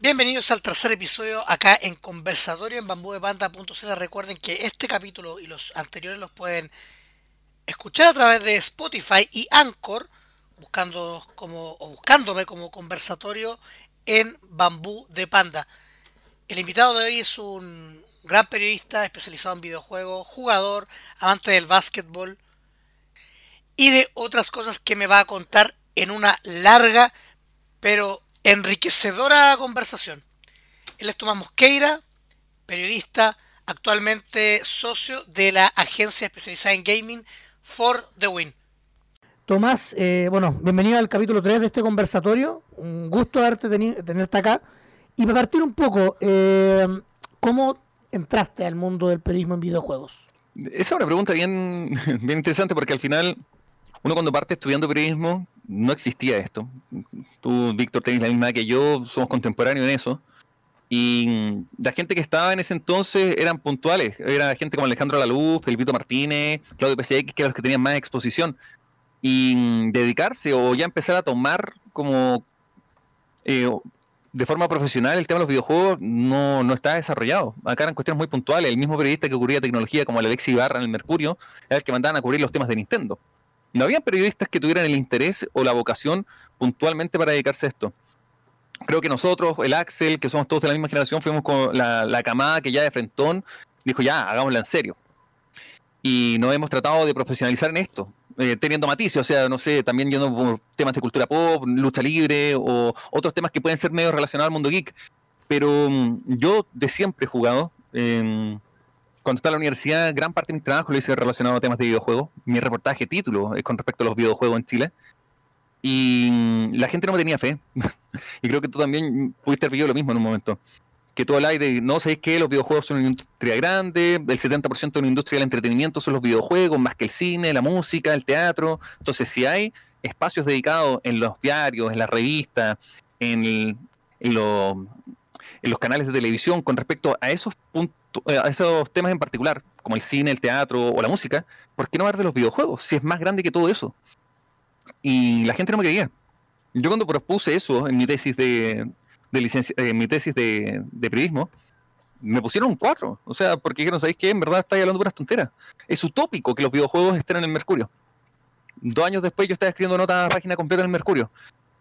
Bienvenidos al tercer episodio acá en Conversatorio en bambudepanda.cl. Recuerden que este capítulo y los anteriores los pueden escuchar a través de Spotify y Anchor, buscándome como Conversatorio en Bambú de Panda. El invitado de hoy es un gran periodista especializado en videojuegos, jugador, amante del básquetbol y de otras cosas que me va a contar en una larga pero enriquecedora conversación. Él es Tomás Mosqueira, periodista, actualmente socio de la agencia especializada en gaming For the Win. Tomás, bueno, bienvenido al capítulo 3 de este conversatorio. Un gusto tenerte acá. Y para partir un poco, ¿cómo entraste al mundo del periodismo en videojuegos? Esa es una pregunta bien, bien interesante porque al final uno cuando parte estudiando periodismo no existía esto. Tú, Víctor, tenés la misma edad que yo, somos contemporáneos en eso. Y la gente que estaba en ese entonces eran puntuales. Era gente como Alejandro Laluz, Felipito Martínez, Claudio PCX, que eran los que tenían más exposición. Y dedicarse o ya empezar a tomar como eh, de forma profesional el tema de los videojuegos no está desarrollado. Acá eran cuestiones muy puntuales. El mismo periodista que cubría tecnología como el Alexis Ibarra en el Mercurio era el que mandaban a cubrir los temas de Nintendo. No había periodistas que tuvieran el interés o la vocación puntualmente para dedicarse a esto. Creo que nosotros, el Axel, que somos todos de la misma generación, fuimos con la camada que ya de frentón dijo ya, hagámosla en serio. Y nos hemos tratado de profesionalizar en esto, teniendo matices, o sea, no sé, también yendo por temas de cultura pop, lucha libre o otros temas que pueden ser medio relacionados al mundo geek. Pero yo de siempre he jugado. Cuando estaba en la universidad, gran parte de mis trabajos lo hice relacionado a temas de videojuegos. Mi reportaje título es con respecto a los videojuegos en Chile. Y la gente no me tenía fe. Y creo que tú también pudiste haber vivido lo mismo en un momento. Que tú hablas de, no, ¿sabéis qué? Los videojuegos son una industria grande, el 70% de la industria del entretenimiento son los videojuegos, más que el cine, la música, el teatro. Entonces, si hay espacios dedicados en los diarios, en las revistas, en, el, en, lo- en los canales de televisión con respecto a esos puntos, a esos temas en particular, como el cine, el teatro o la música, ¿por qué no hablar de los videojuegos? Si es más grande que todo eso. Y la gente no me creía. Yo cuando propuse eso en mi tesis de licencia, en mi tesis de periodismo, me pusieron un 4. O sea, porque dijeron, ¿sabéis qué? En verdad estáis hablando puras tonteras. Es utópico que los videojuegos estén en el Mercurio. 2 años después yo estaba escribiendo nota página completa en el Mercurio.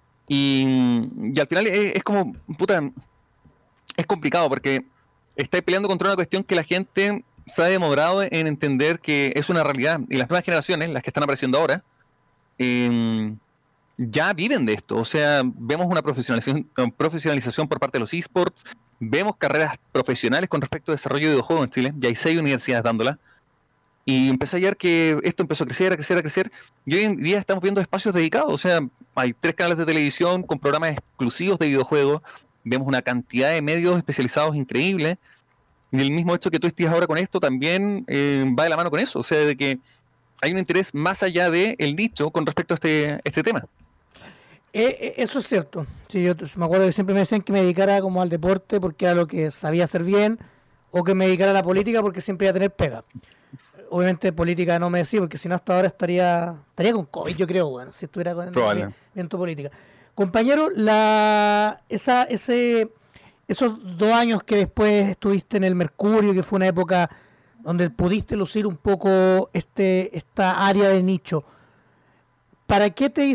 Y al final es como, puta, es complicado porque estáis peleando contra una cuestión que la gente se ha demorado en entender que es una realidad. Y las nuevas generaciones, las que están apareciendo ahora, eh, ya viven de esto. O sea, vemos una profesionalización por parte de los esports, vemos carreras profesionales con respecto al desarrollo de videojuegos en Chile, ya hay 6 universidades dándola, y empecé a ver que esto empezó a crecer, a crecer, a crecer, y hoy en día estamos viendo espacios dedicados. O sea, hay 3 canales de televisión con programas exclusivos de videojuegos, vemos una cantidad de medios especializados increíbles, y el mismo hecho que tú estés ahora con esto también va de la mano con eso. O sea, de que hay un interés más allá del nicho con respecto a este tema. Eso es cierto. Sí, me acuerdo que siempre me decían que me dedicara como al deporte porque era lo que sabía hacer bien, o que me dedicara a la política porque siempre iba a tener pega. Obviamente política no me decía, porque si no hasta ahora estaría con COVID, yo creo, bueno, si estuviera con el Probable. viento política. Compañero, esos 2 años que después estuviste en el Mercurio, que fue una época donde pudiste lucir un poco esta área de nicho, ¿para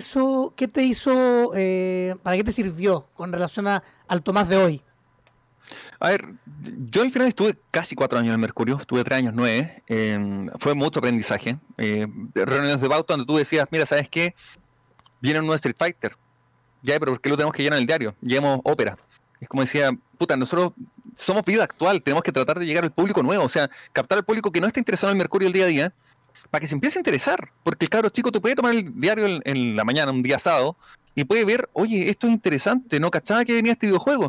para qué te sirvió con relación al Tomás de hoy? A ver, yo al final estuve casi 4 años en el Mercurio, estuve 3 años, 9. Fue mucho aprendizaje. Reuniones de pauta donde tú decías, mira, ¿sabes qué? Viene un nuevo Street Fighter. Ya, pero ¿por qué lo tenemos que llenar en el diario? Llevamos ópera. Es como decía, puta, nosotros somos vida actual, tenemos que tratar de llegar al público nuevo, o sea, captar al público que no está interesado en el Mercurio el día a día, para que se empiece a interesar. Porque el cabro chico te puede tomar el diario en la mañana, un día sábado, y puede ver, oye, esto es interesante, no cachaba que venía este videojuego.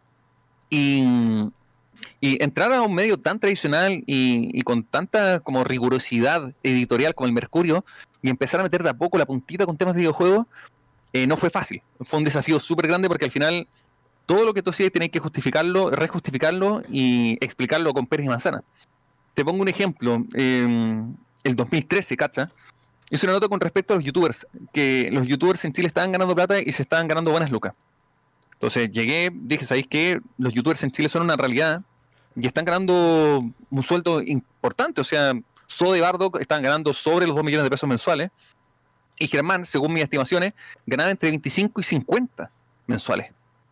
Y Y entrar a un medio tan tradicional y con tanta como rigurosidad editorial como el Mercurio y empezar a meter de a poco la puntita con temas de videojuegos, no fue fácil. Fue un desafío súper grande porque al final todo lo que tú hacías tenías que justificarlo, rejustificarlo y explicarlo con peras y manzanas. Te pongo un ejemplo. El 2013, ¿cacha? Hice una nota con respecto a los youtubers, que los youtubers en Chile estaban ganando plata y se estaban ganando buenas lucas. Entonces llegué, dije, ¿sabéis qué? Los youtubers en Chile son una realidad y están ganando un sueldo importante. O sea, Soda y Bardock están ganando sobre los 2 millones de pesos mensuales y Germán, según mis estimaciones, ganaba entre 25 y 50 mensuales.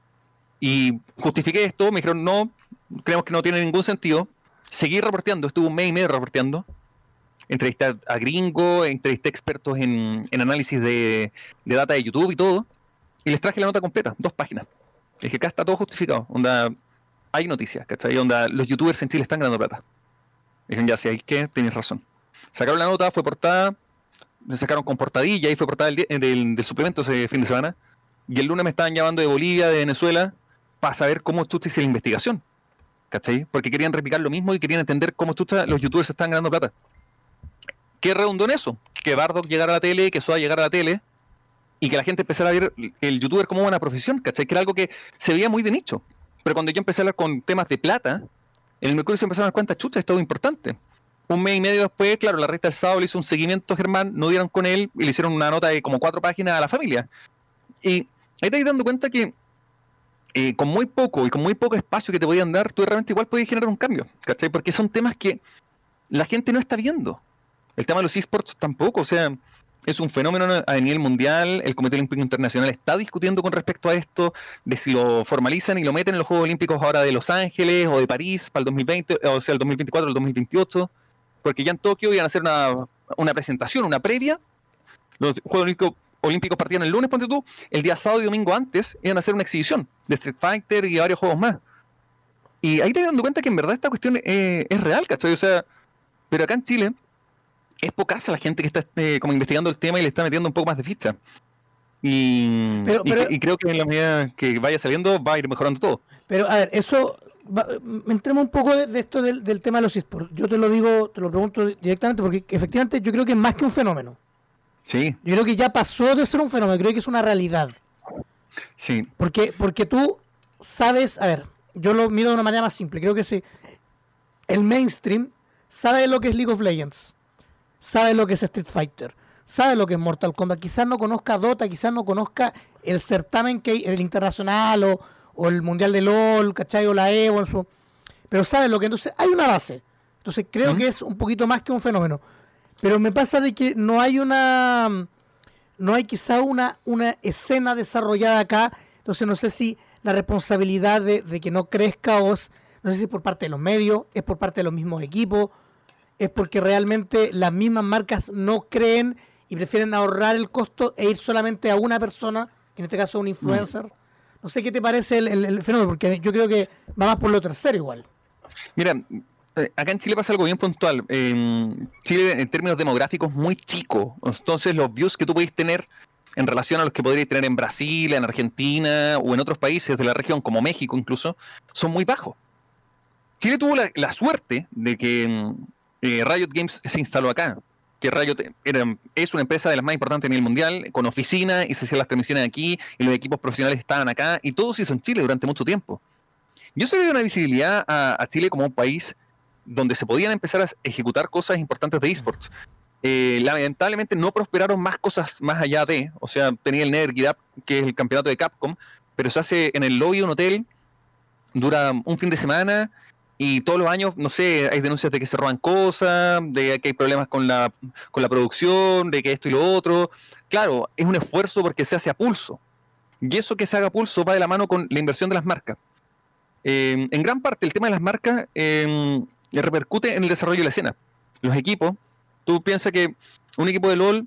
Y justifiqué esto, me dijeron, no, creemos que no tiene ningún sentido. Seguí reporteando, estuve un mes y medio reporteando. Entrevisté a gringos, entrevisté expertos en análisis de data de YouTube y todo. Y les traje la nota completa, 2 páginas. Es que acá está todo justificado. Onda, hay noticias, ¿cachai? Onda, los youtubers en Chile están ganando plata. Dijeron, ya, si hay que, tenéis razón. Sacaron la nota, fue portada, me sacaron con portadilla y fue portada del suplemento ese fin de semana. Y el lunes me estaban llamando de Bolivia, de Venezuela, para saber cómo chucha hice la investigación. ¿Cachai? Porque querían replicar lo mismo y querían entender cómo chucha los youtubers están ganando plata. ¿Qué redundó en eso? Que Bardock llegara a la tele, que Soda llegara a la tele y que la gente empezara a ver el youtuber como una profesión, ¿cachai? Que era algo que se veía muy de nicho. Pero cuando yo empecé a hablar con temas de plata, en el Mercurio se empezaron a dar cuenta, chucha, es todo importante. Un mes y medio después, claro, la revista El Sábado le hizo un seguimiento a Germán, no dieron con él y le hicieron una nota de como 4 páginas a la familia. Y ahí te vas dando cuenta que con muy poco y con muy poco espacio que te podían dar, tú realmente igual podías generar un cambio, ¿cachai? Porque son temas que la gente no está viendo. El tema de los esports tampoco, o sea, es un fenómeno a nivel mundial. El Comité Olímpico Internacional está discutiendo con respecto a esto, de si lo formalizan y lo meten en los Juegos Olímpicos ahora de Los Ángeles o de París para el 2020, o sea, el 2024 o el 2028, porque ya en Tokio iban a hacer una presentación, una previa. Los Juegos Olímpicos partían el lunes, ponte tú, el día sábado y domingo antes iban a hacer una exhibición de Street Fighter y varios juegos más. Y ahí te vas dando cuenta que en verdad esta cuestión es real, ¿cachai? O sea, pero acá en Chile es pocasa la gente que está como investigando el tema y le está metiendo un poco más de ficha. Y creo que en la medida que vaya saliendo va a ir mejorando todo. Pero a ver, eso entremos un poco de esto del tema de los esports. Yo te lo digo, te lo pregunto directamente porque efectivamente yo creo que es más que un fenómeno. Sí. Yo creo que ya pasó de ser un fenómeno, creo que es una realidad. Sí. Porque tú sabes, a ver, yo lo mido de una manera más simple. Creo que sí, el mainstream sabe lo que es League of Legends, sabe lo que es Street Fighter, sabe lo que es Mortal Kombat. Quizás no conozca Dota, quizás no conozca el certamen que hay, el internacional o el mundial de LOL, ¿cachai? O la EVO, pero sabe lo que. Entonces hay una base. Entonces creo que es un poquito más que un fenómeno. Pero me pasa de que no hay quizá una escena desarrollada acá. Entonces no sé si la responsabilidad de que no crezca no sé si es por parte de los medios, es por parte de los mismos equipos, es porque realmente las mismas marcas no creen y prefieren ahorrar el costo e ir solamente a una persona, que en este caso un influencer. No sé qué te parece el fenómeno, porque yo creo que va más por lo tercero igual. Mira, acá en Chile pasa algo bien puntual. Chile, en términos demográficos, muy chico. Entonces, los views que tú podéis tener en relación a los que podrías tener en Brasil, en Argentina o en otros países de la región, como México incluso, son muy bajos. Chile tuvo la suerte de que Riot Games se instaló acá. Que Riot es una empresa de las más importantes a nivel mundial, con oficina, y se hacían las transmisiones aquí, y los equipos profesionales estaban acá, y todo se hizo en Chile durante mucho tiempo. Yo se le dio una visibilidad a Chile como un país donde se podían empezar a ejecutar cosas importantes de esports. Lamentablemente no prosperaron más cosas más allá de, o sea, tenía el NetherGap, que es el campeonato de Capcom, pero se hace en el lobby de un hotel, dura un fin de semana, y todos los años, no sé, hay denuncias de que se roban cosas, de que hay problemas con la producción, de que esto y lo otro. Claro, es un esfuerzo porque se hace a pulso, y eso que se haga a pulso va de la mano con la inversión de las marcas. En gran parte el tema de las marcas repercute en el desarrollo de la escena. Los equipos, tú piensas que un equipo de LOL,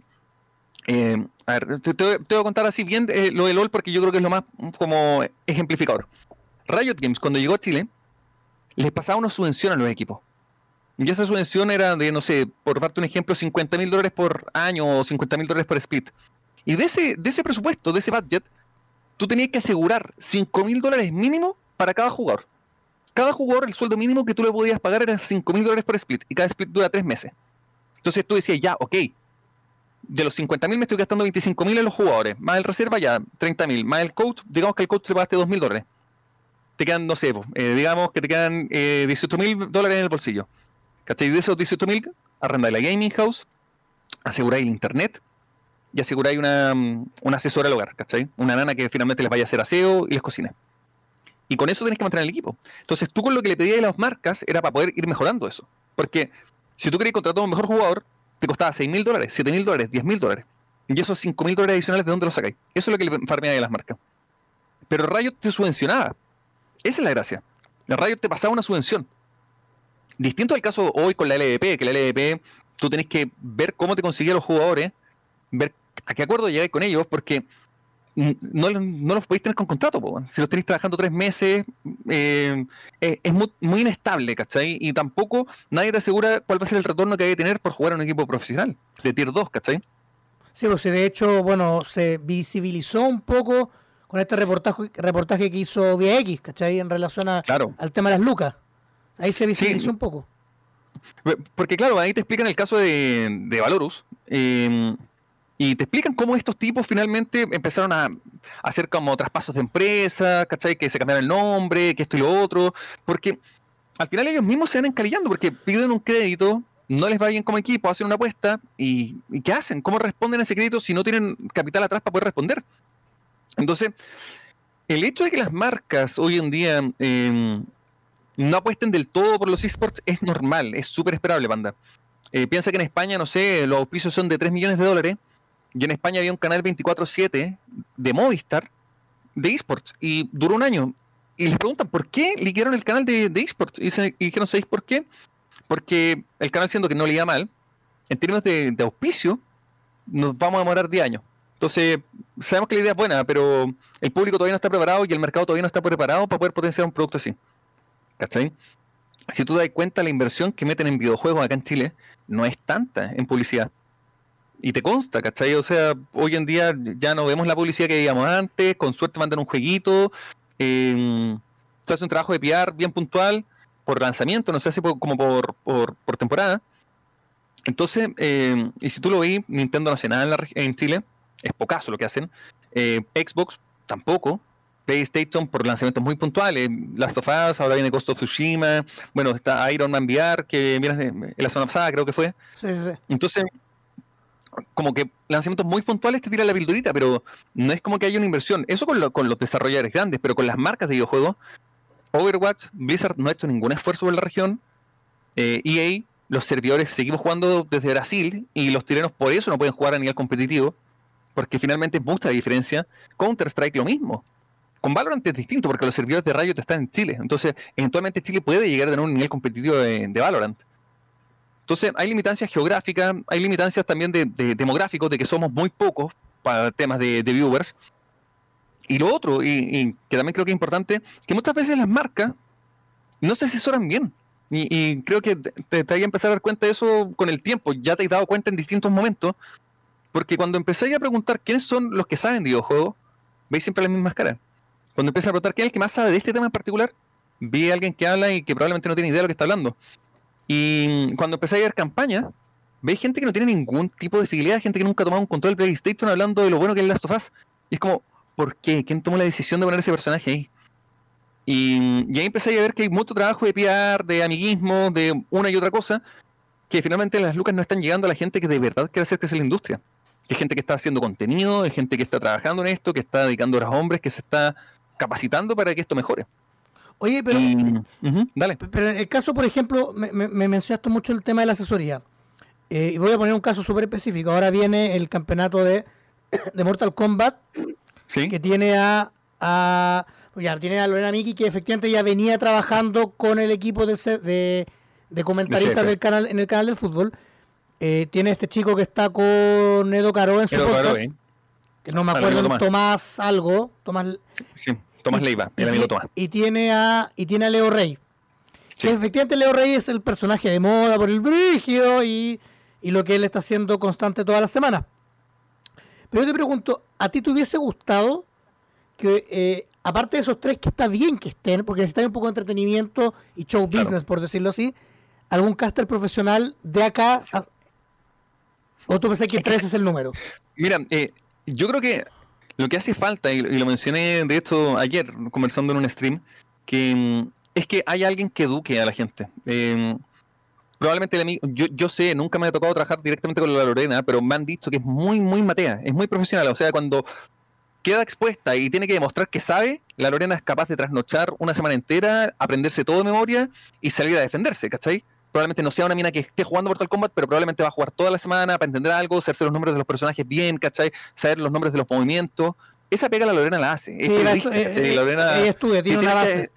a ver, te voy a contar así bien lo de LOL porque yo creo que es lo más como ejemplificador. Riot Games, cuando llegó a Chile, les pasaba una subvención a los equipos. Y esa subvención era de, no sé, por darte un ejemplo, $50,000 por año o $50,000 por split. Y de ese presupuesto, de ese budget, tú tenías que asegurar $5,000 mínimo para cada jugador. Cada jugador, el sueldo mínimo que tú le podías pagar era $5,000 por split. Y cada split dura 3 meses. Entonces tú decías, ya, ok, de los 50,000 me estoy gastando 25,000 en los jugadores. Más el reserva ya, 30,000. Más el coach, digamos que al coach le pagaste $2,000. Te quedan, no sé, digamos que te quedan $18,000 en el bolsillo. ¿Cachai? De esos 18,000, arrendáis la gaming house, aseguráis el internet, y aseguráis una asesora al hogar, ¿cachai? Una nana que finalmente les vaya a hacer aseo y les cocine. Y con eso tenés que mantener el equipo. Entonces tú con lo que le pedías a las marcas era para poder ir mejorando eso. Porque si tú querías contratar a un mejor jugador, te costaba $6.000, $7.000, $10.000. Y esos $5.000 adicionales, ¿de dónde los sacáis? Eso es lo que le farmeaba a las marcas. Pero Riot te subvencionaba. Esa es la gracia. Riot te pasaba una subvención. Distinto al caso hoy con la LVP, que la LVP tú tenés que ver cómo te conseguían los jugadores, ver a qué acuerdo llegáis con ellos, porque no los podéis tener con contrato, po. Si los tenéis trabajando 3 meses, es muy inestable, ¿cachai? Y tampoco nadie te asegura cuál va a ser el retorno que hay que tener por jugar a un equipo profesional, de Tier 2, ¿cachai? Sí, pues de hecho, bueno, se visibilizó un poco con este reportaje que hizo Vía X, ¿cachai? En relación Claro. al tema de las lucas. Ahí se visibilizó Sí, un poco. porque claro, ahí te explican el caso de Valorus, y te explican cómo estos tipos finalmente empezaron a hacer como traspasos de empresa, ¿cachai? Que se cambiaron el nombre, que esto y lo otro, porque al final ellos mismos se van encalillando, porque piden un crédito, no les va bien como equipo, hacen una apuesta, y ¿qué hacen? ¿Cómo responden a ese crédito si no tienen capital atrás para poder responder? Entonces, el hecho de que las marcas hoy en día no apuesten del todo por los esports es normal, es súper esperable, Panda. Piensa que en España, no sé, los auspicios son de $3 millones, y en España había un canal 24/7 de Movistar de esports, y duró un año. Y les preguntan, ¿por qué liquidaron el canal de esports? Y dijeron, ¿sabéis por qué? Porque el canal, siendo que no le iba mal, en términos de auspicio, nos vamos a demorar 10 años. Entonces, sabemos que la idea es buena, pero el público todavía no está preparado y el mercado todavía no está preparado para poder potenciar un producto así. ¿Cachai? Si tú te das cuenta, la inversión que meten en videojuegos acá en Chile no es tanta en publicidad. Y te consta, ¿cachai? O sea, hoy en día ya no vemos la publicidad que veíamos antes, con suerte mandan un jueguito, se hace un trabajo de PR bien puntual, por lanzamiento, no se hace como por temporada. Entonces, y si tú lo ves, Nintendo no hace nada en Chile, es pocazo lo que hacen. Xbox tampoco. PlayStation por lanzamientos muy puntuales. Last of Us, ahora viene Ghost of Tsushima. Bueno, está Iron Man VR, que miras en la semana pasada, creo que fue. Sí. Entonces, como que lanzamientos muy puntuales te tiran la pildorita, pero no es como que haya una inversión. Eso con los desarrolladores grandes, pero con las marcas de videojuegos, Overwatch, Blizzard no ha hecho ningún esfuerzo por la región. EA, los servidores seguimos jugando desde Brasil y los chilenos por eso no pueden jugar a nivel competitivo, porque finalmente es mucha diferencia. Counter-Strike lo mismo. Con Valorant es distinto porque los servidores de Riot están en Chile. Entonces, eventualmente Chile puede llegar a tener un nivel competitivo de Valorant. Entonces, hay limitancias geográficas, hay limitancias también de demográficos, de que somos muy pocos para temas de viewers. Y lo otro, y que también creo que es importante, que muchas veces las marcas no se asesoran bien. Y creo que te hay que empezar a dar cuenta de eso con el tiempo. Ya te has dado cuenta en distintos momentos. Porque cuando empezáis a preguntar quiénes son los que saben de videojuegos, veis siempre las mismas caras. Cuando empiezas a preguntar quién es el que más sabe de este tema en particular, vi a alguien que habla y que probablemente no tiene idea de lo que está hablando. Y cuando empezáis a ver campañas, veis gente que no tiene ningún tipo de fidelidad, gente que nunca ha tomado un control de PlayStation hablando de lo bueno que es Last of Us. Y es como, ¿por qué? ¿Quién tomó la decisión de poner ese personaje ahí? Y ahí empecé a ver que hay mucho trabajo de PR, de amiguismo, de una y otra cosa, que finalmente las lucas no están llegando a la gente que de verdad quiere hacer crecer la industria. Hay gente que está haciendo contenido, hay gente que está trabajando en esto, que está dedicando horas a hombres, que se está capacitando para que esto mejore. Oye, pero, dale. pero en el caso, por ejemplo, me mencionaste mucho el tema de la asesoría. Y voy a poner un caso súper específico. Ahora viene el campeonato de Mortal Kombat, ¿Sí? que tiene tiene a Lorena Miki, que efectivamente ya venía trabajando con el equipo de comentaristas del canal, en el canal del fútbol. Tiene este chico que está con Edo Caro en su podcast, que no me acuerdo, Tomás algo, Tomás Leiva, el amigo Tomás. Y tiene a Leo Rey. Sí. Que efectivamente Leo Rey es el personaje de moda por el brígido y lo que él está haciendo constante toda la semana. Pero yo te pregunto, ¿a ti te hubiese gustado que, aparte de esos tres, que está bien que estén, porque necesitan un poco de entretenimiento y show business, por decirlo así, algún caster profesional de acá? ¿O tú pensás que 3 es el número? Mira, yo creo que lo que hace falta, y lo mencioné de hecho ayer, conversando en un stream, que es que haya alguien que eduque a la gente. probablemente yo sé, nunca me ha tocado trabajar directamente con la Lorena, pero me han dicho que es muy, muy matea, es muy profesional. O sea, cuando queda expuesta y tiene que demostrar que sabe, la Lorena es capaz de trasnochar una semana entera, aprenderse todo de memoria y salir a defenderse, ¿cachai? Probablemente no sea una mina que esté jugando Mortal Kombat, pero probablemente va a jugar toda la semana para entender algo, hacerse los nombres de los personajes bien, ¿cachai? Saber los nombres de los movimientos. Esa pega la Lorena la hace. Es Sí, periodista, ¿cachai? Lorena ella estudia, tiene una base.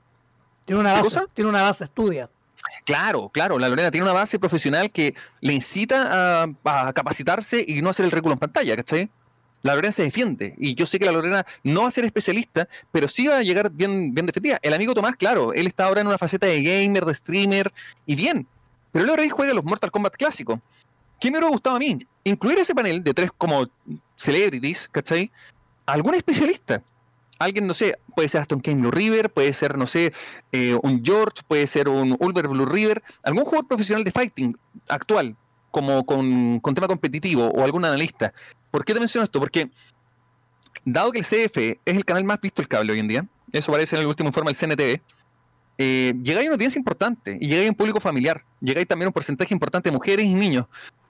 Tiene una base, estudia. Claro, la Lorena tiene una base profesional que le incita a capacitarse y no hacer el ridículo en pantalla, ¿cachai? La Lorena se defiende, y yo sé que la Lorena no va a ser especialista, pero sí va a llegar bien defendida. El amigo Tomás, claro, él está ahora en una faceta de gamer, de streamer, y bien, pero el Rey juega los Mortal Kombat clásicos. ¿Qué me hubiera gustado a mí? Incluir ese panel de 3 como celebrities, ¿cachai? Algún especialista. Alguien, no sé, puede ser hasta un Ken Blue River, puede ser, no sé, un George, puede ser un Ulver Blue River, algún jugador profesional de fighting actual, como con tema competitivo, o algún analista. ¿Por qué te menciono esto? Porque, dado que el CF es el canal más visto del cable hoy en día, eso aparece en el último informe del CNTV, llegáis a una audiencia importante, y llegáis a un público familiar, llegáis también a un porcentaje importante de mujeres y niños.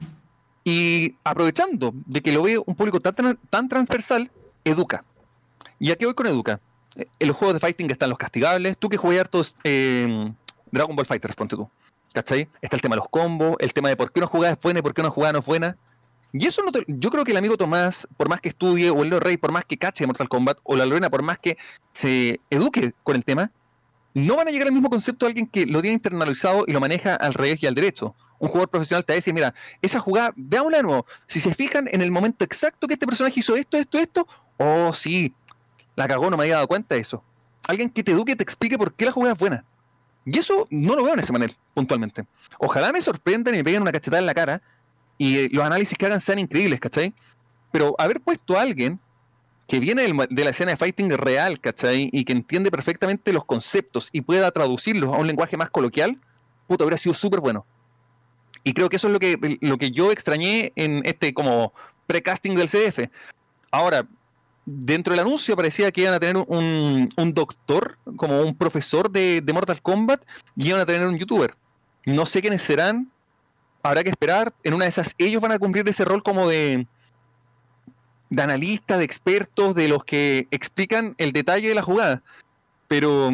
Y aprovechando de que lo ve un público tan transversal, educa. ¿Y a qué voy con educa? En los juegos de fighting están los castigables. Tú que juegas hartos Dragon Ball Fighters, ponte tú, ¿cachai? Está el tema de los combos, el tema de por qué una jugada es buena y por qué una jugada no es buena. Y eso yo creo que el amigo Tomás, por más que estudie, o el Leo Rey, por más que cache de Mortal Kombat, o la Lorena, por más que se eduque con el tema, no van a llegar al mismo concepto de alguien que lo tiene internalizado y lo maneja al revés y al derecho. Un jugador profesional te va a decir, mira, esa jugada, veámosla de nuevo. Si se fijan en el momento exacto que este personaje hizo esto, oh sí, la cagó, no me había dado cuenta de eso. Alguien que te eduque, te explique por qué la jugada es buena. Y eso no lo veo en ese panel, puntualmente. Ojalá me sorprendan y me peguen una cachetada en la cara y los análisis que hagan sean increíbles, ¿cachai? Pero haber puesto a alguien que viene de la escena de fighting real, ¿cachai? Y que entiende perfectamente los conceptos y pueda traducirlos a un lenguaje más coloquial, puta, hubiera sido súper bueno. Y creo que eso es lo que yo extrañé en este como precasting del CDF. Ahora, dentro del anuncio parecía que iban a tener un doctor, como un profesor de Mortal Kombat, y iban a tener un youtuber. No sé quiénes serán, habrá que esperar. En una de esas, ellos van a cumplir ese rol como de analistas, de expertos, de los que explican el detalle de la jugada. Pero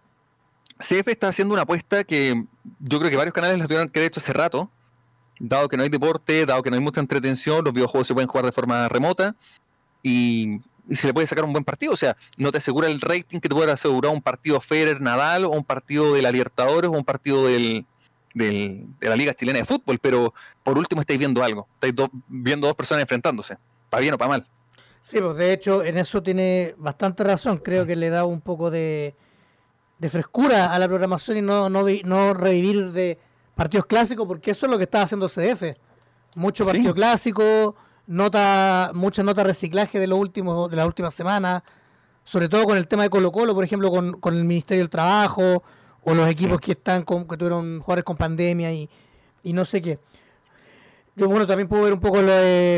CF está haciendo una apuesta que yo creo que varios canales la tuvieron que haber hecho hace rato, dado que no hay deporte, dado que no hay mucha entretención, los videojuegos se pueden jugar de forma remota, y se le puede sacar un buen partido. O sea, no te asegura el rating que te puede asegurar un partido Federer-Nadal, o un partido de la Libertadores, o un partido de la Liga Chilena de Fútbol, pero por último estáis viendo algo, estáis viendo dos personas enfrentándose, para bien o para mal. Sí, pues de hecho en eso tiene bastante razón. Creo que le da un poco de frescura a la programación y no revivir de partidos clásicos, porque eso es lo que está haciendo CDF. Mucho partido clásico, mucha nota reciclaje de las últimas semanas, sobre todo con el tema de Colo-Colo, por ejemplo, con el Ministerio del Trabajo, o los equipos que que tuvieron jugadores con pandemia y no sé qué. Yo, bueno, también pude ver un poco lo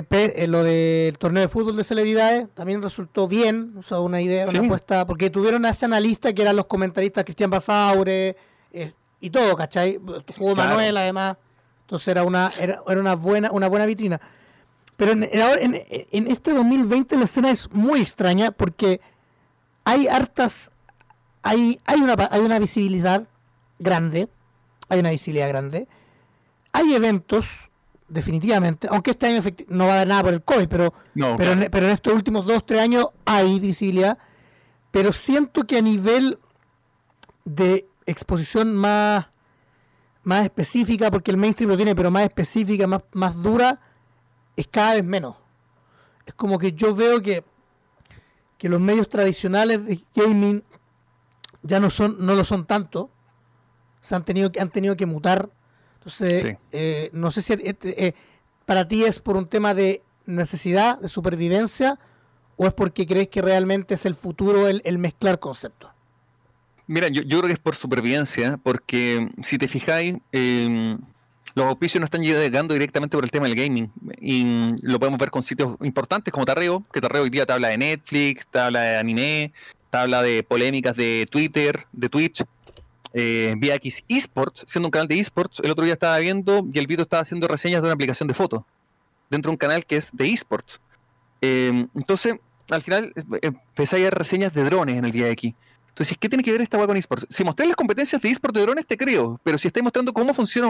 del torneo de fútbol de celebridades. También resultó bien, o sea, una idea, una apuesta, porque tuvieron a ese analista que eran los comentaristas Cristian Basaure y todo, ¿cachai? Jugó Manuel, además. Entonces era una buena vitrina. Pero en este 2020 la escena es muy extraña porque hay una visibilidad grande. Hay eventos, definitivamente, aunque este año no va a dar nada por el COVID, pero en estos últimos 2-3 años hay visibilidad, pero siento que a nivel de exposición más específica, porque el mainstream lo tiene, pero más específica, más dura, es cada vez menos. Es como que yo veo que los medios tradicionales de gaming ya no lo son tanto, han tenido que mutar. Entonces, no sé si para ti es por un tema de necesidad, de supervivencia, o es porque crees que realmente es el futuro el mezclar conceptos. Mira, yo creo que es por supervivencia, porque si te fijáis, los auspicios no están llegando directamente por el tema del gaming, y lo podemos ver con sitios importantes como Tarreo, que Tarreo hoy día te habla de Netflix, te habla de anime, te habla de polémicas de Twitter, de Twitch. VX Esports, siendo un canal de esports, el otro día estaba viendo y el Vito estaba haciendo reseñas de una aplicación de fotos dentro de un canal que es de esports. Entonces, al final, empecé a ver reseñas de drones en el VX. Entonces, ¿qué tiene que ver esta hueá con esports? Si mostré las competencias de esports de drones, te creo, pero si estáis mostrando cómo funciona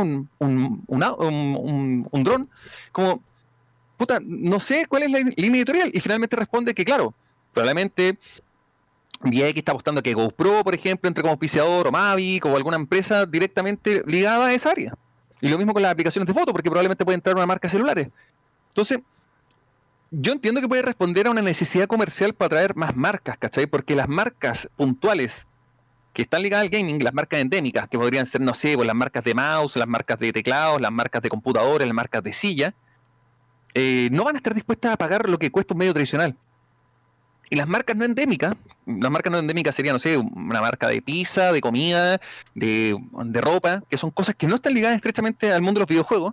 un dron, como, puta, no sé cuál es la línea editorial, y finalmente responde que, claro, probablemente VX está apostando a que GoPro, por ejemplo, entre como auspiciador, o Mavic, o alguna empresa directamente ligada a esa área. Y lo mismo con las aplicaciones de foto, porque probablemente puede entrar una marca de celulares. Entonces, yo entiendo que puede responder a una necesidad comercial para atraer más marcas, ¿cachai? Porque las marcas puntuales que están ligadas al gaming, las marcas endémicas, que podrían ser, no sé, pues las marcas de mouse, las marcas de teclados, las marcas de computadores, las marcas de silla, no van a estar dispuestas a pagar lo que cuesta un medio tradicional. Y las marcas no endémicas serían, no sé, una marca de pizza, de comida, de ropa, que son cosas que no están ligadas estrechamente al mundo de los videojuegos.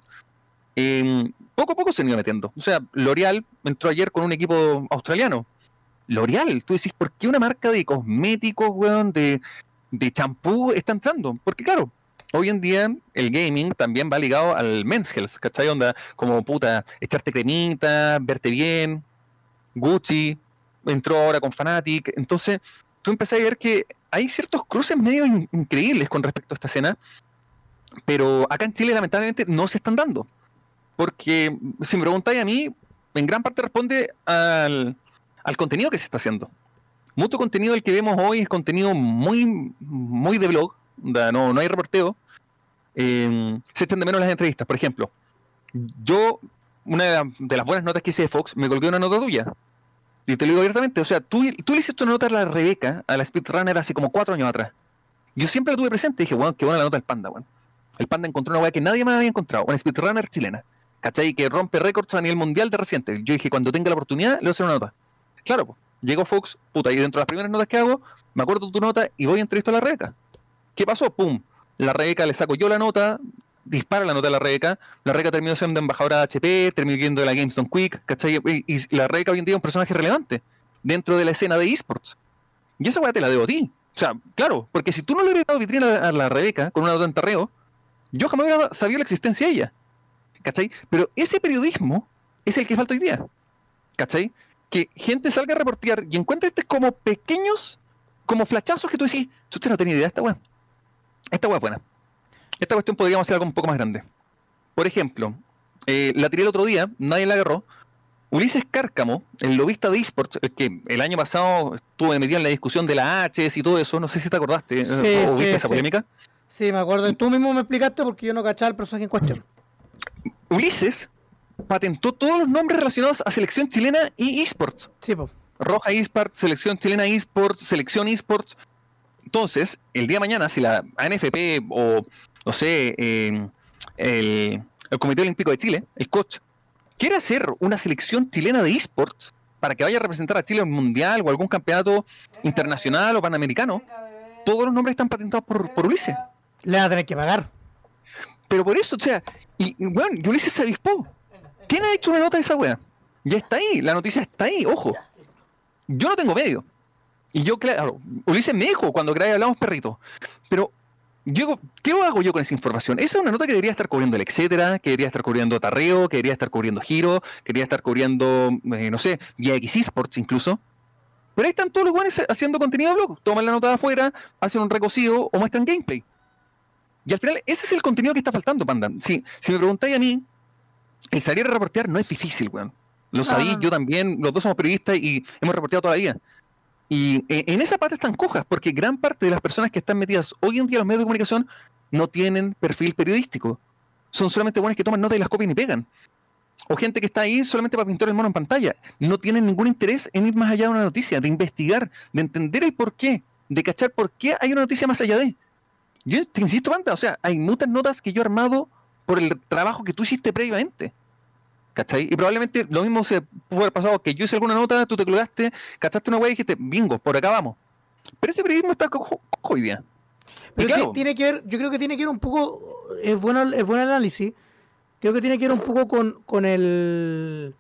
Poco a poco se han ido metiendo. O sea, L'Oreal entró ayer con un equipo australiano. L'Oreal, tú decís, ¿por qué una marca de cosméticos, weón, de champú está entrando? Porque claro, hoy en día el gaming también va ligado al men's health, ¿cachai? Onda, como puta, echarte cremita, verte bien, Gucci, entró ahora con Fanatic. Entonces, tú empezás a ver que hay ciertos cruces medio increíbles con respecto a esta escena, pero acá en Chile lamentablemente no se están dando. Porque si me preguntáis a mí, en gran parte responde al contenido que se está haciendo. Mucho contenido del que vemos hoy es contenido muy, muy de blog, no hay reporteo. Se echan de menos las entrevistas. Por ejemplo, yo, una de las buenas notas que hice de Fox, me colgué una nota tuya. Y te lo digo abiertamente, o sea, tú le hiciste una nota a la Rebeca, a la Speedrunner, hace como 4 años atrás. Yo siempre lo tuve presente y dije, bueno, qué buena la nota del Panda, bueno. El Panda encontró una weá que nadie más había encontrado, una Speedrunner chilena. ¿Cachai? Que rompe récords a nivel mundial de reciente. Yo dije, cuando tenga la oportunidad, le voy a hacer una nota. Claro, pues, llegó Fox, puta, y dentro de las primeras notas que hago, me acuerdo de tu nota y voy a entrevistar a la Rebeca. ¿Qué pasó? Pum. La Rebeca le saco yo la nota, dispara la nota a la Rebeca terminó siendo embajadora de HP, terminó yendo de la Games Done Quick, ¿cachai? Y la Rebeca hoy en día es un personaje relevante dentro de la escena de esports. Y esa weá te la debo a ti. O sea, claro, porque si tú no le hubieras dado vitrina a la Rebeca con una nota en tarreo, yo jamás hubiera sabido la existencia de ella. ¿Cachai? Pero ese periodismo es el que falta hoy día. ¿Cachai? Que gente salga a reportear y encuentre como pequeños, como flachazos que tú decís, usted no tenía idea de esta weá. Esta weá es buena. Esta cuestión podríamos hacer algo un poco más grande. Por ejemplo, la tiré el otro día, nadie la agarró. Ulises Cárcamo, el lobista de esports, el que el año pasado estuvo metido en la discusión de la H y todo eso, no sé si te acordaste o viste esa polémica. Sí, me acuerdo. Tú mismo me explicaste porque yo no cachaba el personaje en cuestión. Ulises patentó todos los nombres relacionados a selección chilena y esports. Sí, po. Roja esports, selección chilena esports, selección esports. Entonces, el día de mañana, si la ANFP o, no sé, el Comité Olímpico de Chile, el coach, quiere hacer una selección chilena de esports para que vaya a representar a Chile en un mundial o algún campeonato internacional o panamericano, todos los nombres están patentados por Ulises. Le van a tener que pagar. Pero por eso, o sea, y bueno, Ulises se avispó. ¿Quién ha hecho una nota de esa wea? Ya está ahí, la noticia está ahí, ojo. Yo no tengo medio. Y yo, claro, Ulises me dijo cuando hablamos perrito. Pero, yo, ¿qué hago yo con esa información? Esa es una nota que debería estar cubriendo el etcétera, que debería estar cubriendo Tarreo, que debería estar cubriendo Giro, que debería estar cubriendo, no sé, VX Esports incluso. Pero ahí están todos los guanes haciendo contenido de blog. Toman la nota de afuera, hacen un recocido o muestran gameplay. Y al final, ese es el contenido que está faltando, Panda. Si me preguntáis a mí, el salir a reportear no es difícil, weón. Lo sabí, yo también, los dos somos periodistas y hemos reporteado toda la vida. Y en esa parte están cojas, porque gran parte de las personas que están metidas hoy en día en los medios de comunicación no tienen perfil periodístico. Son solamente buenos que toman nota y las copian y pegan. O gente que está ahí solamente para pintar el mono en pantalla. No tienen ningún interés en ir más allá de una noticia, de investigar, de entender el porqué, de cachar por qué hay una noticia más allá de. Yo te insisto, Panda, o sea, hay muchas notas que yo he armado por el trabajo que tú hiciste previamente. ¿Cachai? Y probablemente lo mismo se pudo haber pasado, que yo hice alguna nota, tú te colgaste, cachaste una wea y dijiste, bingo, por acá vamos. Pero ese periodismo está cojo hoy día. Pero claro, tiene que ver, yo creo que tiene que ver un poco, es buen análisis, creo que tiene que ver un poco con el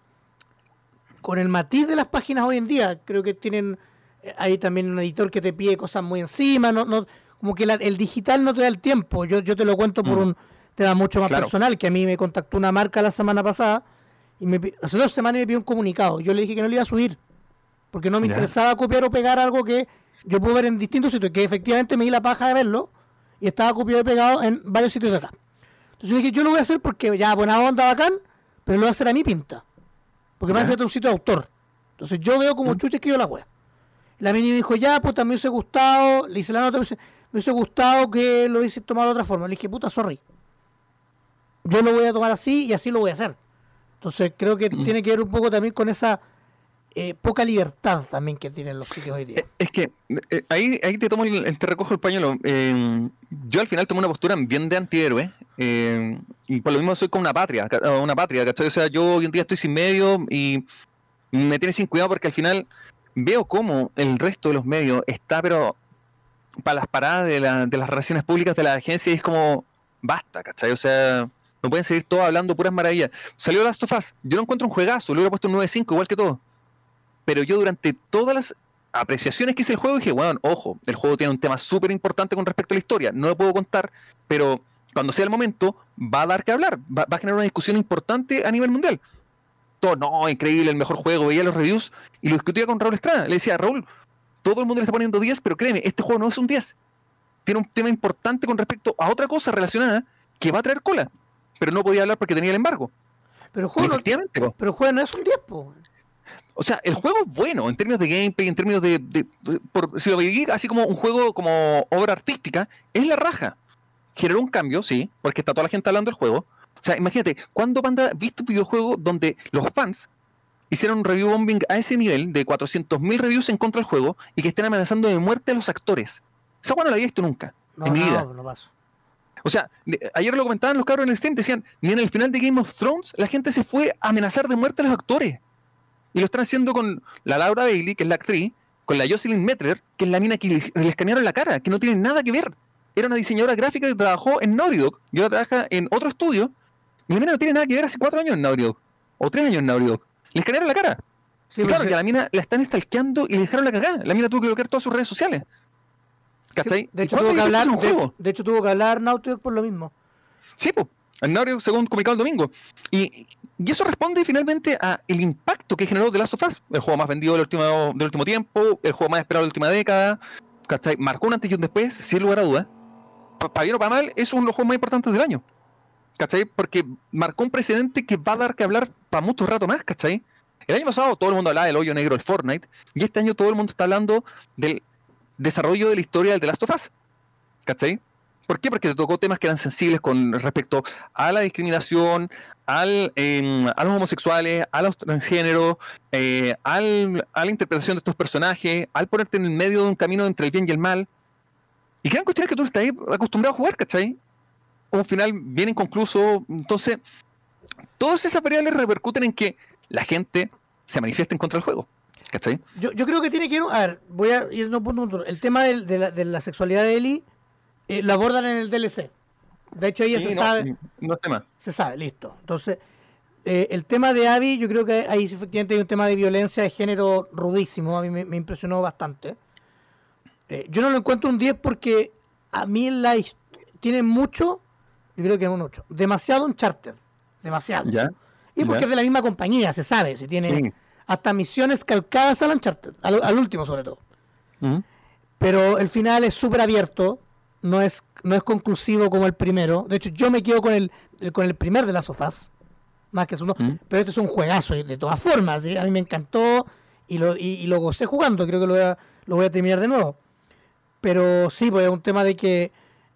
matiz de las páginas hoy en día. Creo que tienen, hay también un editor que te pide cosas muy encima, como como que el digital no te da el tiempo. Yo te lo cuento por un tema mucho más personal, que a mí me contactó una marca la semana pasada, y hace 2 semanas me pidió un comunicado. Yo le dije que no le iba a subir, porque no me interesaba copiar o pegar algo que yo puedo ver en distintos sitios, que efectivamente me di la paja de verlo, y estaba copiado y pegado en varios sitios de acá. Entonces yo dije, yo lo voy a hacer porque ya, buena onda, bacán, pero lo voy a hacer a mi pinta. Porque me hace un sitio de autor. Entonces yo veo como chucha escribo la wea. La mini me dijo, ya, puta, me hubiese gustado, le hice la nota, me hubiese gustado que lo hubiese tomado de otra forma. Le dije, puta, sorry. Yo lo voy a tomar así y así lo voy a hacer. Entonces creo que tiene que ver un poco también con esa poca libertad también que tienen los sitios hoy día. Es que ahí te tomo te recojo el pañuelo. Yo al final tomo una postura bien de antihéroe, y por lo mismo soy como una patria, ¿cachai? O sea, yo hoy en día estoy sin medios y me tiene sin cuidado porque al final veo cómo el resto de los medios está, pero para las paradas de las relaciones públicas de la agencia, y es como, basta, ¿cachai? O sea, no pueden seguir todos hablando puras maravillas. Salió Last of Us, yo lo encuentro un juegazo, le hubiera puesto un 9.5 igual que todo. Pero yo durante todas las apreciaciones que hice el juego dije, bueno, ojo, el juego tiene un tema súper importante con respecto a la historia, no lo puedo contar, pero cuando sea el momento va a dar que hablar, va a generar una discusión importante a nivel mundial. Todo, no, increíble, el mejor juego, veía los reviews y lo discutía con Raúl Estrada, le decía, Raúl, todo el mundo le está poniendo 10, pero créeme, este juego no es un 10, tiene un tema importante con respecto a otra cosa relacionada que va a traer cola, pero no podía hablar porque tenía el embargo. Pero el juego, pero el juego no es un 10, po. O sea, el juego es bueno en términos de gameplay, en términos si lo veis así como un juego como obra artística, es la raja. Generó un cambio, sí, porque está toda la gente hablando del juego. O sea, imagínate, ¿cuándo Panda viste un videojuego donde los fans hicieron un review bombing a ese nivel de 400.000 reviews en contra del juego y que estén amenazando de muerte a los actores? Esa no la había visto nunca en mi vida. No paso. O sea, ayer lo comentaban los cabros en el stream, decían, ni en el final de Game of Thrones la gente se fue a amenazar de muerte a los actores. Y lo están haciendo con la Laura Bailey, que es la actriz, con la Jocelyn Mettler, que es la mina que le escanearon la cara, que no tiene nada que ver. Era una diseñadora gráfica que trabajó en Naughty Dog, y ahora trabaja en otro estudio, y la mina no tiene nada que ver hace 4 años en Naughty Dog, o 3 años en Naughty Dog. Le escanearon la cara. Sí, y claro, que a la mina la están stalkeando y le dejaron la cagada. La mina tuvo que bloquear todas sus redes sociales. ¿Cachai? Sí, de hecho tuvo que hablar Naughty Dog por lo mismo. Sí, pues. En Naughty Dog, según comunicado el domingo. Y eso responde finalmente a el impacto que generó The Last of Us, el juego más vendido del último tiempo, el juego más esperado de la última década, ¿cachai? Marcó un antes y un después, sin lugar a dudas. Para bien o para mal, es uno de los juegos más importantes del año, ¿cachai? Porque marcó un precedente que va a dar que hablar para mucho rato más, ¿cachai? El año pasado todo el mundo hablaba del hoyo negro del Fortnite, y este año todo el mundo está hablando del desarrollo de la historia del The Last of Us, ¿cachai? ¿Por qué? Porque te tocó temas que eran sensibles con respecto a la discriminación, a los homosexuales, a los transgéneros, a la interpretación de estos personajes, al ponerte en el medio de un camino entre el bien y el mal. Y que eran cuestiones que tú estás acostumbrado a jugar, ¿cachai? Un final bien inconcluso. Entonces, todas esas variables repercuten en que la gente se manifieste en contra del juego, ¿cachai? Yo creo que tiene que ir... A ver, voy a ir a un punto. El tema de la sexualidad de Ellie lo abordan en el DLC. De hecho, ella se sabe. No es tema. Se sabe, listo. Entonces, el tema de Abby, yo creo que ahí efectivamente hay un tema de violencia de género rudísimo. A mí me impresionó bastante. Yo no lo encuentro un 10 porque a mí tiene mucho, yo creo que es un 8. Demasiado Uncharted. Demasiado. ¿Ya? Y porque es de la misma compañía, se sabe. Si tiene hasta misiones calcadas al Uncharted. Al último, sobre todo. Pero el final es súper abierto. No es conclusivo como el primero. De hecho, yo me quedo con el primer de Last of Us, más que segundo. Pero este es un juegazo, de todas formas. ¿sí? A mí me encantó y lo gocé jugando. Creo que lo voy a terminar de nuevo. Pero sí, pues es un tema de que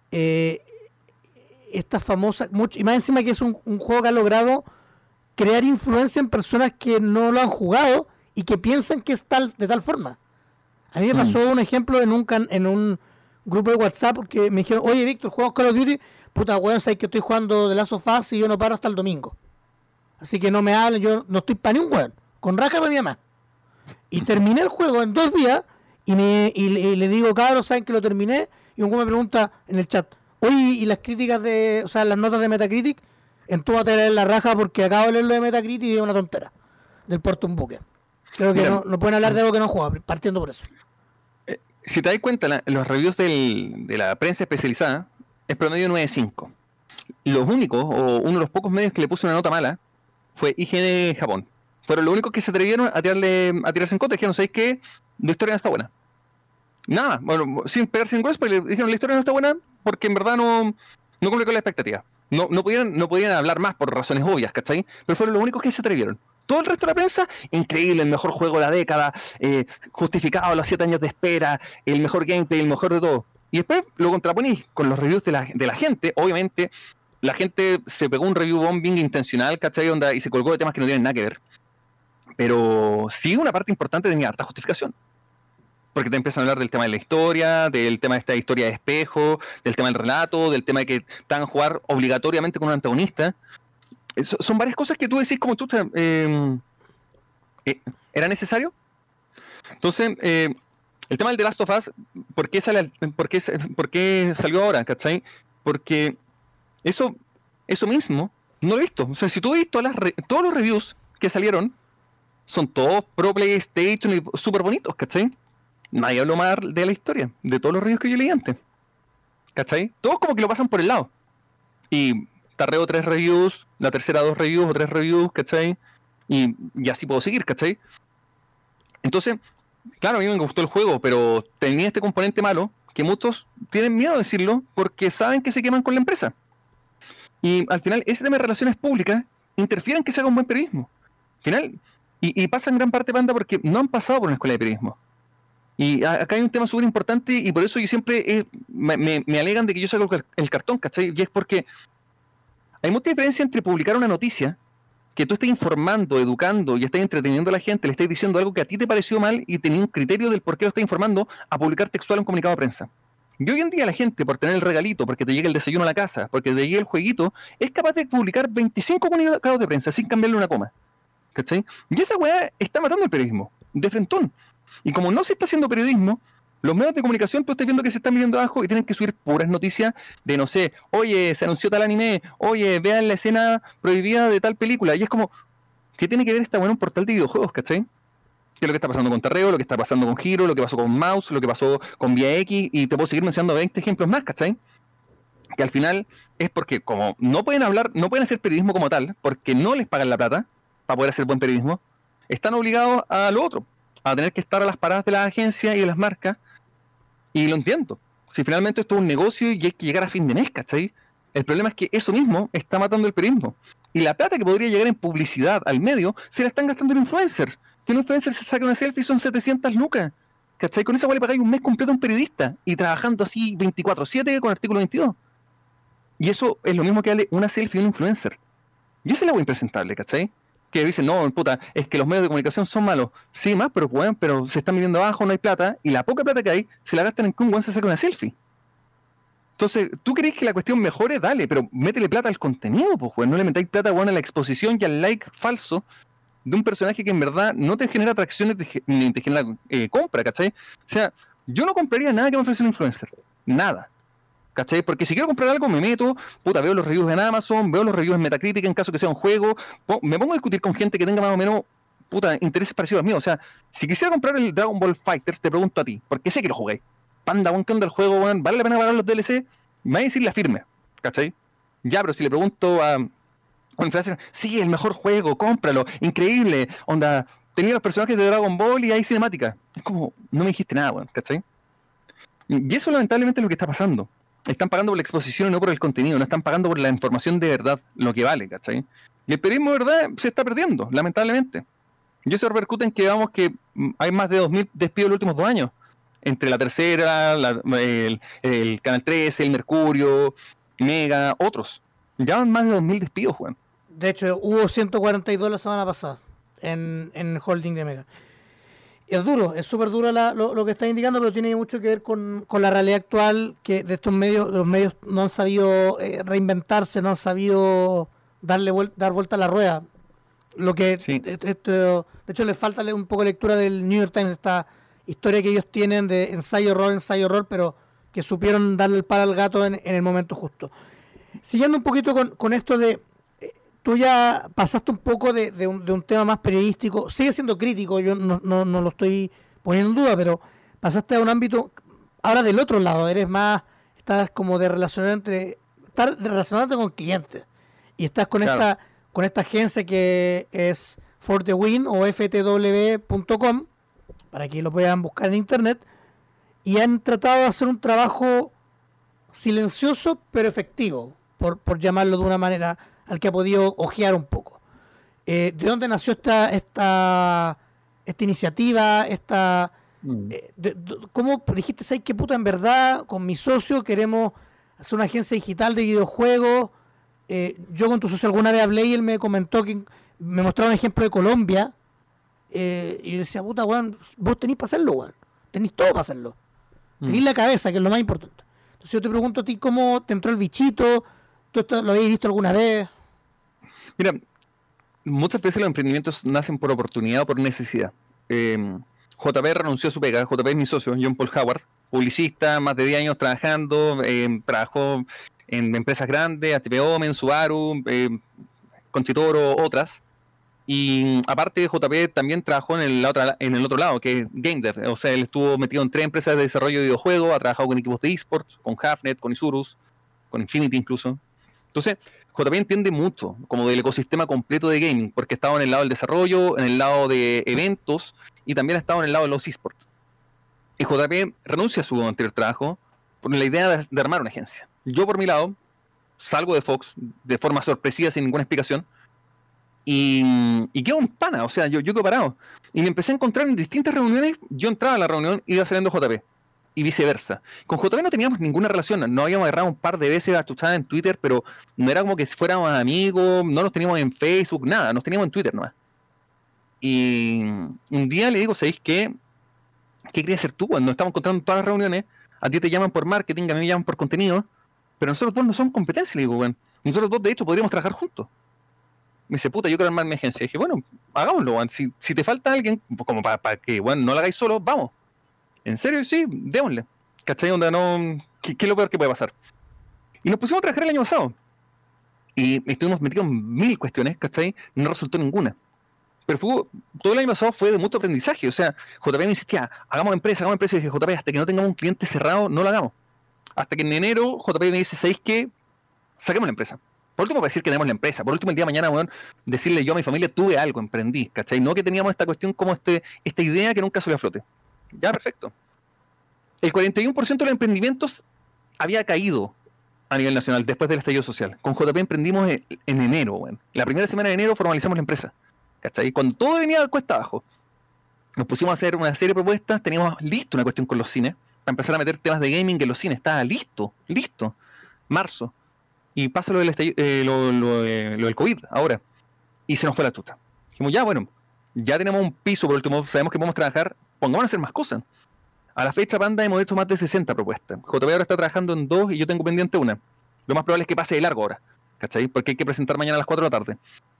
esta famosa... y más encima que es un juego que ha logrado crear influencia en personas que no lo han jugado y que piensan que es de tal forma. A mí me pasó un ejemplo en un grupo de WhatsApp porque me dijeron, oye Víctor, ¿jugamos Call of Duty? Puta weón, sabes que estoy jugando The Last of Us y yo no paro hasta el domingo. Así que no me hablen, yo no estoy para ni un weón. Con raja para mi mamá. Y terminé el juego en 2 días y le digo, cabros, ¿saben que lo terminé? Y un weón me pregunta en el chat, oye, ¿y las críticas las notas de Metacritic? Entonces a leer la raja porque acabo de leer lo de Metacritic y es una tontera. Del puerto un buque. Creo que no pueden hablar de algo que no juega, partiendo por eso. si te das cuenta, los reviews de la prensa especializada es promedio 9.5. Los únicos, o uno de los pocos medios que le puso una nota mala, fue IGN Japón. Fueron los únicos que se atrevieron a tirarse en contra y dijeron, ¿sabéis qué? La historia no está buena. Nada, bueno, sin pegarse en hueso, le dijeron, la historia no está buena porque en verdad no cumple con la expectativa. No podían hablar más por razones obvias, ¿cachai? Pero fueron los únicos que se atrevieron. Todo el resto de la prensa, increíble, el mejor juego de la década, justificado los 7 años de espera, el mejor gameplay, el mejor de todo. Y después lo contraponís con los reviews de la gente. Obviamente, la gente se pegó un review bombing intencional, ¿cachai? Y se colgó de temas que no tienen nada que ver. Pero sí, una parte importante tenía harta justificación. Porque te empiezan a hablar del tema de la historia, del tema de esta historia de espejo, del tema del relato, del tema de que te van a jugar obligatoriamente con un antagonista. Son varias cosas que tú decís como chucha, ¿era necesario? Entonces, el tema del The Last of Us, ¿por qué salió ahora? ¿Cachai? Porque eso mismo no lo he visto. O sea, si tú has visto todos los reviews que salieron, son todos pro PlayStation y súper bonitos, ¿cachai? Nadie habló más de la historia, de todos los reviews que yo leí antes. ¿Cachai? Todos como que lo pasan por el lado. Y tarreo 3 reviews, la tercera 2 reviews o 3 reviews, ¿cachai? Y así puedo seguir, ¿cachai? Entonces, claro, a mí me gustó el juego, pero tenía este componente malo que muchos tienen miedo de decirlo porque saben que se queman con la empresa. Y al final, ese tema de relaciones públicas interfiere en que se haga un buen periodismo. Al final, y pasa en gran parte, Panda, porque no han pasado por una escuela de periodismo. Y acá hay un tema súper importante y por eso yo siempre me alegan de que yo saco el cartón, ¿cachai? Y es porque hay mucha diferencia entre publicar una noticia que tú estés informando, educando y estés entreteniendo a la gente, le estés diciendo algo que a ti te pareció mal y tenías un criterio del por qué lo estás informando, a publicar textual un comunicado de prensa. Y hoy en día la gente, por tener el regalito, porque te llega el desayuno a la casa, porque te llega el jueguito, es capaz de publicar 25 comunicados de prensa sin cambiarle una coma. ¿Cachai? Y esa weá está matando el periodismo, de frentón. Y como no se está haciendo periodismo, los medios de comunicación tú estás viendo que se están viniendo abajo y tienen que subir puras noticias de, no sé, oye, se anunció tal anime, oye, vean la escena prohibida de tal película. Y es como, ¿qué tiene que ver esta buena un portal de videojuegos, cachai? ¿Qué es lo que está pasando con Tarreo, lo que está pasando con Hero, lo que pasó con Mouse, lo que pasó con Vía X? Y te puedo seguir mencionando 20 ejemplos más, ¿cachai? Que al final es porque como no pueden hacer periodismo como tal, porque no les pagan la plata para poder hacer buen periodismo, están obligados a lo otro, a tener que estar a las paradas de las agencias y de las marcas. Y lo entiendo. Si finalmente esto es un negocio y hay que llegar a fin de mes, ¿cachai? El problema es que eso mismo está matando el periodismo. Y la plata que podría llegar en publicidad al medio, se la están gastando en influencer. Que un influencer se saque una selfie y son 700 lucas. ¿Cachai? Con esa le pagáis un mes completo a un periodista. Y trabajando así 24/7 con artículo 22. Y eso es lo mismo que darle una selfie a un influencer. Y esa es la wea impresentable, ¿cachai? Que dicen, no, puta, es que los medios de comunicación son malos. Sí, más, pero bueno, pero se están viniendo abajo, no hay plata, y la poca plata que hay, se la gastan en que un weón se saque una selfie. Entonces, ¿tú crees que la cuestión mejore? Dale, pero métele plata al contenido, pues, weón. No le metáis plata, weón, a la exposición y al like falso de un personaje que en verdad no te genera atracciones ni te genera compra, ¿cachai? O sea, yo no compraría nada que me ofreciera un influencer. Nada. ¿Cachai? Porque si quiero comprar algo me meto, puta, veo los reviews en Amazon, veo los reviews en Metacritic en caso que sea un juego, me pongo a discutir con gente que tenga más o menos, puta, intereses parecidos a los míos. O sea, si quisiera comprar el Dragon Ball FighterZ, te pregunto a ti, porque sé que lo jugáis. Panda, ¿qué onda el juego, weón? ¿Vale la pena pagar los DLC? Me va a decir la firme, ¿cachai? Ya, pero si le pregunto a un influencer, sí, el mejor juego, cómpralo, increíble, onda, tenía los personajes de Dragon Ball y hay cinemática. Es como, no me dijiste nada, weón, ¿cachai? Y eso lamentablemente es lo que está pasando. Están pagando por la exposición y no por el contenido, no están pagando por la información de verdad, lo que vale, ¿cachai? Y el periodismo de verdad se está perdiendo, lamentablemente. Y eso repercute en que vamos que hay más de 2.000 despidos en los últimos 2 años. Entre la tercera, el Canal 13, el Mercurio, Mega, otros. Ya van más de 2.000 despidos, Juan. De hecho, hubo 142 la semana pasada en el holding de Mega. Es duro, es súper duro lo que está indicando, pero tiene mucho que ver con la realidad actual, que de estos medios, los medios no han sabido reinventarse, no han sabido dar vuelta a la rueda. Lo que Sí. de hecho les falta un poco de lectura del New York Times, esta historia que ellos tienen de ensayo error, pero que supieron darle el palo al gato en el momento justo. Siguiendo un poquito con esto de tú ya pasaste un poco de un tema más periodístico, sigue siendo crítico, yo no lo estoy poniendo en duda, pasaste a un ámbito, ahora del otro lado, estás como estar relacionándote con clientes. Y estás Claro. con esta agencia que es For the Win o ftw.com, para que lo puedan buscar en internet, y han tratado de hacer un trabajo silencioso pero efectivo, por llamarlo de una manera al que ha podido ojear un poco. ¿De dónde nació esta iniciativa? Mm. ¿Cómo dijiste, sabes qué puta, en verdad, con mi socio queremos hacer una agencia digital de videojuegos? Yo con tu socio alguna vez hablé y él me comentó que me mostraba un ejemplo de Colombia, y yo decía, puta, weón, vos tenés para hacerlo, weón. Tenés todo para hacerlo. Mm. Tenés la cabeza, que es lo más importante. Entonces yo te pregunto a ti, ¿cómo te entró el bichito? ¿Tú esto lo habías visto alguna vez? Mira, muchas veces los emprendimientos nacen por oportunidad o por necesidad. JP renunció a su pega. JP es mi socio, John Paul Howard, publicista, más de 10 años trabajando, trabajó en empresas grandes, HP Omen, Subaru, Conchitoro, otras. Y aparte, JP también trabajó en el otro lado, que es Game Dev. O sea, él estuvo metido en 3 empresas de desarrollo de videojuegos, ha trabajado con equipos de esports, con Halfnet, con Isurus, con Infinity incluso. Entonces, JP entiende mucho como del ecosistema completo de gaming, porque ha estado en el lado del desarrollo, en el lado de eventos y también ha estado en el lado de los esports. Y JP renuncia a su anterior trabajo por la idea de armar una agencia. Yo, por mi lado, salgo de Fox de forma sorpresiva, sin ninguna explicación, y quedo un pana, o sea, yo quedo parado. Y me empecé a encontrar en distintas reuniones, yo entraba a la reunión y iba saliendo JP. Y viceversa. Con JP no teníamos ninguna relación, no habíamos agarrado un par de veces a chuchada en Twitter, pero no era como que fuéramos amigos, no nos teníamos en Facebook, nada, nos teníamos en Twitter nomás. Y un día le digo, ¿sabéis qué? ¿Qué querías hacer tú cuando nos estamos encontrando en todas las reuniones? A ti te llaman por marketing, a mí me llaman por contenido, pero nosotros dos no somos competencia, le digo, bueno. Nosotros dos, de hecho, podríamos trabajar juntos. Me dice, puta, yo quiero armar mi agencia. Y dije, bueno, hagámoslo, weón. Si te falta alguien, como para que, bueno, no lo hagáis solo, vamos. ¿En serio? Sí, démosle. ¿Cachai? Onda, no, ¿qué es lo peor que puede pasar? Y nos pusimos a trabajar el año pasado. Y estuvimos metidos en 1000 cuestiones, ¿cachai? No resultó ninguna. Pero todo el año pasado fue de mucho aprendizaje. O sea, JP me insistía, hagamos empresa. Y dije, JP, hasta que no tengamos un cliente cerrado, no lo hagamos. Hasta que en enero, JP me dice, ¿sabéis qué? Saquemos la empresa. Por último, para decir que tenemos la empresa. Por último, el día de mañana, bueno, decirle yo a mi familia, tuve algo, emprendí, ¿cachai? No que teníamos esta cuestión como esta idea que nunca salió a flote. Ya, perfecto. El 41% de los emprendimientos había caído a nivel nacional después del estallido social. Con JP emprendimos en enero, bueno. La primera semana de enero formalizamos la empresa, ¿cachai? Cuando todo venía de cuesta abajo, nos pusimos a hacer una serie de propuestas, teníamos listo una cuestión con los cines, para empezar a meter temas de gaming en los cines. Estaba listo. Marzo. Y pasa lo del COVID ahora. Y se nos fue la chuta. Dijimos, ya, bueno, ya tenemos un piso, por último, sabemos que podemos trabajar, pongamos a hacer más cosas. A la fecha, Panda, hemos hecho más de 60 propuestas. JP ahora está trabajando en 2 y yo tengo pendiente una. Lo más probable es que pase de largo ahora, ¿cachai? Porque hay que presentar mañana a las 4 de la tarde.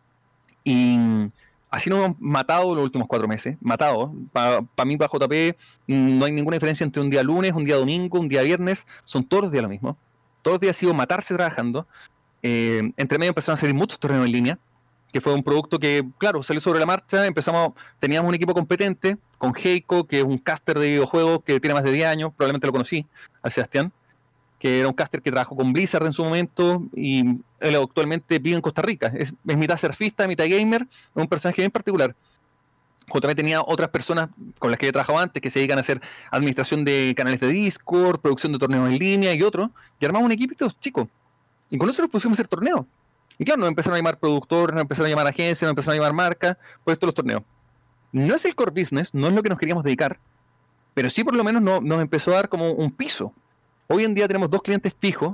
Y así nos hemos matado los últimos 4 meses. Matado. Para mí, para JP, no hay ninguna diferencia entre un día lunes, un día domingo, un día viernes. Son todos los días lo mismo. Todos los días ha sido matarse trabajando. Entre medio empezaron a salir muchos torneos en línea, que fue un producto que, claro, salió sobre la marcha. Teníamos un equipo competente con Heiko, que es un caster de videojuegos que tiene más de 10 años, probablemente lo conocí, a Sebastián, que era un caster que trabajó con Blizzard en su momento y él actualmente vive en Costa Rica. Es mitad surfista, mitad gamer, es un personaje bien particular. JP tenía otras personas con las que he trabajado antes que se dedican a hacer administración de canales de Discord, producción de torneos en línea y otros, y armamos un equipito chico. Y con eso nos pusimos a hacer torneos. Y claro, nos empezaron a llamar productores, nos empezaron a llamar agencias, nos empezaron a llamar marcas, por esto los torneos. No es el core business, no es lo que nos queríamos dedicar, pero sí por lo menos nos empezó a dar como un piso. Hoy en día tenemos 2 clientes fijos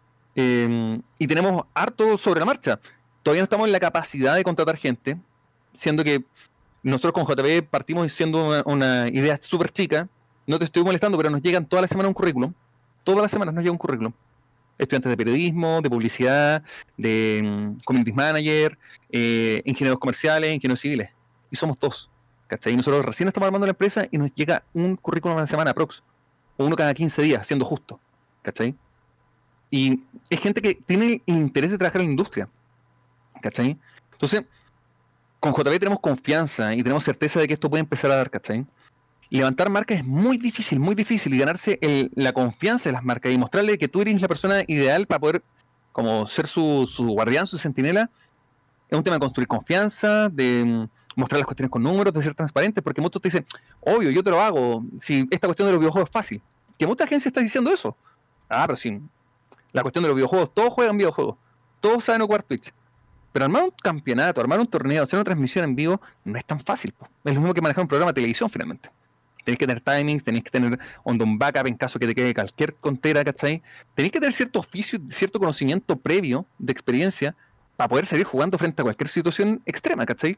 y tenemos harto sobre la marcha. Todavía no estamos en la capacidad de contratar gente, siendo que nosotros con JP partimos siendo una idea súper chica. No te estoy molestando, pero nos llegan toda la semana un currículum. Todas las semanas nos llega un currículum. Estudiantes de periodismo, de publicidad, de community manager, ingenieros comerciales, ingenieros civiles. Y somos 2, ¿cachai? Y nosotros recién estamos armando la empresa y nos llega un currículum a la semana, aprox. O uno cada 15 días, siendo justo, ¿cachai? Y es gente que tiene interés de trabajar en la industria, ¿cachai? Entonces, con JP tenemos confianza y tenemos certeza de que esto puede empezar a dar, ¿cachai? levantar marcas es muy difícil, y ganarse la confianza de las marcas y mostrarle que tú eres la persona ideal para poder como ser su guardián, su centinela. Es un tema de construir confianza, de mostrar las cuestiones con números, de ser transparente, porque muchos te dicen, obvio, yo te lo hago, si esta cuestión de los videojuegos es fácil. Que mucha agencia está diciendo eso. Pero sí, la cuestión de los videojuegos, todos juegan videojuegos, todos saben ocupar Twitch. Pero armar un campeonato, armar un torneo, hacer una transmisión en vivo, no es tan fácil. Es lo mismo que manejar un programa de televisión, finalmente. Tenéis que tener timings, tenéis que tener un backup en caso que te quede cualquier tontera, ¿cachai? Tenéis que tener cierto oficio, cierto conocimiento previo de experiencia para poder seguir jugando frente a cualquier situación extrema, ¿cachai?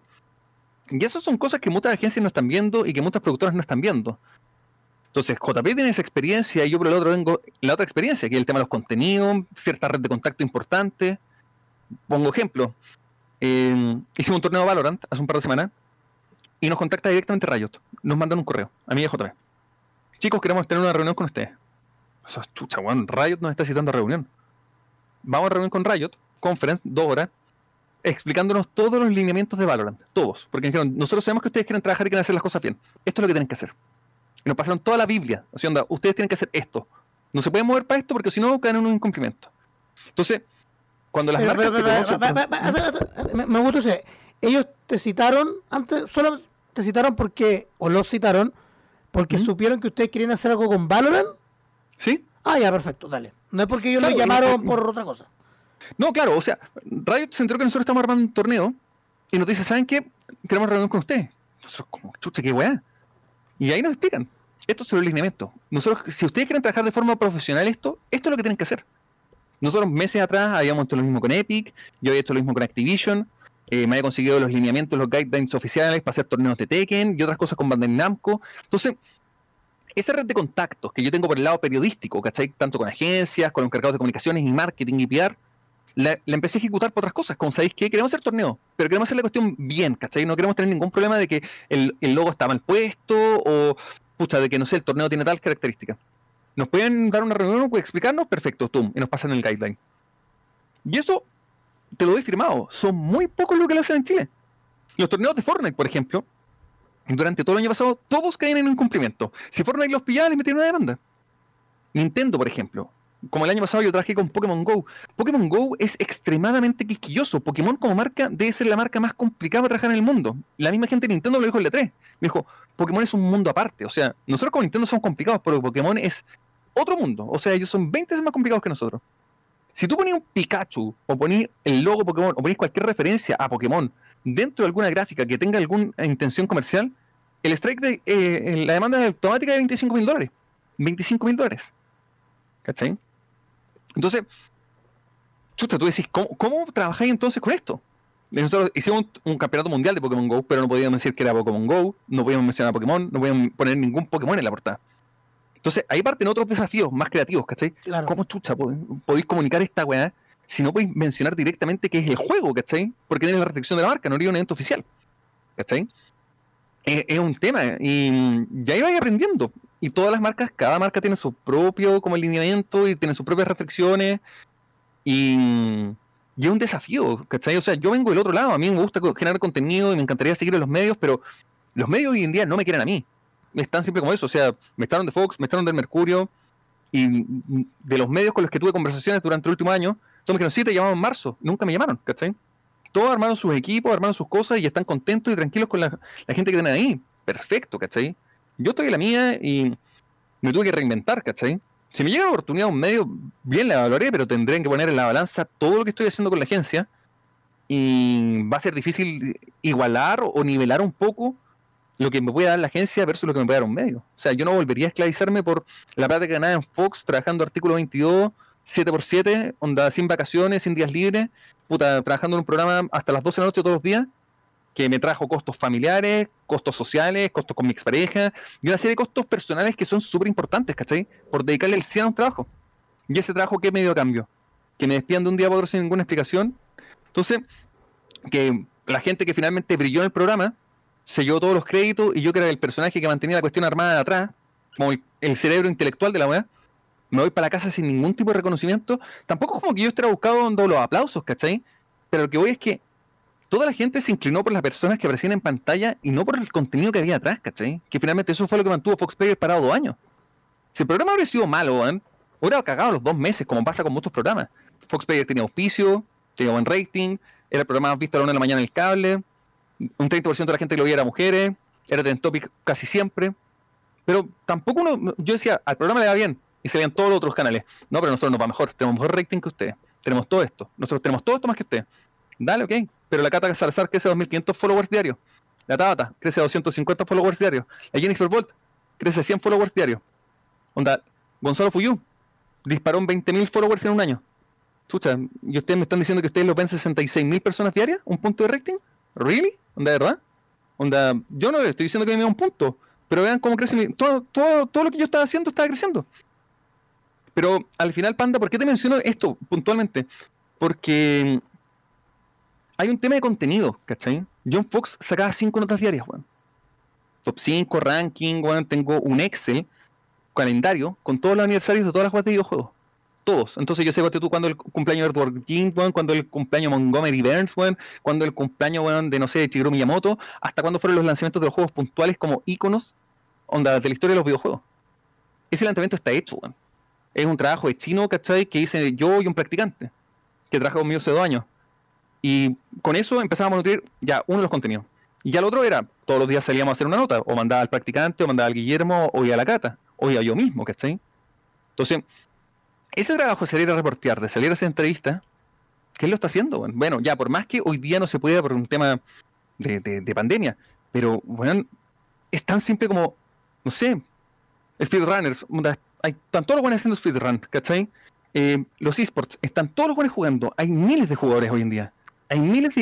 Y esas son cosas que muchas agencias no están viendo y que muchas productoras no están viendo. Entonces, JP tiene esa experiencia y yo por el otro vengo la otra experiencia, que es el tema de los contenidos, cierta red de contacto importante. Pongo ejemplo. Hicimos un torneo Valorant hace un par de semanas y nos contacta directamente Riot. Nos mandan un correo, a mí y a JP. Chicos, queremos tener una reunión con ustedes. Eso es chucha, weón. Riot nos está citando a reunión. Vamos a reunión con Riot, conference, 2 horas, explicándonos todos los lineamientos de Valorant. Todos. Porque dijeron, nosotros sabemos que ustedes quieren trabajar y quieren hacer las cosas bien. Esto es lo que tienen que hacer. Y nos pasaron toda la Biblia. O sea, onda, ustedes tienen que hacer esto. No se pueden mover para esto porque si no caen en un incumplimiento. Entonces, cuando las marcas... Me gusta ese. Ellos te citaron antes, solo te citaron porque, o los citaron, porque supieron que ustedes querían hacer algo con Valorant. ¿Sí? Ya, perfecto, dale. No es porque ellos los llamaron por otra cosa. No, claro, o sea, Riot se enteró que nosotros estamos armando un torneo y nos dice, ¿saben qué? Queremos reunir con ustedes. Nosotros, como, chucha, qué weá. Y ahí nos explican. Esto es sobre el lineamiento. Nosotros, si ustedes quieren trabajar de forma profesional esto es lo que tienen que hacer. Nosotros meses atrás habíamos hecho lo mismo con Epic, yo había hecho lo mismo con Activision, me había conseguido los lineamientos, los guidelines oficiales para hacer torneos de Tekken y otras cosas con Bandai Namco. Entonces, esa red de contactos que yo tengo por el lado periodístico, ¿cachai? Tanto con agencias, con los encargados de comunicaciones y marketing y PR, la empecé a ejecutar por otras cosas, como sabéis que queremos hacer torneos, pero queremos hacer la cuestión bien, ¿cachai? No queremos tener ningún problema de que el logo está mal puesto o, pucha, de que, no sé, el torneo tiene tal característica. ¿Nos pueden dar una reunión o explicarnos? Perfecto, tum, y nos pasan el guideline. Y eso, te lo doy firmado, son muy pocos los que lo hacen en Chile. Los torneos de Fortnite, por ejemplo, durante todo el año pasado, todos caían en incumplimiento. Si Fortnite los pillaba, les metían una demanda. Nintendo, por ejemplo, como el año pasado yo trabajé con Pokémon GO. Pokémon GO es extremadamente quisquilloso. Pokémon como marca debe ser la marca más complicada para trabajar en el mundo. La misma gente de Nintendo lo dijo en la E3. Me dijo, Pokémon es un mundo aparte. O sea, nosotros con Nintendo somos complicados, pero Pokémon es otro mundo. O sea, ellos son 20 veces más complicados que nosotros. Si tú ponías un Pikachu, o ponías el logo Pokémon, o ponías cualquier referencia a Pokémon dentro de alguna gráfica que tenga alguna intención comercial, el strike de la demanda es automática de $25,000. $25,000. ¿Cachai? Entonces, chuta, tú decís, ¿cómo trabajáis entonces con esto? Nosotros hicimos un campeonato mundial de Pokémon GO, pero no podíamos decir que era Pokémon GO, no podíamos mencionar a Pokémon, no podíamos poner ningún Pokémon en la portada. Entonces, ahí parten otros desafíos más creativos, ¿cachai? Claro. ¿Cómo chucha podéis comunicar esta weá si no podéis mencionar directamente qué es el juego, ¿cachai? Porque tiene la restricción de la marca, no haría un evento oficial, ¿cachai? Es un tema, y ya iba aprendiendo. Y todas las marcas, cada marca tiene su propio como alineamiento y tiene sus propias restricciones. Y es un desafío, ¿cachai? O sea, yo vengo del otro lado, a mí me gusta generar contenido y me encantaría seguir en los medios, pero los medios hoy en día no me quieren a mí. Están siempre como eso, o sea, me echaron de Fox, me echaron del Mercurio, y de los medios con los que tuve conversaciones durante el último año, todos me dijeron, sí, te llamamos en marzo, nunca me llamaron, ¿cachai? Todos armaron sus equipos, armaron sus cosas y están contentos y tranquilos con la gente que tienen ahí. Perfecto, ¿cachai? Yo estoy en la mía y me tuve que reinventar, ¿cachai? Si me llega la oportunidad de un medio, bien la evaluaré, pero tendré que poner en la balanza todo lo que estoy haciendo con la agencia y va a ser difícil igualar o nivelar un poco lo que me puede dar la agencia versus lo que me puede dar un medio. O sea, yo no volvería a esclavizarme por la plata que ganaba en Fox trabajando artículo 22, 7x7, onda sin vacaciones, sin días libres, puta, trabajando en un programa hasta las 12 de la noche todos los días, que me trajo costos familiares, costos sociales, costos con mi expareja, y una serie de costos personales que son súper importantes, ¿cachai? Por dedicarle el 100 a un trabajo. ¿Y ese trabajo qué me dio a cambio? Que me despidan de un día para otro sin ninguna explicación. Entonces, que la gente que finalmente brilló en el programa se llevó todos los créditos y yo que era el personaje que mantenía la cuestión armada de atrás, como el cerebro intelectual de la weá, me voy para la casa sin ningún tipo de reconocimiento. Tampoco es como que yo estuviera buscando los aplausos, ¿cachai? Pero lo que voy es que toda la gente se inclinó por las personas que aparecían en pantalla y no por el contenido que había atrás, ¿cachai? Que finalmente eso fue lo que mantuvo Fox Player parado 2 años. Si el programa hubiera sido malo, hubiera cagado a los 2 meses, como pasa con muchos programas. Fox Player tenía auspicio, tenía buen rating, era el programa más visto a la 1 de la mañana en el cable, un 30% de la gente que lo veía era mujeres, era trend topic casi siempre, pero tampoco yo decía, al programa le va bien, y se veían todos los otros canales. No, pero a nosotros nos va mejor, tenemos mejor rating que ustedes, tenemos todo esto, nosotros tenemos todo esto más que ustedes. Dale, ok, pero la Cata Salazar crece a 2.500 followers diarios, la Tabata crece a 250 followers diarios, la Jennifer Bolt crece a 100 followers diarios. Onda, Gonzalo Fuyú disparó en 20.000 followers en un año. Chucha, y ustedes me están diciendo que ustedes lo ven 66.000 personas diarias, un punto de rating. ¿Really? ¿Onda de verdad? Onda, yo no le estoy diciendo que me da un punto, pero vean cómo crece todo lo que yo estaba haciendo estaba creciendo. Pero al final, Panda, ¿por qué te menciono esto puntualmente? Porque hay un tema de contenido, ¿cachai? John Fox sacaba 5 notas diarias, weón. Top 5, ranking, weón, tengo un Excel, calendario, con todos los aniversarios de todas las jugadas de videojuegos. Todos. Entonces yo sé tú cuando el cumpleaños de Edward King, weón, cuando el cumpleaños de Montgomery Burns, weón, cuando el cumpleaños, weón, de, no sé, de Shigeru Miyamoto, hasta cuando fueron los lanzamientos de los juegos puntuales como íconos, onda, de la historia de los videojuegos. Ese lanzamiento está hecho, weón. Es un trabajo de chino, ¿cachai? Que hice yo y un practicante, que trabaja conmigo hace 2 años. Y con eso empezábamos a nutrir ya uno de los contenidos. Y ya el otro era, todos los días salíamos a hacer una nota, o mandaba al practicante, o mandaba al Guillermo, o iba a la Cata, o iba yo mismo, ¿cachai? Entonces, ese trabajo de salir a reportear, de salir a hacer entrevistas, ¿qué lo está haciendo? Bueno, ya, por más que hoy día no se puede por un tema de pandemia, pero, bueno, es tan simple como, no sé, speedrunners, están todos los buenos haciendo speedrun, ¿cachai? Los esports, están todos los buenos jugando, hay miles de jugadores hoy en día. Hay miles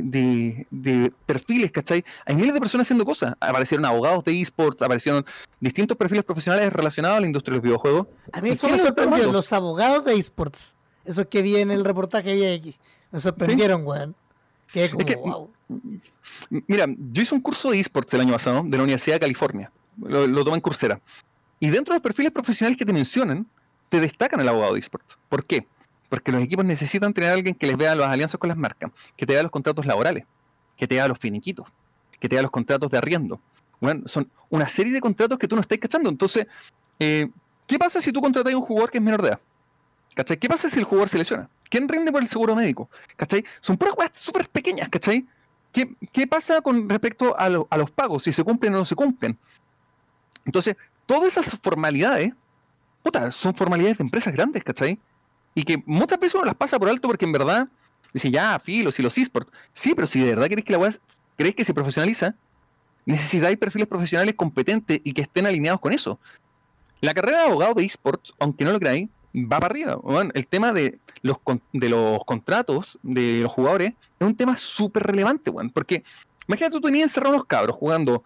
de perfiles, ¿cachai? Hay miles de personas haciendo cosas. Aparecieron abogados de esports, aparecieron distintos perfiles profesionales relacionados a la industria de los videojuegos. A mí eso me sorprendió, los abogados de esports. Esos que vi en el reportaje de X. Me sorprendieron, weón. ¿Sí? Wow. Mira, yo hice un curso de esports el año pasado, de la Universidad de California. Lo tomé en Coursera. Y dentro de los perfiles profesionales que te mencionan, te destacan el abogado de esports. ¿Por qué? Porque los equipos necesitan tener a alguien que les vea las alianzas con las marcas, que te vea los contratos laborales, que te vea los finiquitos, que te vea los contratos de arriendo. Bueno, son una serie de contratos que tú no estás cachando. Entonces, ¿qué pasa si tú contratas a un jugador que es menor de edad? ¿Cachai? ¿Qué pasa si el jugador se lesiona? ¿Quién rinde por el seguro médico? ¿Cachai? Son puras cosas súper pequeñas, ¿cachai? ¿Qué pasa con respecto a los pagos? Si se cumplen o no se cumplen. Entonces, todas esas formalidades, son formalidades de empresas grandes, ¿cachai? Y que muchas veces uno las pasa por alto porque en verdad dice, ya, filo, si los esports. Sí, pero si de verdad crees que se profesionaliza, necesitáis perfiles profesionales competentes y que estén alineados con eso. La carrera de abogado de esports, aunque no lo creáis, va para arriba. Bueno, el tema de los contratos de los jugadores es un tema súper relevante, bueno, porque imagínate tú tenías encerrado unos cabros jugando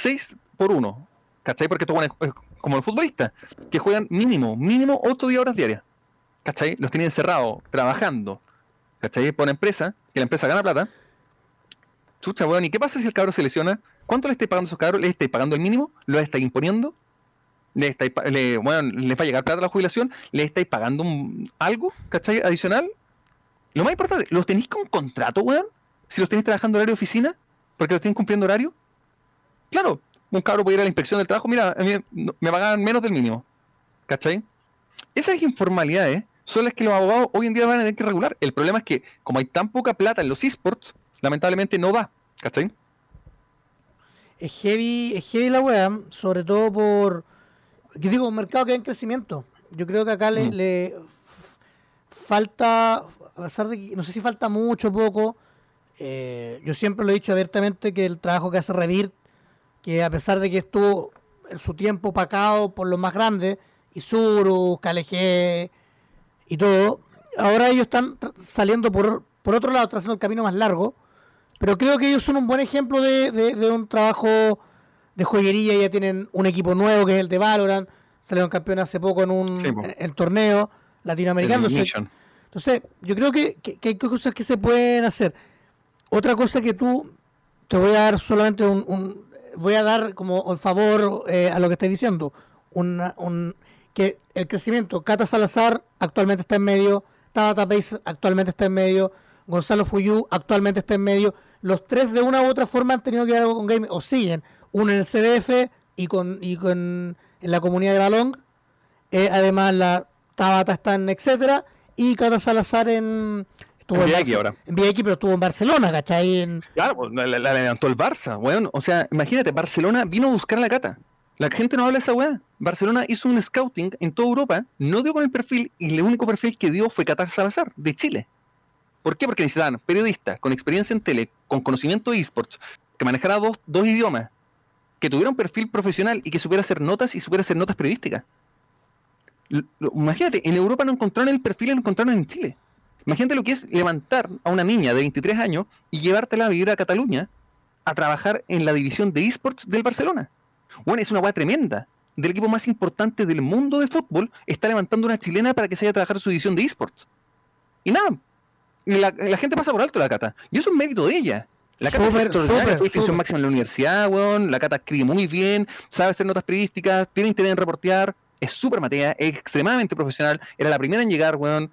6x1, ¿cachai? Porque tú es como los futbolistas, que juegan mínimo 8 horas diarias. ¿Cachai? Los tienen encerrados, trabajando, ¿cachai? Por una empresa, que la empresa gana plata. Chucha, weón, ¿y qué pasa si el cabro se lesiona? ¿Cuánto le estáis pagando a esos cabros? ¿Les estáis pagando el mínimo? ¿Lo estáis imponiendo? ¿Les va a llegar plata a la jubilación? ¿Les estáis pagando algo, ¿cachai? Adicional. Lo más importante, ¿los tenéis con contrato, weón? Si los tenéis trabajando horario de oficina, porque los tienen cumpliendo horario. Claro, un cabro puede ir a la inspección del trabajo, mira, a mí me pagan menos del mínimo, ¿cachai? Esas informalidades son las que los abogados hoy en día van a tener que regular. El problema es que, como hay tan poca plata en los esports, lamentablemente no da, ¿cachai? Es heavy la weá, sobre todo por, yo digo, un mercado que va en crecimiento. Yo creo que acá le falta, a pesar de que, no sé si falta mucho o poco, yo siempre lo he dicho abiertamente que el trabajo que hace Revir, que a pesar de que estuvo en su tiempo opacado por los más grandes, Isuru, KLG y todo, ahora ellos están saliendo por otro lado, trazando el camino más largo, pero creo que ellos son un buen ejemplo de un trabajo de joyería. Ya tienen un equipo nuevo que es el de Valorant, salieron campeones hace poco en torneo latinoamericano. Entonces, yo creo que hay cosas que se pueden hacer. Otra cosa que te voy a dar solamente voy a dar como el favor a lo que estás diciendo, que el crecimiento, Cata Salazar actualmente está en medio, Tabata Pace actualmente está en medio, Gonzalo Fuyú actualmente está en medio, los tres de una u otra forma han tenido que ver algo con gaming, o siguen, uno en el CDF en la comunidad de Balong, además la Tabata está en etcétera, y Cata Salazar estuvo En VX ahora. en VX, pero estuvo en Barcelona, ¿cachai? Claro, pues, la levantó el Barça, weón. O sea, imagínate, Barcelona vino a buscar a la Cata. La gente no habla de esa weá. Barcelona hizo un scouting en toda Europa, no dio con el perfil, y el único perfil que dio fue Cata Salazar, de Chile. ¿Por qué? Porque necesitaban periodistas con experiencia en tele, con conocimiento de esports, que manejara dos idiomas, que tuviera un perfil profesional y que supiera hacer notas y supiera hacer notas periodísticas. Imagínate, en Europa no encontraron el perfil y lo encontraron en Chile. Imagínate lo que es levantar a una niña de 23 años y llevártela a vivir a Cataluña a trabajar en la división de esports del Barcelona. Bueno, es una hueá tremenda. Del equipo más importante del mundo de fútbol está levantando una chilena para que se vaya a trabajar su división de esports. Y nada, la gente pasa por alto la Cata. Y eso es mérito de ella. La Cata es extraordinaria, fue distinción máxima en la universidad, weón. La Cata escribe muy bien, sabe hacer notas periodísticas, tiene interés en reportear, es súper matea, es extremadamente profesional, era la primera en llegar, weón.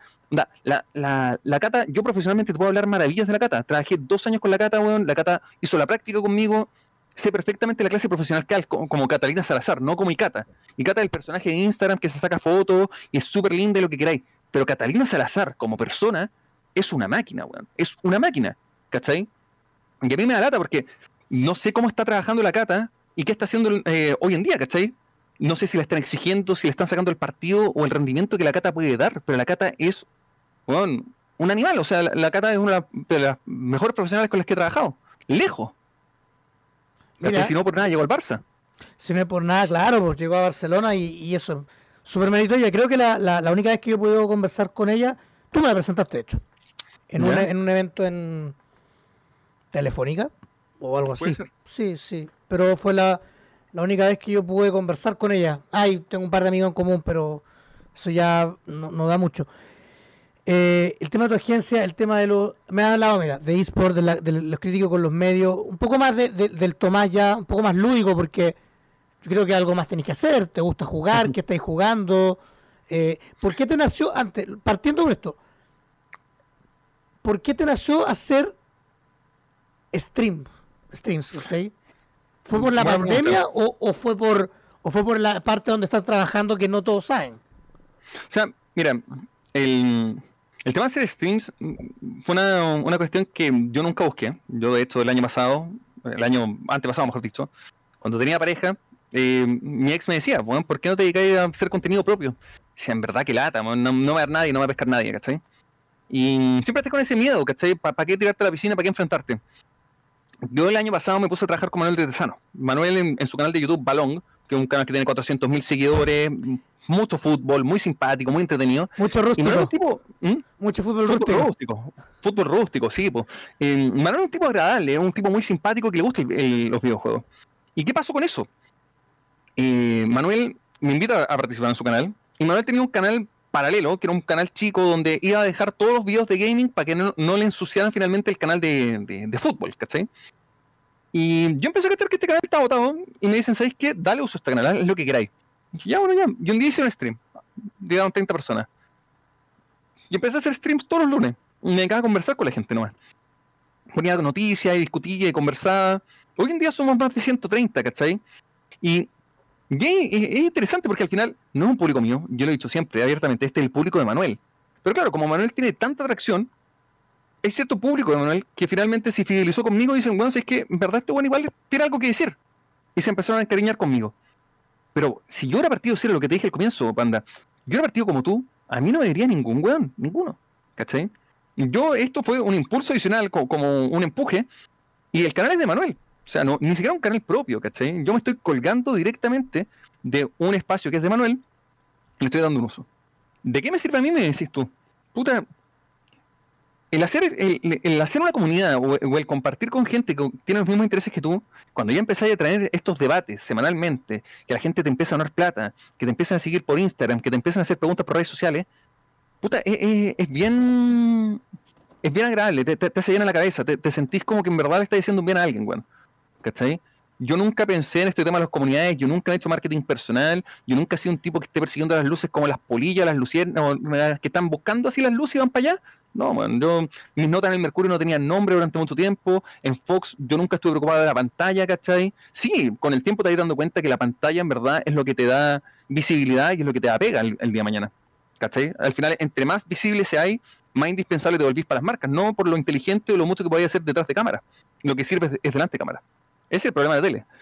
La Cata, yo profesionalmente te puedo hablar maravillas de la Cata. Trabajé 2 años con la Cata, weón. La Cata hizo la práctica conmigo. Sé perfectamente la clase profesional que hay, como Catalina Salazar, no como Icata. Icata es el personaje de Instagram que se saca fotos y es súper linda y lo que queráis. Pero Catalina Salazar, como persona, es una máquina, weón. Es una máquina, ¿cachai? Y a mí me da lata porque no sé cómo está trabajando la Cata y qué está haciendo hoy en día, ¿cachai? No sé si la están exigiendo, si le están sacando el partido o el rendimiento que la Cata puede dar, pero la Cata es, bueno, un animal. O sea, la Cata es una de las mejores profesionales con las que he trabajado. Lejos. Mira, si no por nada llegó al Barça. Si no es por nada, claro, pues llegó a Barcelona y eso, súper meritoria. Creo que la única vez que yo pude conversar con ella, tú me la presentaste, de hecho, en un evento en Telefónica o algo así. Sí, pero fue la única vez que yo pude conversar con ella. Tengo un par de amigos en común, pero eso ya no da mucho. El tema de tu agencia, el tema de me has hablado, mira, de eSport, de los críticos con los medios, un poco más del Tomás ya, un poco más lúdico, porque yo creo que algo más tenés que hacer, te gusta jugar, ¿qué estáis jugando? ¿Por qué te nació, antes, partiendo por esto, por qué te nació hacer streams, ¿okay? ¿Fue por la pandemia o fue por la parte donde estás trabajando que no todos saben? O sea, mira, el tema de hacer streams fue una cuestión que yo nunca busqué. Yo, de hecho, el año antepasado, mejor dicho, cuando tenía pareja, mi ex me decía, bueno, ¿por qué no te dedicas a hacer contenido propio? Decía, en verdad que lata, no me va a dar nadie, no me va a pescar nadie, ¿cachai? Y siempre estás con ese miedo, ¿cachai? ¿Para qué tirarte a la piscina? ¿Para qué enfrentarte? Yo el año pasado me puse a trabajar con Manuel de Tesano. Manuel en su canal de YouTube, Balong, que es un canal que tiene 400.000 seguidores, mucho fútbol, muy simpático, muy entretenido. Mucho rústico. Manuel es un tipo, mucho fútbol rústico. Fútbol rústico, sí. Manuel es un tipo agradable, es un tipo muy simpático que le gusta los videojuegos. ¿Y qué pasó con eso? Manuel me invita a participar en su canal. Y Manuel tenía un canal paralelo, que era un canal chico donde iba a dejar todos los videos de gaming para que no le ensuciaran finalmente el canal de fútbol, ¿cachai? Y yo empecé a cachar que este canal estaba botado y me dicen, ¿sabéis qué? Dale uso a este canal, es lo que queráis. Y dije, ya. Y un día hice un stream, llegaron 30 personas. Y empecé a hacer streams todos los lunes. Y me dedicaba a conversar con la gente nomás. Ponía noticias y discutía y conversaba. Hoy en día somos más de 130, ¿cachai? Y es interesante porque al final no es un público mío, yo lo he dicho siempre, abiertamente, este es el público de Manuel. Pero claro, como Manuel tiene tanta atracción, hay cierto público de Manuel que finalmente se fidelizó conmigo y dicen, bueno, si es que en verdad este bueno igual tiene algo que decir. Y se empezaron a encariñar conmigo. Pero si yo hubiera partido serio, lo que te dije al comienzo, Panda, yo hubiera partido como tú, a mí no me diría ningún weón, ninguno, ¿cachai? Esto fue un impulso adicional, como un empuje, y el canal es de Manuel. O sea, ni siquiera un canal propio, ¿cachai? Yo me estoy colgando directamente de un espacio que es de Manuel y le estoy dando un uso. ¿De qué me sirve a mí, me decís tú? Puta, el hacer una comunidad o el compartir con gente que tiene los mismos intereses que tú, cuando ya empezáis a traer estos debates semanalmente, que la gente te empieza a donar plata, que te empiezan a seguir por Instagram, que te empiezan a hacer preguntas por redes sociales, puta, es bien agradable, te hace bien a la cabeza, te sentís como que en verdad le estás diciendo un bien a alguien, weón. ¿Cachai? Yo nunca pensé en este tema de las comunidades, yo nunca he hecho marketing personal, yo nunca he sido un tipo que esté persiguiendo las luces como las polillas, las luciernas, que están buscando así las luces y van para allá. No, man, mis notas en el Mercurio no tenían nombre durante mucho tiempo. En Fox yo nunca estuve preocupado de la pantalla, ¿cachai? Sí, con el tiempo te vas dando cuenta que la pantalla en verdad es lo que te da visibilidad y es lo que te da pega el día de mañana, ¿cachai? Al final, entre más visible se hay, más indispensable te volvís para las marcas, no por lo inteligente o lo mucho que podías hacer detrás de cámara. Lo que sirve es delante de cámara. Ese es el problema de tele.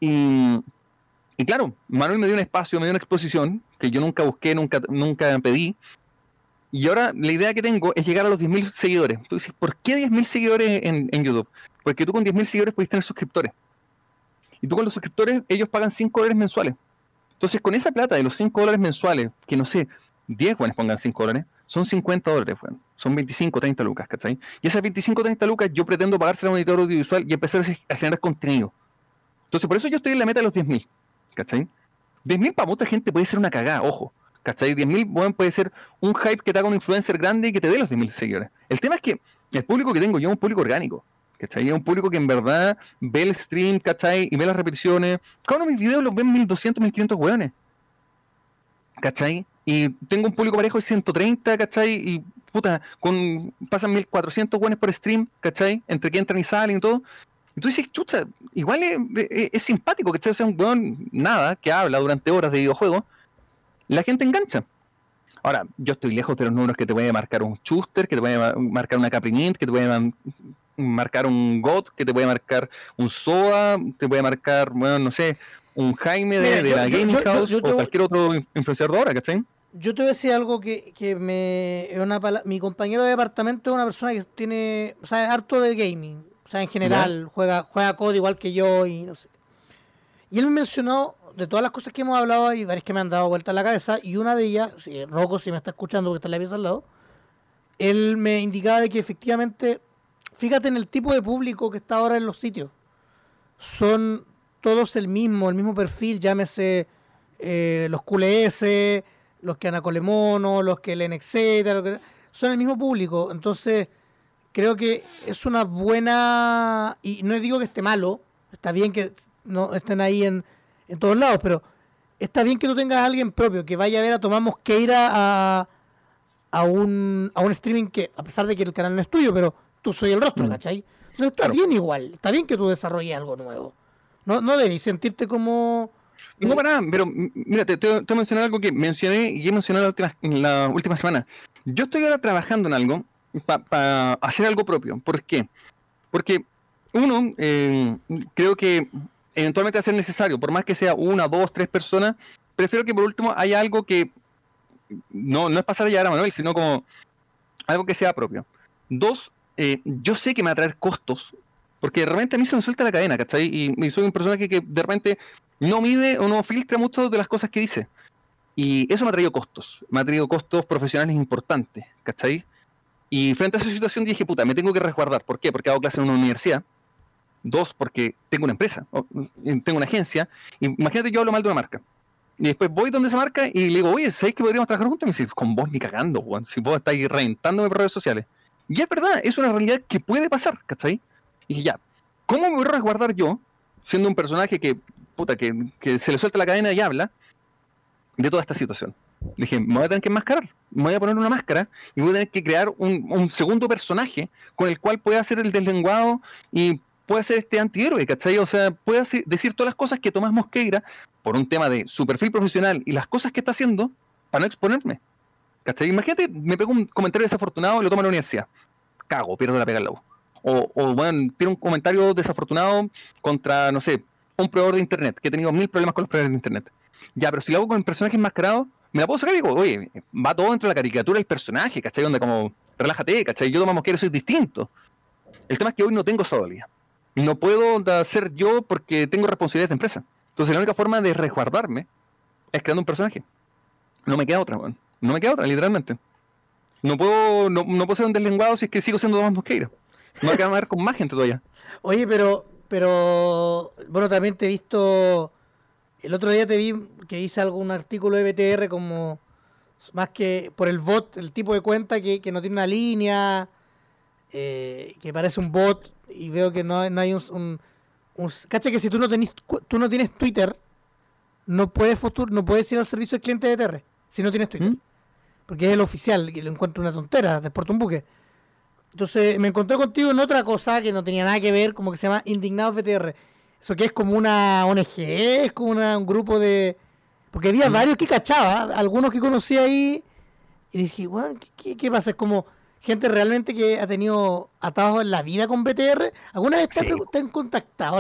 Y claro, Manuel me dio un espacio, me dio una exposición que yo nunca busqué, nunca pedí. Y ahora la idea que tengo es llegar a los 10.000 seguidores. Tú dices, ¿por qué 10.000 seguidores en YouTube? Porque tú con 10.000 seguidores puedes tener suscriptores. Y tú con los suscriptores, ellos pagan $5 mensuales. Entonces, con esa plata de los $5 mensuales, que no sé, 10 buenos pongan $5, son $50, bueno, son 25, 30 lucas, ¿cachai? Y esas 25, 30 lucas yo pretendo pagársela a un editor audiovisual y empezar a generar contenido. Entonces, por eso yo estoy en la meta de los 10.000, ¿cachai? 10.000 para mucha gente puede ser una cagada, ojo. ¿Cachai? 10.000, bueno, puede ser un hype que te haga un influencer grande y que te dé los 10.000 seguidores. El tema es que el público que tengo yo es un público orgánico, ¿cachai? Es un público que en verdad ve el stream, ¿cachai? Y ve las repeticiones. Cada uno de mis videos los ven 1.200, 1.500 hueones, ¿cachai? Y tengo un público parejo de 130, ¿cachai? Y puta, pasan 1.400 hueones por stream, ¿cachai? Entre que entran y salen y todo. Y tú dices, chucha, igual es simpático, ¿cachai? O sea, un hueón nada, que habla durante horas de videojuegos. La gente engancha. Ahora, yo estoy lejos de los números que te puede marcar un Schuster, que te puede marcar una Capri Mint, que te puede marcar un GOT, que te puede marcar un SOA, te puede marcar, bueno, no sé, un Jaime de la Gaming House o cualquier otro influenciador de ahora, ¿cachai? Yo te voy a decir algo mi compañero de departamento es una persona que tiene, o sea, es harto de gaming, o sea, en general, juega COD igual que yo y no sé. Y él me mencionó, de todas las cosas que hemos hablado, hay varias que me han dado vuelta en la cabeza, y una de ellas, Rocco, si me está escuchando porque está en la pieza al lado, él me indicaba de que efectivamente, fíjate en el tipo de público que está ahora en los sitios, son todos el mismo perfil, llámese los QLS, los que Anacolemono, los que leen, etcétera, son el mismo público. Entonces creo que es una buena, y no digo que esté malo, está bien que no estén ahí en todos lados, pero está bien que tú tengas a alguien propio que vaya a ver a Tomás Mosqueira a un streaming que, a pesar de que el canal no es tuyo, pero tú soy el rostro, ¿cachai? Entonces está bien igual, está bien que tú desarrolles algo nuevo. No deberías sentirte como... No, para nada, pero mira, te voy a mencionar algo que mencioné y he mencionado en la última semana. Yo estoy ahora trabajando en algo para hacer algo propio. ¿Por qué? Porque, uno, creo que eventualmente va a ser necesario, por más que sea 1, 2, 3 personas, prefiero que por último haya algo que no es pasar a llegar a Manuel, sino como algo que sea propio. 2, yo sé que me va a traer costos, porque de repente a mí se me suelta la cadena, ¿cachai? Y soy un personaje que de repente no mide o no filtra mucho de las cosas que dice. Y eso me ha traído costos profesionales importantes, ¿cachai? Y frente a esa situación dije, puta, me tengo que resguardar. ¿Por qué? Porque hago clase en una universidad. 2, porque tengo una empresa, tengo una agencia. Imagínate, yo hablo mal de una marca. Y después voy donde esa marca y le digo, oye, ¿sabes que podríamos trabajar juntos? Y me dice, con vos ni cagando, Juan, si vos estáis reventándome por redes sociales. Y es verdad, es una realidad que puede pasar, ¿cachai? Y dije, ya, ¿cómo me voy a resguardar yo, siendo un personaje que se le suelta la cadena y habla, de toda esta situación? Dije, me voy a tener que enmascarar, me voy a poner una máscara y voy a tener que crear un segundo personaje con el cual pueda hacer el deslenguado y pueda ser este antihéroe, ¿cachai? O sea, pueda decir todas las cosas que Tomás Mosqueira, por un tema de su perfil profesional y las cosas que está haciendo, para no exponerme, ¿cachai? Imagínate, me pego un comentario desafortunado y lo tomo en la universidad, cago, pierdo la pega en la U. O bueno, tiene un comentario desafortunado contra, no sé, un proveedor de internet, que he tenido 1000 problemas con los proveedores de internet. Ya, pero si lo hago con el personaje enmascarado, me la puedo sacar y digo, oye, va todo dentro de la caricatura del personaje, ¿cachai? Donde como, relájate, ¿cachai? Yo Tomás Mosqueira soy distinto. El tema es que hoy no tengo esa dualidad. No puedo ser yo porque tengo responsabilidades de empresa. Entonces la única forma de resguardarme es creando un personaje. No me queda otra, man. No me queda otra, literalmente. No puedo ser un deslenguado si es que sigo siendo Tomás Mosqueira. Me voy a quedar con más gente todavía. Oye, pero bueno, también te he visto, el otro día te vi que hice algún artículo de BTR como, más que por el bot, el tipo de cuenta que no tiene una línea, que parece un bot, y veo que no hay un cacha que si tú no tienes Twitter, no puedes ir al servicio del cliente de BTR si no tienes Twitter. Porque es el oficial, que lo encuentro una tontera, te exporta un buque. Entonces me encontré contigo en otra cosa que no tenía nada que ver, como que se llama Indignados BTR. Eso que es como una ONG, es como un grupo de... Porque había varios que cachaba, algunos que conocí ahí, y dije, bueno, ¿qué pasa? Es como gente realmente que ha tenido atados en la vida con BTR. ¿Alguna vez Sí. te han contactado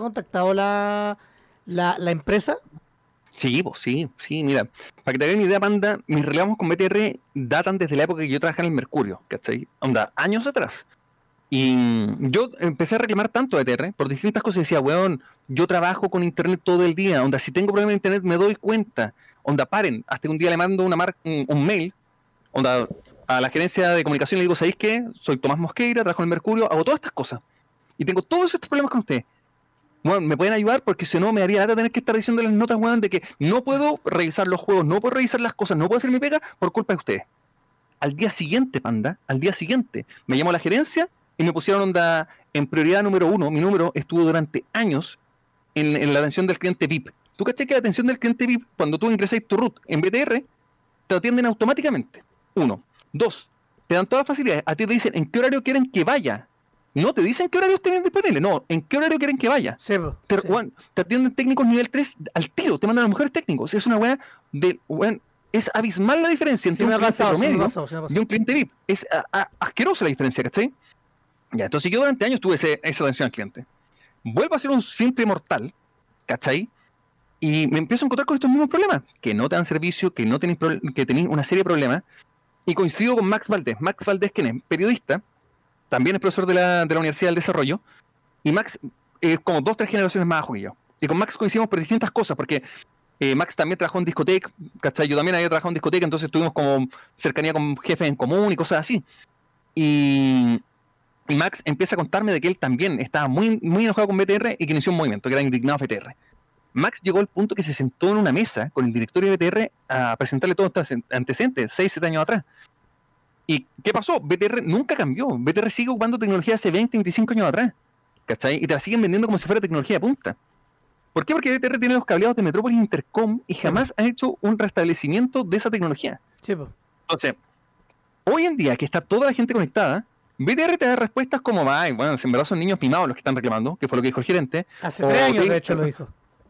la empresa? Sí, pues sí, mira, para que te hagas una idea, Panda, mis reclamos con BTR datan desde la época que yo trabajaba en el Mercurio, ¿cachai? Onda, años atrás. Y yo empecé a reclamar tanto a BTR por distintas cosas y decía, weón, yo trabajo con internet todo el día, onda, si tengo problemas de internet me doy cuenta, onda, paren, hasta que un día le mando un mail, onda, a la gerencia de comunicación y le digo, ¿sabéis qué? Soy Tomás Mosqueira, trabajo en el Mercurio, hago todas estas cosas y tengo todos estos problemas con ustedes. Bueno, me pueden ayudar porque si no me haría lata tener que estar diciendo las notas, weón, de que no puedo revisar los juegos, no puedo revisar las cosas, no puedo hacer mi pega por culpa de ustedes. Al día siguiente, Panda, al día siguiente, me llamó la gerencia y me pusieron onda en prioridad número 1. Mi número estuvo durante años en la atención del cliente VIP. ¿Tú caché que la atención del cliente VIP, cuando tú ingresas tu root en BTR, te atienden automáticamente? 1. 2. Te dan todas las facilidades. A ti te dicen en qué horario quieren que vaya. No te dicen qué horarios tienen disponibles, no, en qué horario quieren que vaya. Sí, po, Te, sí. weón, te atienden técnicos nivel 3 al tiro, te mandan a los mejores técnicos. Es una weá de, weón, es abismal la diferencia entre Sí me un ha cliente pasado, sí me ha promedio pasado, sí me ha y pasado. un cliente VIP. Es asquerosa la diferencia, ¿cachai? Ya, entonces yo durante años tuve esa atención al cliente. Vuelvo a ser un simple mortal, ¿cachai? Y me empiezo a encontrar con estos mismos problemas, que no te dan servicio, que no tenéis que tenéis una serie de problemas. Y coincido con Max Valdés. Max Valdés, quien es periodista, también es profesor de la Universidad del Desarrollo, y Max es como 2-3 generaciones más bajo que yo. Y con Max coincidimos por distintas cosas, porque Max también trabajó en discoteca, ¿cachai? Yo también había trabajado en discoteca, entonces tuvimos como cercanía con jefes en común y cosas así. Y Max empieza a contarme de que él también estaba muy, muy enojado con BTR y que inició un movimiento, que era Indignados BTR. Max llegó al punto que se sentó en una mesa con el directorio de BTR a presentarle todos estos antecedentes, 6-7 años atrás. ¿Y qué pasó? BTR nunca cambió. BTR sigue ocupando tecnología hace 20-25 años atrás, ¿cachai? Y te la siguen vendiendo como si fuera tecnología de punta. ¿Por qué? Porque BTR tiene los cableados de Metrópolis Intercom y jamás han hecho un restablecimiento de esa tecnología. Sí, po. Entonces, hoy en día que está toda la gente conectada, BTR te da respuestas como, ay, bueno, si en verdad son niños mimados los que están reclamando, que fue lo que dijo el gerente. Hace 3 años, de hecho, lo dijo.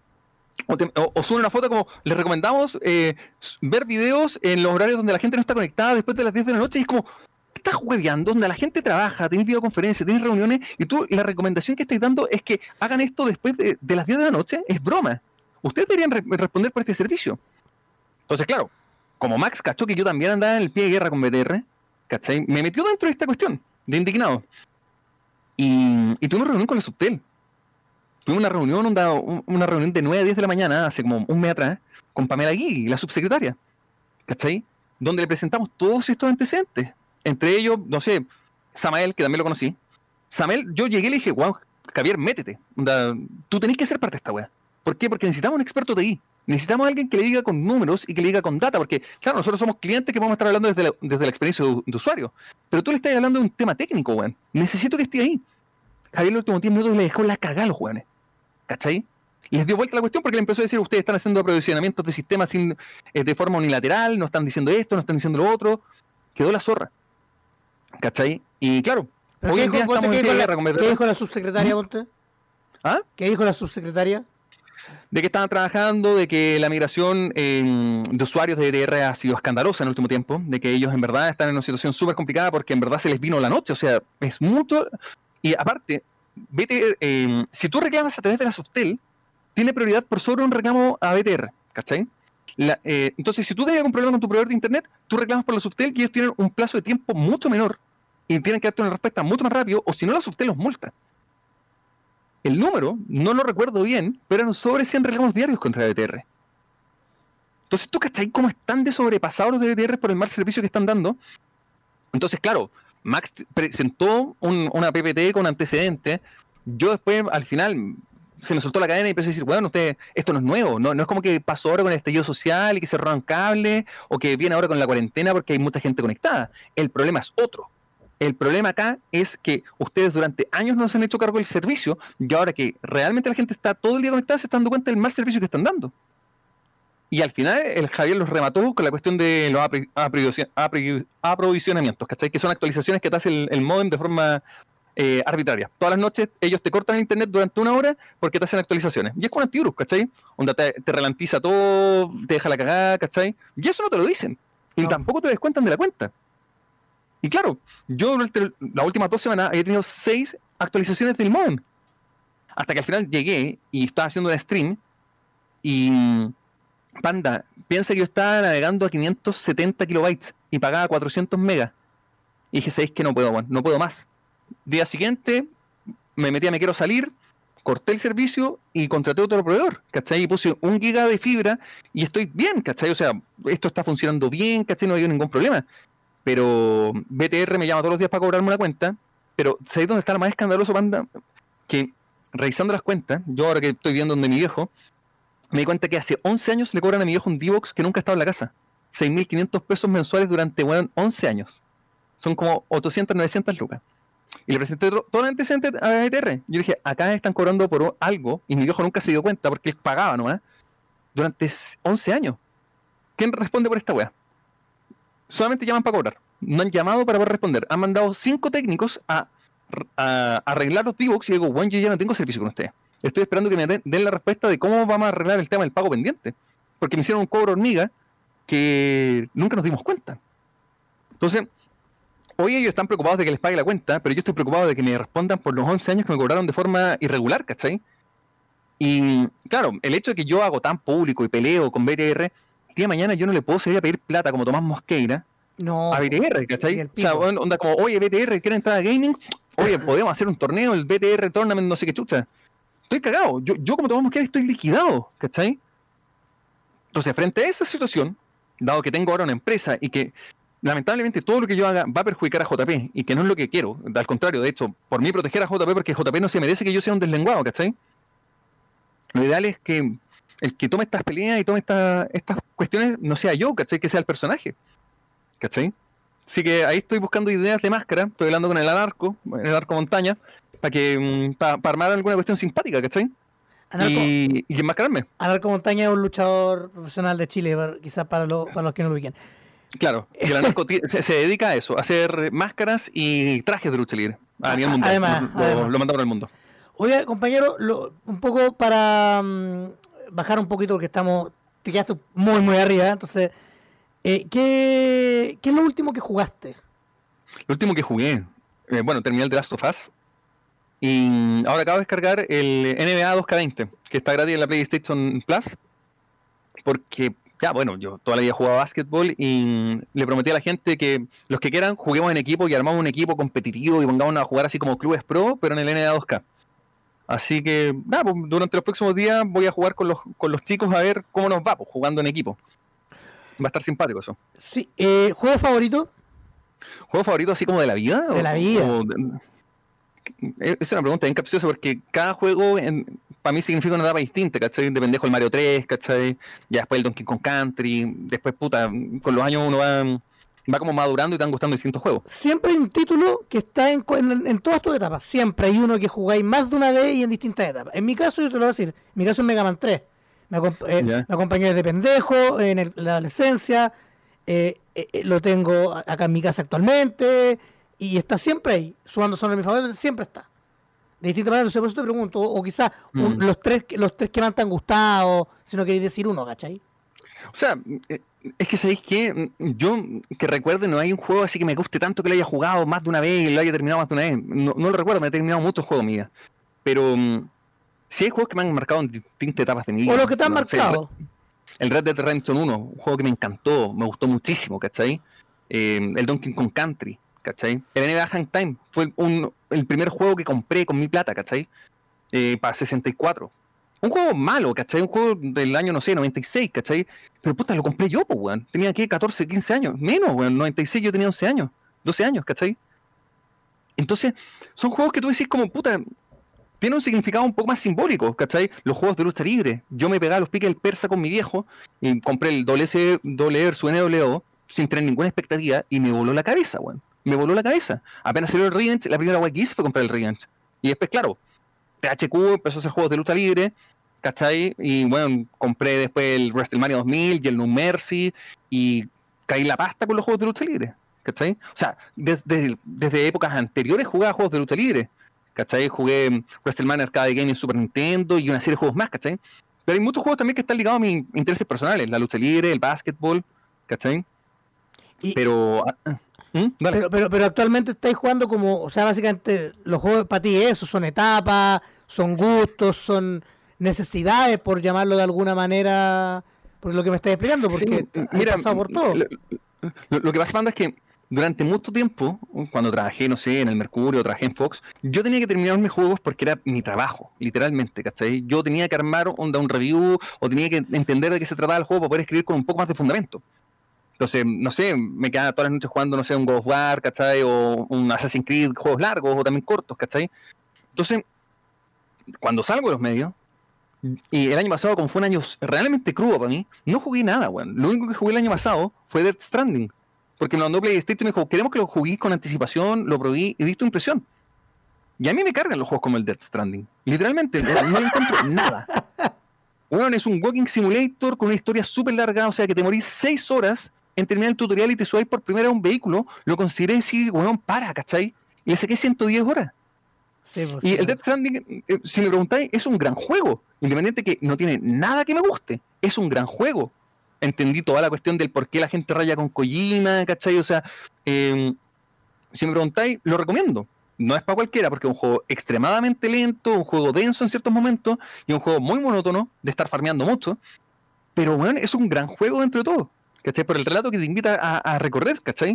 O suben una foto como, les recomendamos ver videos en los horarios donde la gente no está conectada después de las 10 de la noche, y es como, estás hueveando, donde la gente trabaja, tenés videoconferencias, tenés reuniones, y tú, la recomendación que estáis dando es que hagan esto después de las 10 de la noche, es broma. Ustedes deberían responder por este servicio. Entonces, claro, como Max cachó que yo también andaba en el pie de guerra con BTR, ¿cachai? Me metió dentro de esta cuestión, de indignado. Y tuve una reunión con el Subtel. Tuve una reunión de 9 a 10 de la mañana, hace como un mes atrás, con Pamela Gui, la subsecretaria, ¿cachai? Donde le presentamos todos estos antecedentes. Entre ellos, no sé, Samael, que también lo conocí. Samael, yo llegué y le dije, wow, Javier, métete. Onda, tú tenés que ser parte de esta wea. ¿Por qué? Porque necesitamos un experto de TI. Necesitamos a alguien que le diga con números y que le diga con data, porque, claro, nosotros somos clientes que podemos estar hablando desde la experiencia de usuario. Pero tú le estás hablando de un tema técnico, weón. Necesito que esté ahí. Javier, los últimos 10 minutos le dejó la cagada a los weones. ¿Cachai? Les dio vuelta la cuestión porque le empezó a decir, ustedes están haciendo aprovisionamientos de sistemas de forma unilateral, no están diciendo esto, no están diciendo lo otro. Quedó la zorra. ¿Cachai? Y claro, ¿Pero hoy qué en día dijo, estamos en guerra con ¿qué BTR. dijo la subsecretaria, Ponte? ¿Ah? ¿Qué dijo la subsecretaria? De que estaban trabajando, de que la migración de usuarios de BTR ha sido escandalosa en el último tiempo, de que ellos en verdad están en una situación súper complicada porque en verdad se les vino la noche, o sea, es mucho. Y aparte, BTR, si tú reclamas a través de la Subtel, tiene prioridad por sobre un reclamo a BTR, ¿cachai? Entonces, si tú tenías un problema con tu proveedor de internet, tú reclamas por la Subtel y ellos tienen un plazo de tiempo mucho menor y tienen que darte una respuesta mucho más rápido, o si no, la Subtel los multa. El número, no lo recuerdo bien, pero eran sobre 100 reclamos diarios contra BTR. Entonces, ¿tú cachai cómo están de sobrepasados los de BTR por el mal servicio que están dando? Entonces, claro, Max presentó una PPT con antecedentes. Yo después, al final, se me soltó la cadena y empecé a decir, bueno, esto no es nuevo, no es como que pasó ahora con el estallido social y que cerraron cables, o que viene ahora con la cuarentena porque hay mucha gente conectada. El problema es otro. El problema acá es que ustedes durante años no se han hecho cargo del servicio, y ahora que realmente la gente está todo el día conectada, se están dando cuenta del mal servicio que están dando. Y al final el Javier los remató con la cuestión de los aprovisionamientos, ¿cachai? Que son actualizaciones que te hace el modem de forma arbitraria. Todas las noches ellos te cortan el internet durante 1 hora porque te hacen actualizaciones. Y es con antivirus, ¿cachai? Onda te ralentiza todo, te deja la cagada, ¿cachai? Y eso no te lo dicen. Y tampoco te descuentan de la cuenta. Y claro, yo durante las últimas 2 semanas he tenido 6 actualizaciones del modem. Hasta que al final llegué y estaba haciendo un stream y... Panda, piensa que yo estaba navegando a 570 kilobytes y pagaba 400 megas. Y dije, ¿sabéis que no puedo, man? No puedo más. Día siguiente, me metí a Me Quiero Salir, corté el servicio y contraté otro proveedor, ¿cachai? Y puse 1 giga de fibra y estoy bien, ¿cachai? O sea, esto está funcionando bien, ¿cachai? No hay ningún problema. Pero BTR me llama todos los días para cobrarme una cuenta. Pero ¿sabéis dónde está lo más escandaloso, Panda? Que revisando las cuentas, yo ahora que estoy viendo donde mi viejo, me di cuenta que hace 11 años le cobran a mi viejo un D-Box que nunca ha estado en la casa. 6.500 pesos mensuales durante 11 años. Son como 800, 900 lucas. Y le presenté todo el antecedente a BTR. Yo dije, acá están cobrando por algo, y mi viejo nunca se dio cuenta porque él pagaba nomás, durante 11 años. ¿Quién responde por esta wea? Solamente llaman para cobrar. No han llamado para poder responder. Han mandado 5 técnicos a arreglar los D-Box y digo, bueno, yo ya no tengo servicio con ustedes. Estoy esperando que me den la respuesta de cómo vamos a arreglar el tema del pago pendiente. Porque me hicieron un cobro hormiga que nunca nos dimos cuenta. Entonces, hoy ellos están preocupados de que les pague la cuenta, pero yo estoy preocupado de que me respondan por los 11 años que me cobraron de forma irregular, ¿cachai? Y claro, el hecho de que yo hago tan público y peleo con BTR, el día de mañana yo no le puedo salir a pedir plata como Tomás Mosqueira a BTR, ¿cachai? O sea, onda como, oye, BTR, ¿quiere entrar a gaming? Oye, podemos hacer un torneo, el BTR Tournament, no sé qué chucha. Estoy cagado. Yo como Tomás Mosquera estoy liquidado, ¿cachai? Entonces, frente a esa situación, dado que tengo ahora una empresa y que lamentablemente todo lo que yo haga va a perjudicar a JP y que no es lo que quiero, al contrario, de hecho, por mí proteger a JP porque JP no se merece que yo sea un deslenguado, ¿cachai? Lo ideal es que el que tome estas peleas y tome estas cuestiones no sea yo, ¿cachai? Que sea el personaje, ¿cachai? Así que ahí estoy buscando ideas de máscara, estoy hablando con el arco montaña, para armar alguna cuestión simpática, ¿cachai? Y enmascararme. Anarco Montaña es un luchador profesional de Chile, quizás para los que no lo ubiquen. Claro, y el Anarco se dedica a eso, a hacer máscaras y trajes de lucha libre a nivel mundial. Además. Lo mandaron al mundo. Oye, compañero, un poco para bajar un poquito, porque te quedaste muy, muy arriba, entonces, ¿qué es lo último que jugaste? Lo último que jugué, terminé el The Last of Us. Y ahora acabo de descargar el NBA 2K20, que está gratis en la PlayStation Plus, porque, yo toda la vida jugaba básquetbol y le prometí a la gente que los que quieran juguemos en equipo y armamos un equipo competitivo y pongámonos a jugar así como clubes pro, pero en el NBA 2K. Así que, pues, durante los próximos días voy a jugar con los chicos a ver cómo nos va, pues, jugando en equipo. Va a estar simpático eso. Sí, ¿juego favorito? ¿Juego favorito así como de la vida? De la vida. Es una pregunta bien capciosa porque cada juego para mí significa una etapa distinta, ¿cachai? De pendejo el Mario 3, ¿cachai? Ya después el Donkey Kong Country, después, con los años uno va como madurando y te van gustando distintos juegos. Siempre hay un título que está en todas tus etapas. Siempre hay uno que jugáis más de una vez y en distintas etapas. En mi caso, yo te lo voy a decir, en mi caso es Mega Man 3. Me acompañó desde pendejo, en la adolescencia, lo tengo acá en mi casa actualmente, y está siempre ahí, sumando son de mis favoritos, siempre está. De distintas maneras, por eso te pregunto, o quizás los tres que más te han gustado, si no queréis decir uno, ¿cachai? O sea, es que sabéis que yo que recuerde no hay un juego así que me guste tanto que lo haya jugado más de una vez y lo haya terminado más de una vez. No lo recuerdo, me he terminado muchos juegos míos. Pero sí hay juegos que me han marcado en distintas etapas de mi vida. O los que te han marcado. El Red Dead Redemption 1, un juego que me encantó, me gustó muchísimo, ¿cachai? El Donkey Kong Country, ¿cachai? El NBA Hangtime fue el primer juego que compré con mi plata, ¿cachai? Para 64. Un juego malo, ¿cachai? Un juego del año, no sé, 96, ¿cachai? Pero puta, lo compré yo, pues, weón. Tenía, ¿qué? 14, 15 años. Menos, weón. 96 yo tenía 11 años. 12 años, ¿cachai? Entonces, son juegos que tú decís como, puta, tienen un significado un poco más simbólico, ¿cachai? Los juegos de lucha libre. Yo me pegaba los piques del persa con mi viejo y compré el WR su NWO sin tener ninguna expectativa y me voló la cabeza, weón. Me voló la cabeza. Apenas salió el Revenge, la primera weá que hice fue comprar el Revenge. Y después, claro, THQ empezó a hacer juegos de lucha libre ¿cachai? Y bueno, compré después el WrestleMania 2000 y el No Mercy y caí la pasta con los juegos de lucha libre, ¿cachai? O sea, desde épocas anteriores jugaba juegos de lucha libre, ¿cachai? Jugué WrestleMania Arcade Game en Super Nintendo y una serie de juegos más, ¿cachai? Pero hay muchos juegos también que están ligados a mis intereses personales, la lucha libre, el básquetbol, ¿cachai? Y, Pero... Dale. pero actualmente estáis jugando como, o sea, básicamente los juegos para ti eso, son etapas, son gustos, son necesidades, por llamarlo de alguna manera, por lo que me estás explicando, porque Sí, has pasado por todo. Lo que pasa, Panda, es que durante mucho tiempo, cuando trabajé, no sé, en el Mercurio, trabajé en Fox, yo tenía que terminar mis juegos porque era mi trabajo, literalmente, ¿cachai? Yo tenía que armar un review o tenía que entender de qué se trataba el juego para poder escribir con un poco más de fundamento. Entonces, no sé, me quedaba todas las noches jugando, no sé, un God of War, ¿cachai? O un Assassin's Creed, juegos largos o también cortos, ¿cachai? Entonces, cuando salgo de los medios, y el año pasado, como fue un año realmente crudo para mí, no jugué nada, weón. Lo único que jugué el año pasado fue Death Stranding. Porque me mandó PlayStation y me dijo, queremos que lo juguéis con anticipación, lo probé y di tu impresión. Y a mí me cargan los juegos como el Death Stranding. Literalmente, no le encuentro nada. Weón, es un walking simulator con una historia súper larga, o sea que te morís 6 horas en terminar el tutorial y te subáis por primera vez a un vehículo, lo consideré decir, weón, para, ¿cachai? Y le saqué 110 horas. Sí, pues, Y sí, el Death Stranding, si me preguntáis, es un gran juego. Independiente que no tiene nada que me guste. Es un gran juego. Entendí toda la cuestión del por qué la gente raya con Kojima, ¿cachai? O sea, si me preguntáis, lo recomiendo. No es para cualquiera, porque es un juego extremadamente lento, un juego denso en ciertos momentos, y un juego muy monótono, de estar farmeando mucho. Pero, bueno, es un gran juego dentro de todo, ¿cachai? Por el relato que te invita a recorrer, ¿cachai?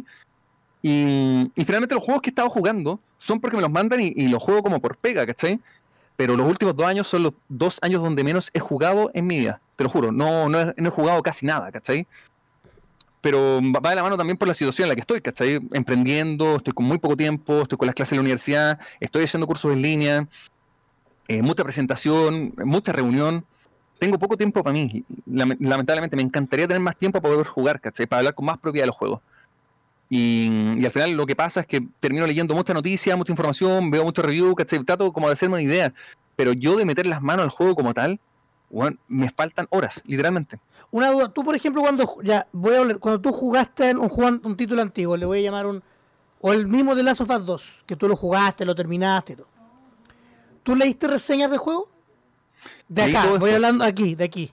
Y finalmente los juegos que he estado jugando son porque me los mandan y los juego como por pega, ¿cachai? Pero los últimos 2 años son los 2 años donde menos he jugado en mi vida, te lo juro, no he jugado casi nada, ¿cachai? Pero va de la mano también por la situación en la que estoy, ¿cachai? Emprendiendo, estoy con muy poco tiempo, estoy con las clases de la universidad, estoy haciendo cursos en línea, mucha presentación, mucha reunión. Tengo poco tiempo para mí, lamentablemente me encantaría tener más tiempo para poder jugar, ¿cachai? Para hablar con más propiedad de los juegos. Y al final lo que pasa es que termino leyendo mucha noticia, mucha información, veo mucho review, ¿cachai? Trato como de hacerme una idea, pero yo de meter las manos al juego como tal, bueno, me faltan horas, literalmente. Una duda, tú por ejemplo cuando tú jugaste en un título antiguo, le voy a llamar o el mismo de Last of Us 2, que tú lo jugaste, lo terminaste y todo. ¿Tú leíste reseñas del juego? De acá, voy hablando de aquí.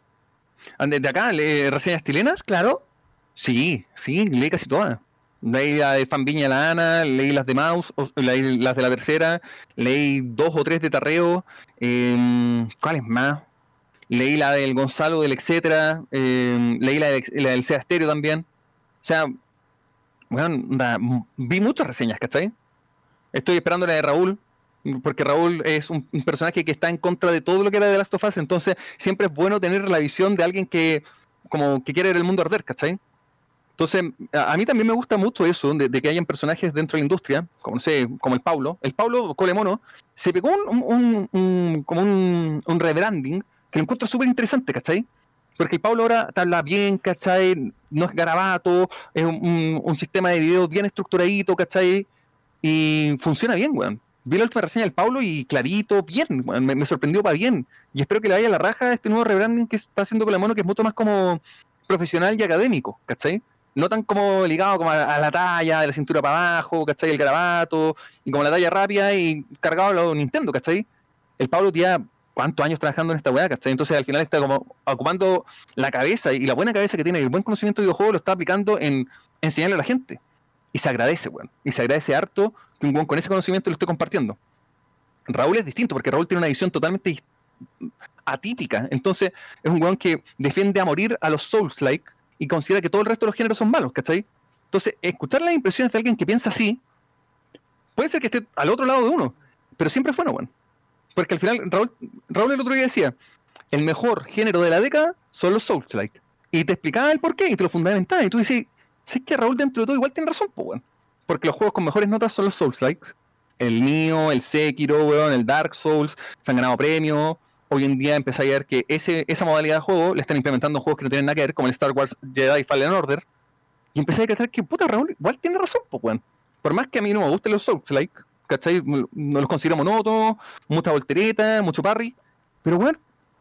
¿De acá? ¿Reseñas chilenas? Claro. Sí, leí casi todas. Leí la de Fanviña la Ana, leí las de Mouse, leí las de la tercera, leí 2 o 3 de Tarreo, ¿cuáles más? Leí la del Gonzalo del etcétera, leí la del Sea Stereo también. O sea, bueno, vi muchas reseñas, ¿cachai? Estoy esperando la de Raúl, porque Raúl es un personaje que está en contra de todo lo que era de Last of Us, entonces siempre es bueno tener la visión de alguien que como que quiere ver el mundo arder, ¿cachai? Entonces, a mí también me gusta mucho eso, de que hayan personajes dentro de la industria, como no sé, como el Paulo. El Paulo Colemono se pegó un rebranding que lo encuentro súper interesante, ¿cachai? Porque el Paulo ahora habla bien, ¿cachai? No es garabato, es un sistema de video bien estructuradito, ¿cachai? Y funciona bien, weón. Vi la última reseña del Paulo y clarito, bien, weón, me sorprendió para bien. Y espero que le vaya a la raja este nuevo rebranding que está haciendo Colemono, que es mucho más como profesional y académico, ¿cachai? No tan como ligado como a la talla, de la cintura para abajo, ¿cachai? El garabato, y como la talla rápida y cargado a los Nintendo, ¿cachai? El Pablo tía cuántos años trabajando en esta weá, ¿cachai? Entonces al final está como ocupando la cabeza y la buena cabeza que tiene y el buen conocimiento de videojuegos lo está aplicando en enseñarle a la gente. Y se agradece, weón. Y se agradece harto que un weón con ese conocimiento lo esté compartiendo. Raúl es distinto porque Raúl tiene una visión totalmente atípica. Entonces es un weón que defiende a morir a los Souls-like y considera que todo el resto de los géneros son malos, ¿cachai? Entonces, escuchar las impresiones de alguien que piensa así, puede ser que esté al otro lado de uno, pero siempre es bueno, bueno. Porque al final, Raúl el otro día decía, el mejor género de la década son los Souls-like. Y te explicaba el porqué y te lo fundamentaba. Y tú dices, ¿sabes que Raúl dentro de todo igual tiene razón, pues, bueno? Porque los juegos con mejores notas son los Souls-like. El Nioh, el Sekiro, weón, el Dark Souls, se han ganado premios. Hoy en día empecé a ver que esa modalidad de juego le están implementando juegos que no tienen nada que ver, como el Star Wars Jedi Fallen Order. Y empecé a cachar que, puta, Raúl igual tiene razón, pues, weón. Por más que a mí no me gusten los Souls-like, ¿cachai? No los considero monótonos, mucha voltereta, mucho parry. Pero, weón,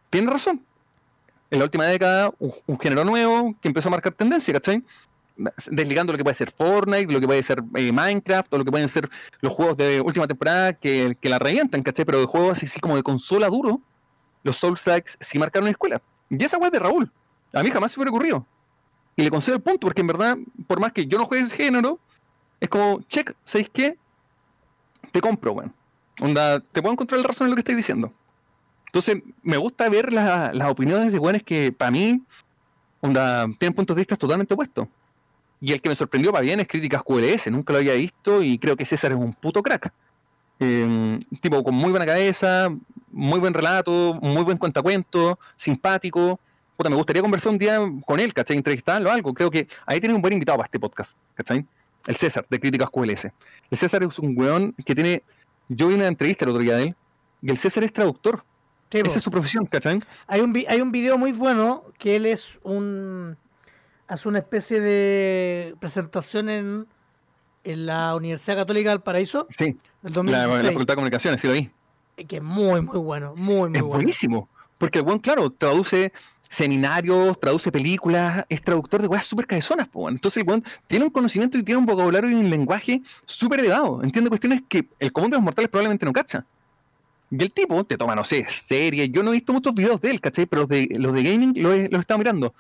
tiene razón. En la última década, un género nuevo que empezó a marcar tendencia, ¿cachai? Desligando lo que puede ser Fortnite, lo que puede ser Minecraft, o lo que pueden ser los juegos de última temporada que la revientan, ¿cachai? Pero de juegos así como de consola duro, los Souls-likes sí marcaron escuela. Y esa weá es de Raúl. A mí jamás se me hubiera ocurrido. Y le concedo el punto, porque en verdad, por más que yo no juegue ese género, es como, check, ¿sabéis qué? Te compro, weón. Onda, te puedo encontrar la razón en lo que estáis diciendo. Entonces, me gusta ver las opiniones de weones que, para mí, onda, tienen puntos de vista totalmente opuestos. Y el que me sorprendió para bien es Críticas QLS, nunca lo había visto y creo que César es un puto crack. Tipo con muy buena cabeza, muy buen relato, muy buen cuentacuento, simpático. Puta, me gustaría conversar un día con él, ¿cachai? Entrevistarlo o algo. Creo que ahí tiene un buen invitado para este podcast, ¿cachai? El César, de Críticas QLS. El César es un weón que tiene... Yo vi una entrevista el otro día de él, y el César es traductor. Sí, Esa es su profesión, ¿cachai? hay un video muy bueno que él hace una especie de presentación en la Universidad Católica del Paraíso Sí, del la 2016, Facultad de Comunicaciones, sí lo vi. que es muy, muy bueno, muy, muy Es bueno. buenísimo, porque el weón, claro, traduce seminarios, traduce películas, es traductor de weas súper cabezonas, po, weón. Entonces el weón tiene un conocimiento y tiene un vocabulario y un lenguaje súper elevado, entiende cuestiones que el común de los mortales probablemente no cacha. Y el tipo te toma, no sé, series, yo no he visto muchos videos de él, ¿cachai? Pero los de gaming los he estado mirando.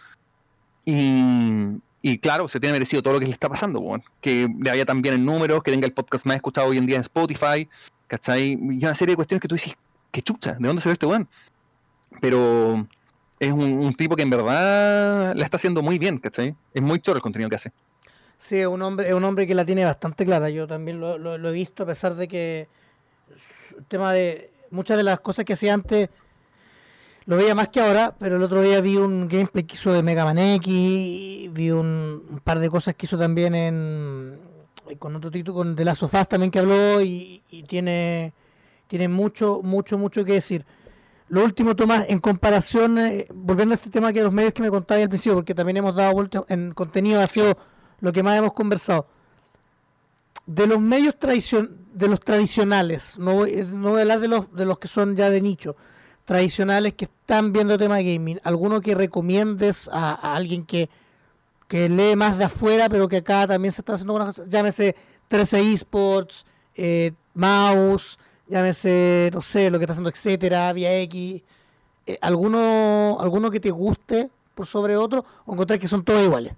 Y claro, se tiene merecido todo lo que le está pasando, weón. Que le vaya tan bien en números, que tenga el podcast más escuchado hoy en día en Spotify, ¿cachai? Y una serie de cuestiones que tú dices, qué chucha, ¿de dónde se ve este weón? Pero es un tipo que en verdad la está haciendo muy bien, ¿cachai? Es muy choro el contenido que hace. Sí, es un hombre que la tiene bastante clara. Yo también lo he visto, a pesar de que el tema de muchas de las cosas que hacía antes lo veía más que ahora, pero el otro día vi un gameplay que hizo de Mega Man X, vi un par de cosas que hizo también con otro título, con The Last of Us también que habló y tiene mucho, mucho, mucho que decir. Lo último, Tomás, en comparación, volviendo a este tema que los medios que me contabas al principio, porque también hemos dado vuelta en contenido, ha sido lo que más hemos conversado. De los medios de los tradicionales, no voy a hablar de los que son ya de nicho, tradicionales que están viendo tema de gaming, ¿alguno que recomiendes a alguien que lee más de afuera, pero que acá también se está haciendo buenas cosas? Llámese 13 Esports, Mouse, llámese, no sé, lo que está haciendo, etcétera, Vía X. ¿Alguno que te guste por sobre otro o encontrar que son todos iguales?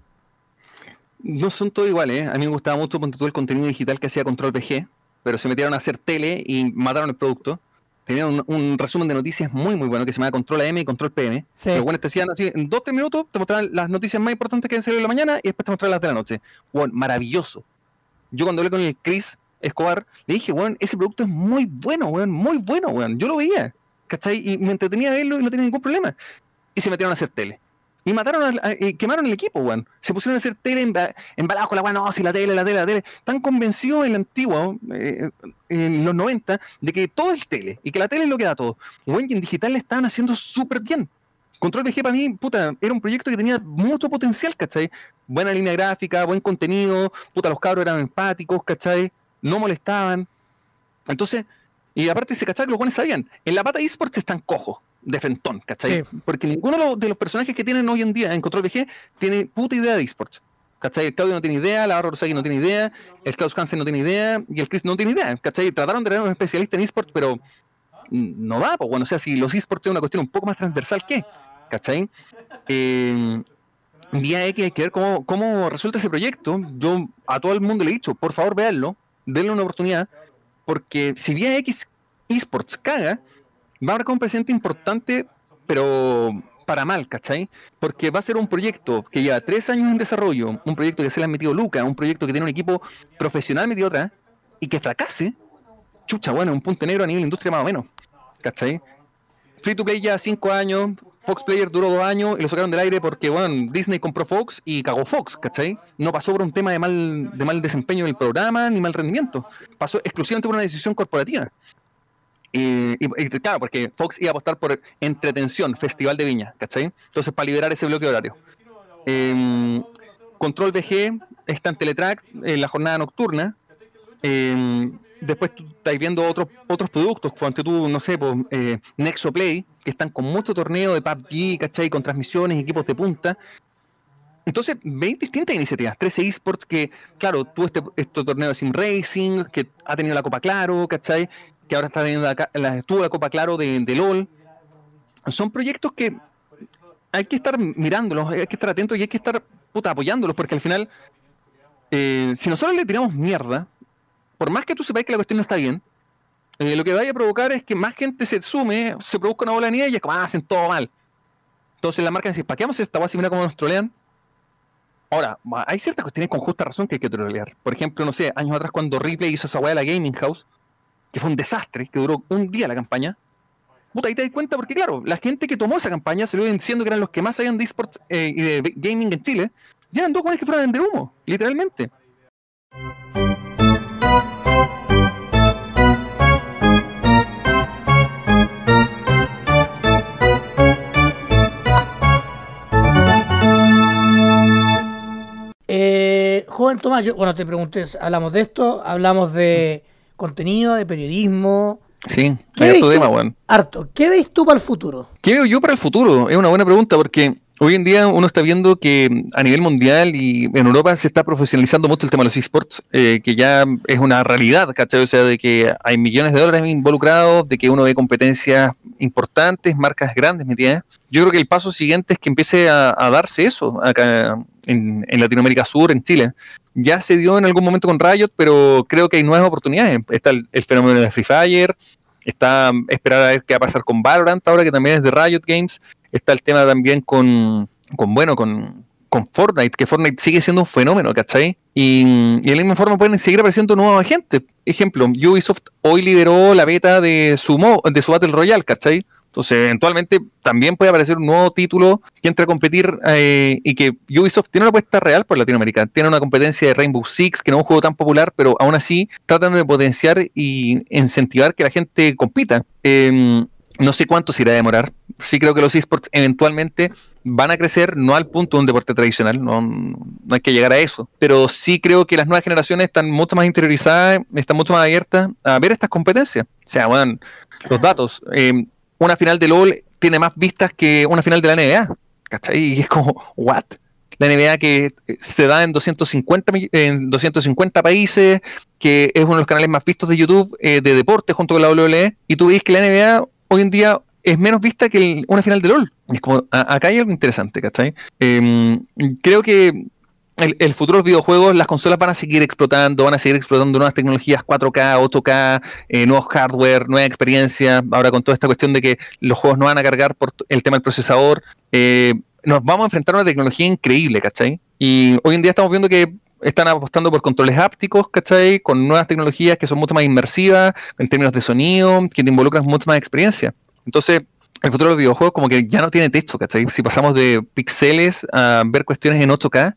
No son todos iguales, ¿eh? A mí me gustaba mucho ponte tú, el contenido digital que hacía Control VG, pero se metieron a hacer tele y mataron el producto. Tenían un resumen de noticias muy muy bueno que se llamaba Control AM y Control PM. Sí. Los buenos te hacían así, en 2-3 minutos te mostraban las noticias más importantes que han salido en la mañana y después te mostraban las de la noche. Bueno, maravilloso. Yo cuando hablé con el Chris Escobar, le dije, weón, ese producto es muy bueno, weón, muy bueno, weón. Yo lo veía, ¿cachai? Y me entretenía verlo y no tenía ningún problema. Y se metieron a hacer tele. Y mataron, quemaron el equipo, weón. Se pusieron a hacer tele embalados con la weón, no, si la tele. Tan convencidos en el antiguo, en los 90, de que todo es tele, y que la tele es lo que da todo. Weón, y en digital le estaban haciendo súper bien. Control VG para mí, puta, era un proyecto que tenía mucho potencial, ¿cachai? Buena línea gráfica, buen contenido, puta, los cabros eran empáticos, ¿cachai? No molestaban. Entonces, y aparte se cachaba que los buenos sabían, en la pata eSports están cojos, de frentón, ¿cachai? Sí. Porque ninguno de los personajes que tienen hoy en día en Control VG tiene puta idea de eSports. ¿Cachai? El Claudio no tiene idea, la Barra Rosagui no tiene idea, el Klaus Hansen no tiene idea, y el Chris no tiene idea, ¿cachai? Trataron de tener un especialista en eSports, pero no va, pues bueno, o sea, si los eSports es una cuestión un poco más transversal, ¿qué? ¿Cachai? Vía X hay que ver cómo resulta ese proyecto. Yo a todo el mundo le he dicho, por favor véanlo, denle una oportunidad, porque si Vía X eSports caga, va a marcar un precedente importante, pero para mal, ¿cachai? Porque va a ser un proyecto que lleva 3 años en desarrollo, un proyecto que se le han metido lucas, un proyecto que tiene un equipo profesional metido atrás, y que fracase, chucha, bueno, un punto negro a nivel industria más o menos, ¿cachai? Free to Play ya 5 años, Fox Player duró 2 años y lo sacaron del aire porque, bueno, Disney compró Fox y cagó Fox, ¿cachai? No pasó por un tema de mal desempeño del programa ni mal rendimiento. Pasó exclusivamente por una decisión corporativa. Y claro, porque Fox iba a apostar por entretención, Festival de Viña, ¿cachai? Entonces, para liberar ese bloque horario. Control VG está en Teletrack en la jornada nocturna. Después tú estás viendo otros productos, cuando tú, no sé, pues, Nexo Play, que están con mucho torneo de PUBG, ¿cachai? Con transmisiones, equipos de punta. Entonces, veis distintas iniciativas. 13 Esports, que, claro, tuvo este torneo de Sim Racing, que ha tenido la Copa Claro, ¿cachai? Que ahora está teniendo tuvo la Copa Claro de LOL. Son proyectos que hay que estar mirándolos, hay que estar atentos y hay que estar apoyándolos, porque al final, si nosotros le tiramos mierda, por más que tú sepáis que la cuestión no está bien, lo que vaya a provocar es que más gente se sume, se produzca una bola de nieve y es como, hacen todo mal. Entonces la marca dice, ¿para qué vamos a hacer esta base? Mira cómo nos trolean. Ahora, hay ciertas cuestiones con justa razón que hay que trolear. Por ejemplo, no sé, años atrás cuando Ripley hizo esa weá de la Gaming House, que fue un desastre, que duró un día la campaña. Ahí te das cuenta porque, claro, la gente que tomó esa campaña, se lo iban diciendo que eran los que más sabían de esports y de gaming en Chile, y eran dos jóvenes que fueron a vender humo, literalmente. Joven Tomás, bueno, te pregunté, hablamos de esto, hablamos de contenido, de periodismo. Sí, hay harto tema, weón. Harto. ¿Qué veis tú para el futuro? ¿Qué veo yo para el futuro? Es una buena pregunta porque hoy en día uno está viendo que a nivel mundial y en Europa se está profesionalizando mucho el tema de los esports, que ya es una realidad, ¿cachai? O sea, de que hay millones de dólares involucrados, de que uno ve competencias importantes, marcas grandes metidas. Yo creo que el paso siguiente es que empiece a darse eso acá en Latinoamérica Sur, en Chile. Ya se dio en algún momento con Riot, pero creo que hay nuevas oportunidades. Está el fenómeno de Free Fire, está esperar a ver qué va a pasar con Valorant ahora, que también es de Riot Games. Está el tema también con Fortnite, que Fortnite sigue siendo un fenómeno, ¿cachai? Y de la misma forma pueden seguir apareciendo nuevos agentes. Ejemplo, Ubisoft hoy lideró la beta de su Battle Royale, ¿cachai? Entonces, eventualmente también puede aparecer un nuevo título que entre a competir y que Ubisoft tiene una apuesta real por Latinoamérica. Tiene una competencia de Rainbow Six, que no es un juego tan popular, pero aún así tratan de potenciar y incentivar que la gente compita. No sé cuánto se irá a demorar. Sí creo que los esports eventualmente van a crecer, no al punto de un deporte tradicional, no hay que llegar a eso. Pero sí creo que las nuevas generaciones están mucho más interiorizadas, están mucho más abiertas a ver estas competencias. O sea, bueno, los datos. Una final de LOL tiene más vistas que una final de la NBA, ¿cachai? Y es como, ¿what? La NBA que se da en 250 países, que es uno de los canales más vistos de YouTube de deporte junto con la WWE, y tú ves que la NBA hoy en día es menos vista que una final de LOL. Es como, acá hay algo interesante, ¿cachai? Creo que el futuro de los videojuegos, las consolas van a seguir explotando nuevas tecnologías 4K, 8K, nuevos hardware, nueva experiencia. Ahora con toda esta cuestión de que los juegos no van a cargar por el tema del procesador, nos vamos a enfrentar a una tecnología increíble, ¿cachai? Y hoy en día estamos viendo que están apostando por controles hápticos, ¿cachai? Con nuevas tecnologías que son mucho más inmersivas en términos de sonido, que te involucran mucho más experiencia. Entonces, el futuro de los videojuegos como que ya no tiene techo, ¿cachai? Si pasamos de píxeles a ver cuestiones en 8K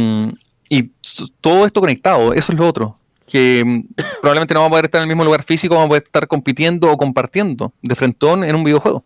y todo esto conectado, eso es lo otro. Que probablemente no vamos a poder estar en el mismo lugar físico, vamos a poder estar compitiendo o compartiendo de frentón en un videojuego.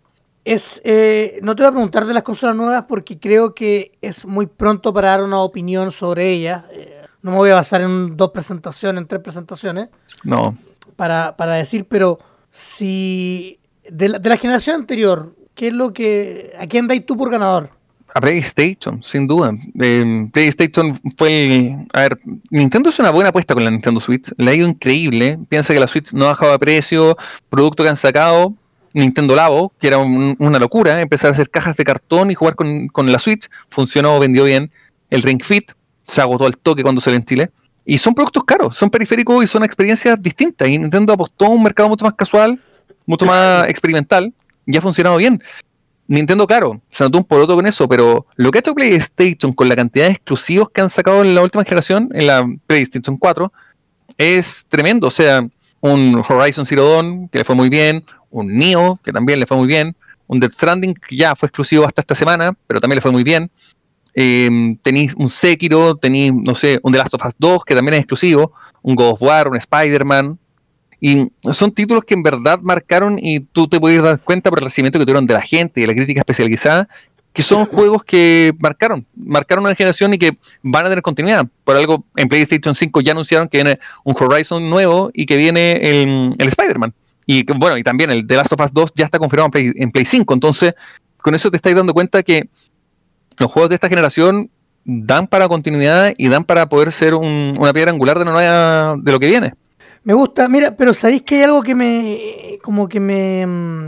No te voy a preguntar de las consolas nuevas porque creo que es muy pronto para dar una opinión sobre ellas. No me voy a basar en 3 presentaciones. No. Para decir, pero si... De la generación anterior, ¿qué es lo que... ¿A quién dais tú por ganador? A PlayStation, sin duda. PlayStation fue a ver, Nintendo es una buena apuesta con la Nintendo Switch. Le ha ido increíble. Piensa que la Switch no ha bajado de precio. Producto que han sacado, Nintendo Labo, que era una locura. Empezar a hacer cajas de cartón y jugar con la Switch. Funcionó, vendió bien. El Ring Fit se agotó al toque cuando salió en Chile. Y son productos caros, son periféricos y son experiencias distintas. Y Nintendo apostó a un mercado mucho más casual, mucho más experimental, y ha funcionado bien. Nintendo, claro, se notó un poroto con eso, pero lo que ha hecho PlayStation con la cantidad de exclusivos que han sacado en la última generación, en la PlayStation 4, es tremendo. O sea, un Horizon Zero Dawn, que le fue muy bien, un Nioh, que también le fue muy bien, un Death Stranding, que ya fue exclusivo hasta esta semana, pero también le fue muy bien. Tenéis un Sekiro, tenéis, no sé, un The Last of Us 2, que también es exclusivo, un God of War, un Spider-Man. Y son títulos que en verdad marcaron, y tú te puedes dar cuenta por el recibimiento que tuvieron de la gente y de la crítica especializada, que son juegos que marcaron una generación y que van a tener continuidad. Por algo, en PlayStation 5 ya anunciaron que viene un Horizon nuevo y que viene el Spider-Man. Y bueno, y también el The Last of Us 2 ya está confirmado en Play 5. Entonces, con eso te estáis dando cuenta que los juegos de esta generación dan para continuidad y dan para poder ser una piedra angular de lo que viene. Me gusta, mira, pero ¿sabéis que hay algo que me... como que me...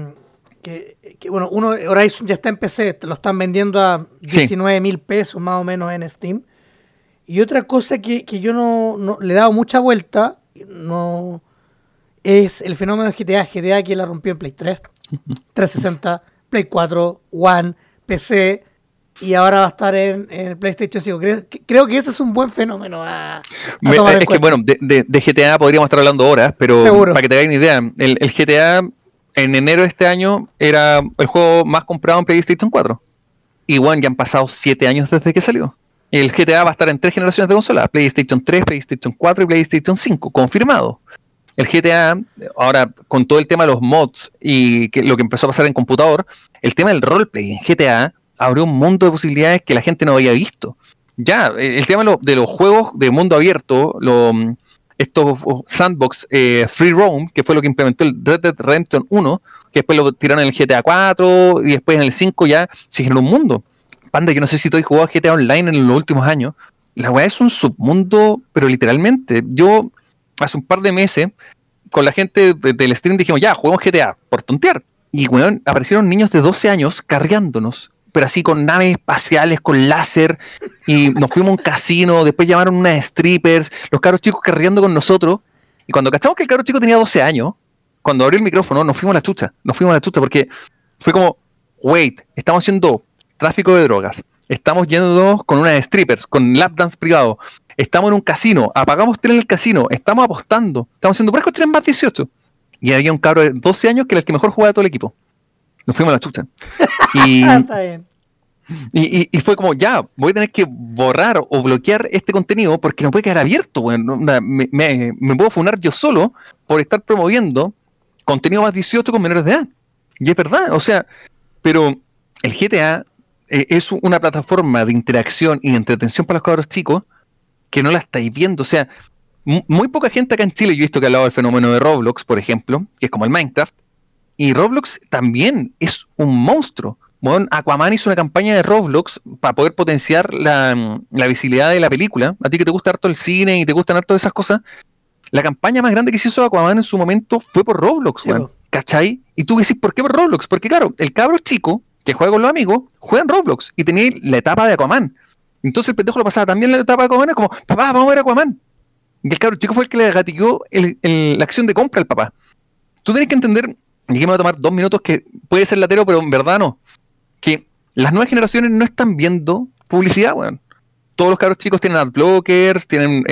bueno, Horizon ya está en PC, te lo están vendiendo a 19.000 pesos más o menos en Steam. Y otra cosa que yo no le he dado mucha vuelta, no es el fenómeno de GTA. GTA que la rompió en Play 3, 360, Play 4, One, PC, y ahora va a estar en el PlayStation 5. Creo que ese es un buen fenómeno a tomar en cuenta. Que bueno, de GTA podríamos estar hablando horas, pero seguro, para que te hagas una idea, el GTA en enero de este año era el juego más comprado en PlayStation 4. Y bueno, ya han pasado 7 años desde que salió. El GTA va a estar en 3 generaciones de consolas: PlayStation 3, PlayStation 4 y PlayStation 5, confirmado. El GTA, ahora con todo el tema de los mods y lo que empezó a pasar en computador, el tema del roleplay en GTA abrió un mundo de posibilidades que la gente no había visto. Ya, el tema de los juegos de mundo abierto, estos sandbox free roam, que fue lo que implementó el Red Dead Redemption 1, que después lo tiraron en el GTA 4 y después en el 5 ya se generó un mundo. Panda, yo no sé si tú has jugado GTA Online en los últimos años. La weá es un submundo, pero literalmente. Yo, hace un par de meses, con la gente del stream dijimos, ya, juguemos GTA, por tontear. Y weón, aparecieron niños de 12 años carreándonos, pero así con naves espaciales, con láser, y nos fuimos a un casino, después llamaron unas strippers, los cabros chicos carreando con nosotros, y cuando cachamos que el cabro chico tenía 12 años, cuando abrió el micrófono, nos fuimos a la chucha, porque fue como, wait, estamos haciendo tráfico de drogas, estamos yendo con unas strippers, con lap dance privado, estamos en un casino, apagamos tele en el casino, estamos apostando, estamos haciendo puras cuestiones más 18, y había un cabro de 12 años que era el que mejor jugaba de todo el equipo. Nos fuimos a la chucha. Y, está bien. Y fue como, ya, voy a tener que borrar o bloquear este contenido porque no puede quedar abierto. Bueno, me puedo funar yo solo por estar promoviendo contenido más 18 con menores de edad. Y es verdad, o sea, pero el GTA es una plataforma de interacción y de entretención para los cabros chicos que no la estáis viendo. O sea, muy poca gente acá en Chile, yo he visto que ha hablado del fenómeno de Roblox, por ejemplo, que es como el Minecraft. Y Roblox también es un monstruo. Bueno, Aquaman hizo una campaña de Roblox para poder potenciar la visibilidad de la película. A ti que te gusta harto el cine y te gustan harto esas cosas, la campaña más grande que se hizo Aquaman en su momento fue por Roblox, Sí, bueno, ¿cachai? Y tú decís, ¿por qué por Roblox? Porque claro, el cabro chico que juega con los amigos juega en Roblox y tenía la etapa de Aquaman. Entonces el pendejo lo pasaba también la etapa de Aquaman, es como, papá, vamos a ver Aquaman. Y el cabro chico fue el que le gatilló la acción de compra al papá. Tú tenés que entender, y aquí me va a tomar 2 minutos, que puede ser latero, pero en verdad no, que las nuevas generaciones no están viendo publicidad, weón. Todos los cabros chicos tienen adblockers, tienen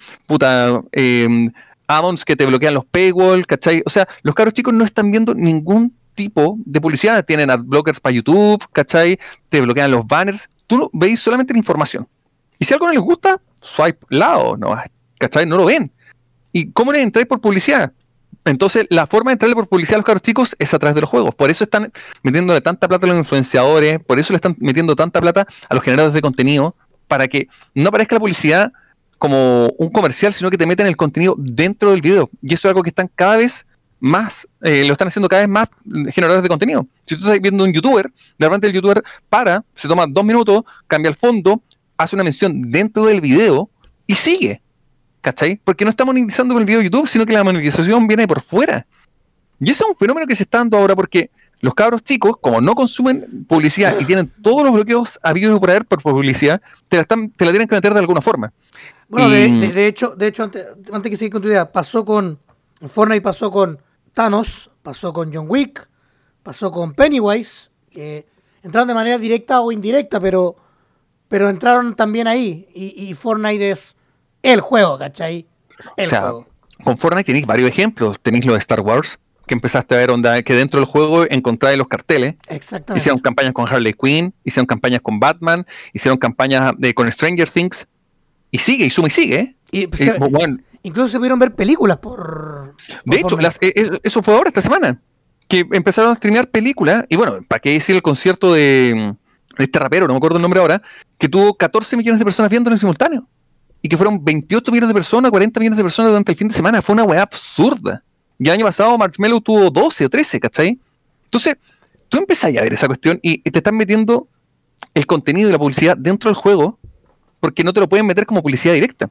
add-ons que te bloquean los paywall, ¿cachai? O sea, los cabros chicos no están viendo ningún tipo de publicidad. Tienen adblockers para YouTube, ¿cachai? Te bloquean los banners. Tú veis solamente la información. Y si algo no les gusta, swipe lado, ¿no? ¿Cachai? No lo ven. ¿Y cómo les entráis por publicidad? Entonces, la forma de entrarle por publicidad a los cabros chicos es a través de los juegos. Por eso están metiéndole tanta plata a los influenciadores, por eso le están metiendo tanta plata a los generadores de contenido, para que no aparezca la publicidad como un comercial, sino que te meten el contenido dentro del video. Y eso es algo que están cada vez más, lo están haciendo cada vez más generadores de contenido. Si tú estás viendo un youtuber, de repente el youtuber se toma 2 minutos, cambia el fondo, hace una mención dentro del video y sigue. ¿Cachai? Porque no está monetizando con el video de YouTube, sino que la monetización viene por fuera. Y ese es un fenómeno que se está dando ahora porque los cabros chicos, como no consumen publicidad y tienen todos los bloqueos habidos y por haber por publicidad, te la tienen que meter de alguna forma. Bueno, de hecho antes que siga con tu idea, Fortnite pasó con Thanos, pasó con John Wick, pasó con Pennywise, que entraron de manera directa o indirecta, pero entraron también ahí. Y Fortnite es el juego, ¿cachai? Es el juego. Con Fortnite tenéis varios ejemplos. Tenéis lo de Star Wars, que empezaste a ver onda, que dentro del juego encontráis los carteles. Exactamente. Hicieron campañas con Harley Quinn, hicieron campañas con Batman, hicieron campañas con Stranger Things. Y sigue, y suma y sigue. Bueno, incluso se pudieron ver películas por de hecho, eso fue ahora, esta semana, que empezaron a streamear películas. Y bueno, ¿para qué decir el concierto de este rapero, no me acuerdo el nombre ahora, que tuvo 14 millones de personas viéndolo en simultáneo? Y que fueron 28 millones de personas, 40 millones de personas durante el fin de semana. Fue una weá absurda. Y el año pasado Marshmello tuvo 12 o 13, ¿cachai? Entonces, tú empezás a ver esa cuestión y te están metiendo el contenido y la publicidad dentro del juego porque no te lo pueden meter como publicidad directa.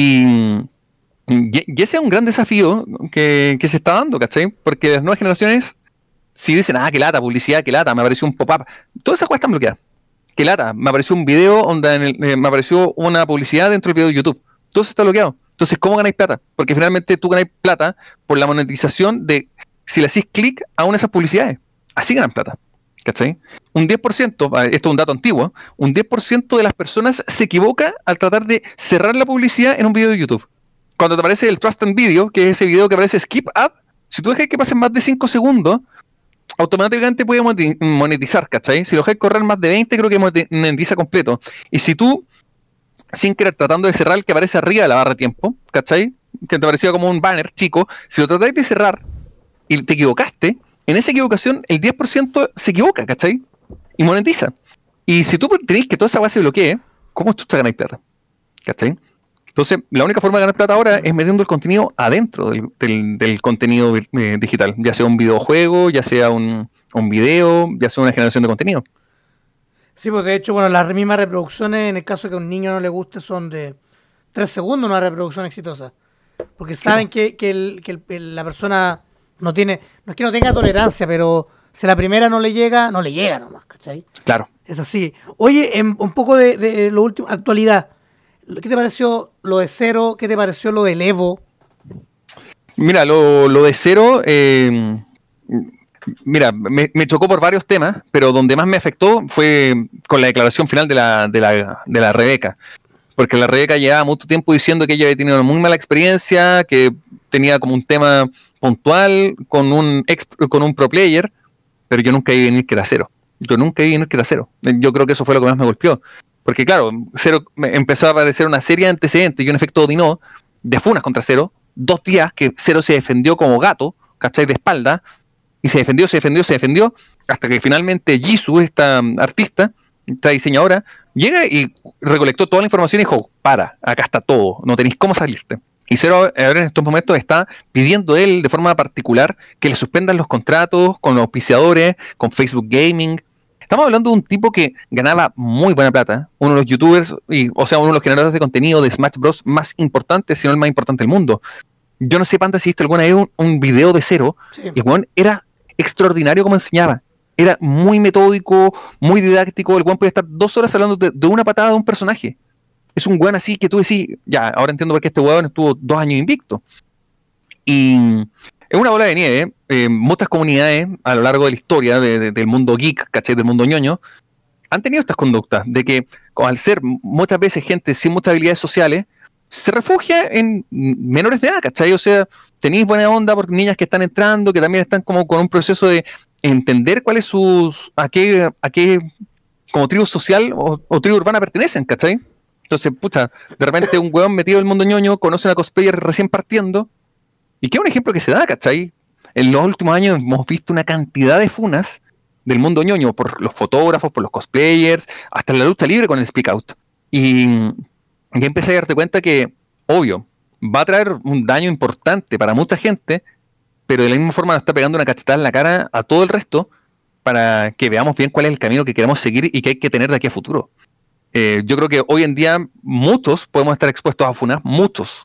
Y ese es un gran desafío que se está dando, ¿cachai? Porque las nuevas generaciones, si dicen, qué lata, publicidad, qué lata, me apareció un pop-up, todas esas cosas están bloqueadas. Qué lata, me apareció un video donde me apareció una publicidad dentro del video de YouTube. Todo eso está bloqueado. Entonces, ¿cómo ganáis plata? Porque finalmente tú ganáis plata por la monetización de si le hacís clic a una de esas publicidades. Así ganan plata. ¿Cachai? Un 10%, esto es un dato antiguo, un 10% de las personas se equivoca al tratar de cerrar la publicidad en un video de YouTube. Cuando te aparece el Trust and Video, que es ese video que aparece Skip Ad, si tú dejas que pasen más de 5 segundos, automáticamente puede monetizar, ¿cachai? Si lo dejas correr más de 20, creo que monetiza completo. Y si tú, sin querer, tratando de cerrar el que aparece arriba de la barra de tiempo, ¿cachai? Que te parecía como un banner chico, si lo tratáis de cerrar y te equivocaste, en esa equivocación el 10% se equivoca, ¿cachai? Y monetiza. Y si tú tenéis que toda esa base bloquee, ¿cómo tú te ganáis plata? ¿Cachai? Entonces, la única forma de ganar plata ahora es metiendo el contenido adentro del contenido digital, ya sea un videojuego, ya sea un video, ya sea una generación de contenido. Sí, pues de hecho, bueno, las mismas reproducciones, en el caso que a un niño no le guste, son de 3 segundos una reproducción exitosa. Porque saben que la persona no es que no tenga tolerancia, pero si a la primera no le llega nomás, ¿cachai? Claro. Es así. Oye, un poco de lo último, actualidad. ¿Qué te pareció lo de Zero? ¿Qué te pareció lo del Evo? Mira, lo de Zero, mira, me chocó por varios temas, pero donde más me afectó fue con la declaración final de la Rebeca. Porque la Rebeca llevaba mucho tiempo diciendo que ella había tenido una muy mala experiencia, que tenía como un tema puntual con un pro player, pero yo nunca vi venir que era Zero. Yo creo que eso fue lo que más me golpeó. Porque claro, Zero empezó a aparecer una serie de antecedentes y un efecto dominó de funas contra Zero. 2 días que Zero se defendió como gato, ¿cachai? De espalda, y se defendió, hasta que finalmente Jisoo, esta artista, esta diseñadora, llega y recolectó toda la información y dijo, acá está todo, no tenéis cómo salirte. Y Zero ahora en estos momentos está pidiendo él de forma particular que le suspendan los contratos con los auspiciadores, con Facebook Gaming. Estamos hablando de un tipo que ganaba muy buena plata, uno de los youtubers, uno de los generadores de contenido de Smash Bros. Más importantes, si no el más importante del mundo. Yo no sé, Panda, si viste alguna vez un video de Zero, sí. Y el weón era extraordinario como enseñaba. Era muy metódico, muy didáctico. El weón podía estar 2 horas hablando de una patada de un personaje. Es un weón así que tú decís, ya, ahora entiendo por qué este weón estuvo 2 años invicto. Y es una bola de nieve. Muchas comunidades a lo largo de la historia del mundo geek, ¿cachai? Del mundo ñoño, han tenido estas conductas de que al ser muchas veces gente sin muchas habilidades sociales, se refugia en menores de edad, ¿cachai? O sea, tenéis buena onda por niñas que están entrando, que también están como con un proceso de entender cuál es a qué como tribu social o tribu urbana pertenecen, ¿cachai? Entonces, pucha, de repente un huevón metido en el mundo ñoño conoce a una cosplayer recién partiendo, y que es un ejemplo que se da, ¿cachai? En los últimos años hemos visto una cantidad de funas del mundo ñoño por los fotógrafos, por los cosplayers, hasta la lucha libre con el Speak Out. Y empecé a darte cuenta que, obvio, va a traer un daño importante para mucha gente, pero de la misma forma nos está pegando una cachetada en la cara a todo el resto para que veamos bien cuál es el camino que queremos seguir y que hay que tener de aquí a futuro. Yo creo que hoy en día muchos podemos estar expuestos a funas, muchos.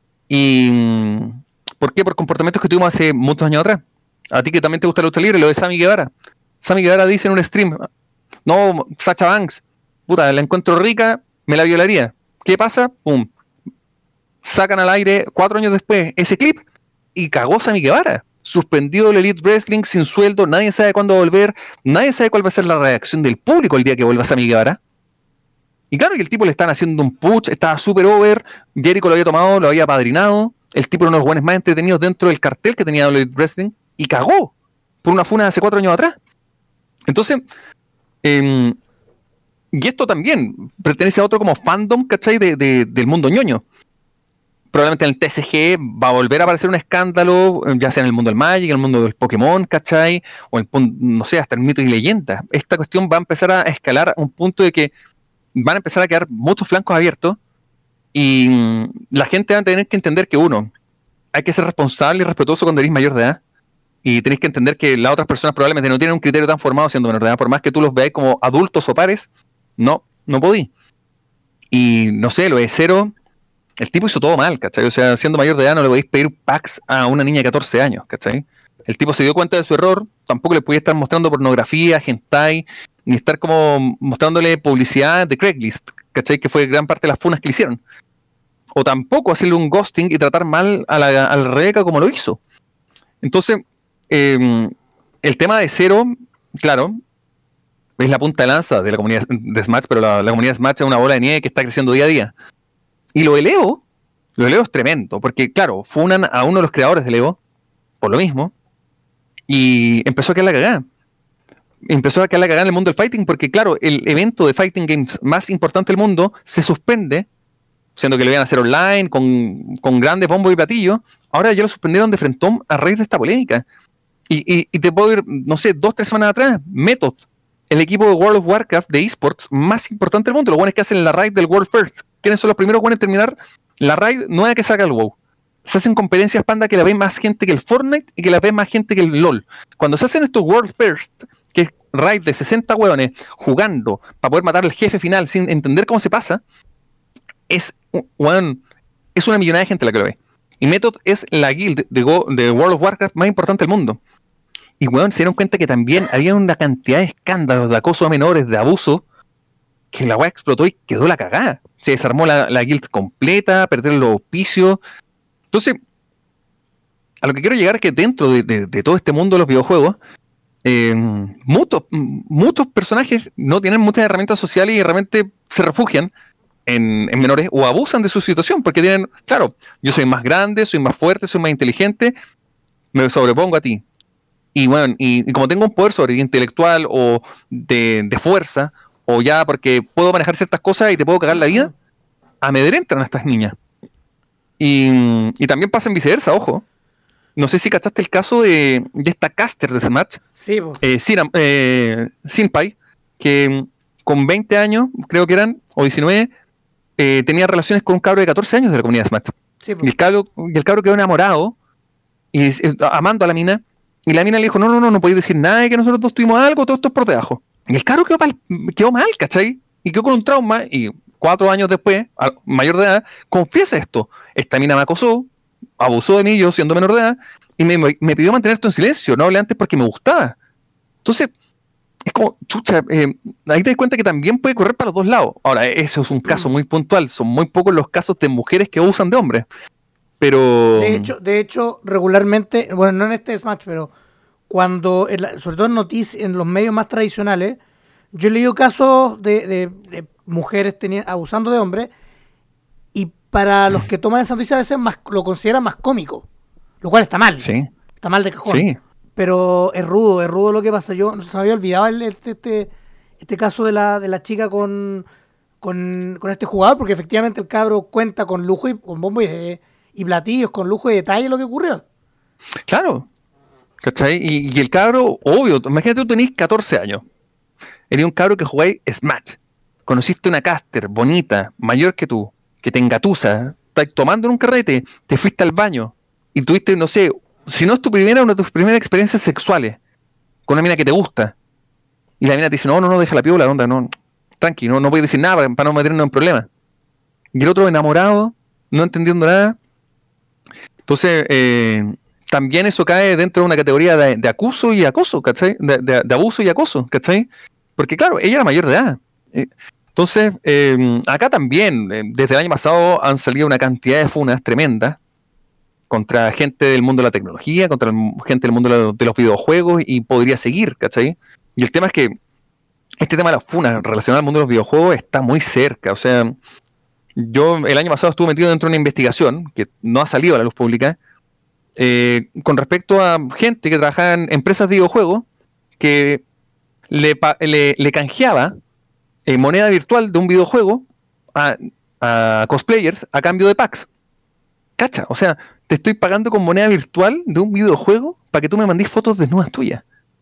¿Y por qué? Por comportamientos que tuvimos hace muchos años atrás. A ti que también te gusta la lucha libre, lo de Sammy Guevara. Sammy Guevara dice en un stream, no, Sasha Banks, puta, la encuentro rica, me la violaría. ¿Qué pasa? Pum. Sacan al aire 4 años después ese clip y cagó Sammy Guevara. Suspendió el Elite Wrestling sin sueldo, nadie sabe cuándo va a volver, nadie sabe cuál va a ser la reacción del público el día que vuelva Sammy Guevara. Y claro que el tipo le están haciendo un push, estaba súper over, Jericho lo había tomado, lo había apadrinado, el tipo era uno de los buenos más entretenidos dentro del cartel que tenía Elite Wrestling y cagó por una funa de hace 4 años atrás. Entonces, y esto también pertenece a otro como fandom, ¿cachai? Del mundo ñoño. Probablemente en el TCG va a volver a aparecer un escándalo, ya sea en el mundo del Magic, en el mundo del Pokémon, ¿cachai? O no sé, hasta el mito y leyenda. Esta cuestión va a empezar a escalar a un punto de que van a empezar a quedar muchos flancos abiertos y la gente va a tener que entender que uno, hay que ser responsable y respetuoso cuando eres mayor de edad. Y tenés que entender que las otras personas probablemente no tienen un criterio tan formado siendo menor de edad. Por más que tú los veas como adultos o pares, no podí. Y no sé, lo de Zero, el tipo hizo todo mal, ¿cachai? O sea, siendo mayor de edad no le podéis pedir packs a una niña de 14 años, ¿cachai? El tipo se dio cuenta de su error, tampoco le podía estar mostrando pornografía, hentai, ni estar como mostrándole publicidad de Craigslist, ¿cachai? Que fue gran parte de las funas que le hicieron. O tampoco hacerle un ghosting y tratar mal a la Rebeca como lo hizo. Entonces, el tema de Zero, claro, es la punta de lanza de la comunidad de Smash, pero la comunidad de Smash es una bola de nieve que está creciendo día a día. Y lo de Leo es tremendo, porque claro, funan a uno de los creadores de Leo, por lo mismo, y empezó a quedar la cagada. Empezó a quedar la cagada en el mundo del fighting, porque claro, el evento de fighting games más importante del mundo se suspende, siendo que lo iban a hacer online, con grandes bombos y platillos. Ahora ya lo suspendieron de frentón a raíz de esta polémica. Y te puedo ir, no sé, 2-3 semanas atrás, Method, el equipo de World of Warcraft de esports más importante del mundo, los buenos que hacen la raid del World First. ¿Quiénes son los primeros buenos en terminar la raid nueva que saca el WoW? Se hacen competencias, panda, que la ve más gente que el Fortnite y que la ve más gente que el LoL. Cuando se hacen estos World First, que es raid de 60 hueones jugando para poder matar al jefe final sin entender cómo se pasa, es una millonada de gente la que lo ve. Y Method es la guild de World of Warcraft más importante del mundo. Y se dieron cuenta que también había una cantidad de escándalos de acoso a menores, de abuso, que la weá explotó y quedó la cagada. Se desarmó la guild completa, perdieron los auspicios. Entonces, a lo que quiero llegar es que dentro de todo este mundo de los videojuegos, muchos personajes no tienen muchas herramientas sociales y realmente se refugian en menores o abusan de su situación porque tienen, claro, yo soy más grande, soy más fuerte, soy más inteligente, me sobrepongo a ti. Y bueno, y como tengo un poder sobre intelectual o de fuerza, o ya porque puedo manejar ciertas cosas y te puedo cagar la vida, amedrentan a estas niñas. Y también pasa en viceversa, ojo. No sé si cachaste el caso de esta caster de Smash, Sí, Sinpai, que con 20 años, creo que eran, o 19, tenía relaciones con un cabro de 14 años de la comunidad de Smash. sí, Y el cabro quedó enamorado, y amando a la mina, y la mina le dijo, no podéis decir nada de que nosotros dos tuvimos algo, todo esto es por debajo. Y el cabro quedó mal, ¿cachai? Y quedó con un trauma, y 4 años después, mayor de edad, confiesa esto. Esta mina me acosó, abusó de mí, yo siendo menor de edad, y me pidió mantener esto en silencio, no hablé antes porque me gustaba. Entonces, es como, chucha, ahí te das cuenta que también puede correr para los dos lados. Ahora, eso es un caso muy puntual, son muy pocos los casos de mujeres que abusan de hombres. Pero... De hecho, regularmente, bueno, no en este Smash, pero cuando, sobre todo en noticias, en los medios más tradicionales, yo he leído casos de mujeres abusando de hombres, y para los que toman esa noticia a veces lo consideran más cómico, lo cual está mal. Sí. Está mal de cajón. Sí. Pero es rudo lo que pasa. Yo se me había olvidado este caso de la chica con este jugador, porque efectivamente el cabro cuenta con lujo y con bombo y platillos, con lujo y detalle lo que ocurrió. Claro. ¿Cachai? Y el cabro, obvio, imagínate tú tenés 14 años. Eres un cabro que jugáis Smash. Conociste una caster bonita, mayor que tú, que te engatusa, estás tomando en un carrete, te fuiste al baño y tuviste, no sé, si no es una de tus primeras experiencias sexuales con una mina que te gusta. Y la mina te dice, no, deja la piola, onda, no, tranqui, no voy a decir nada para no meternos en problemas. Y el otro enamorado, no entendiendo nada. Entonces, también eso cae dentro de una categoría de acuso y acoso, ¿cachai? De abuso y acoso, ¿cachai? Porque claro, ella era mayor de edad. Entonces, acá también, desde el año pasado han salido una cantidad de funas tremendas contra gente del mundo de la tecnología, contra gente del mundo de los videojuegos, y podría seguir, ¿cachai? Y el tema es que este tema de las funas relacionado al mundo de los videojuegos está muy cerca. O sea, yo el año pasado estuve metido dentro de una investigación que no ha salido a la luz pública, con respecto a gente que trabajaba en empresas de videojuegos que le canjeaba moneda virtual de un videojuego a cosplayers a cambio de packs. Cacha, o sea, te estoy pagando con moneda virtual de un videojuego para que tú me mandes fotos desnudas tuyas.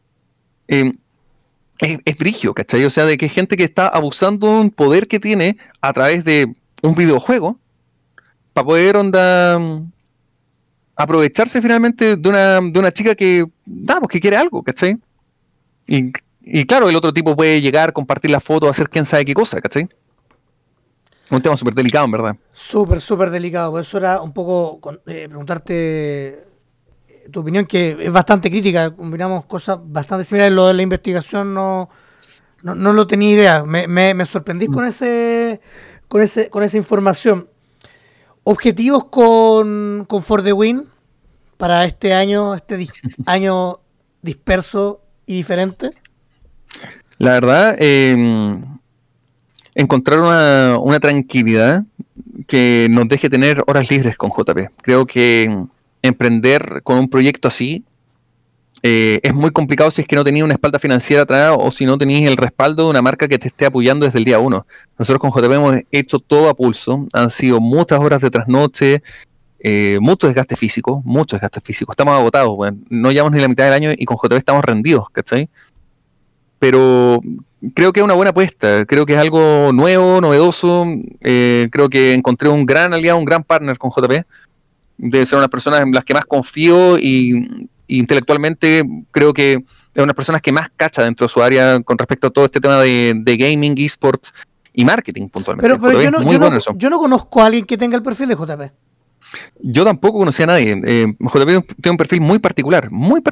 Es brigio, ¿cachai? O sea, de que hay gente que está abusando de un poder que tiene a través de un videojuego para poder aprovecharse finalmente de una chica que, pues que quiere algo, ¿cachai? Y claro, el otro tipo puede llegar, compartir la foto, hacer quién sabe qué cosa, ¿cachai? Un tema súper delicado, en verdad. Súper delicado. Por eso era un poco preguntarte tu opinión, que es bastante crítica. Combinamos cosas bastante similares. Lo de la investigación no lo tenía idea. Me sorprendí con esa información. Objetivos con For the Win para este año, año disperso y diferente. La verdad, encontrar una tranquilidad que nos deje tener horas libres con JP. Creo que emprender con un proyecto así es muy complicado si es que no tenías una espalda financiera atrás o si no tenías el respaldo de una marca que te esté apoyando desde el día uno. Nosotros con JP hemos hecho todo a pulso, han sido muchas horas de trasnoche, mucho desgaste físico. Estamos agotados, bueno. No llevamos ni la mitad del año y con JP estamos rendidos, ¿cachai? Pero creo que es una buena apuesta, creo que es algo nuevo, novedoso, creo que encontré un gran aliado, un gran partner con JP. Debe ser una persona en las que más confío y intelectualmente creo que es una de las personas que más cacha dentro de su área con respecto a todo este tema de gaming, esports y marketing puntualmente. Pero yo no conozco a alguien que tenga el perfil de JP. Yo tampoco conocía a nadie. JP tiene un perfil muy particular.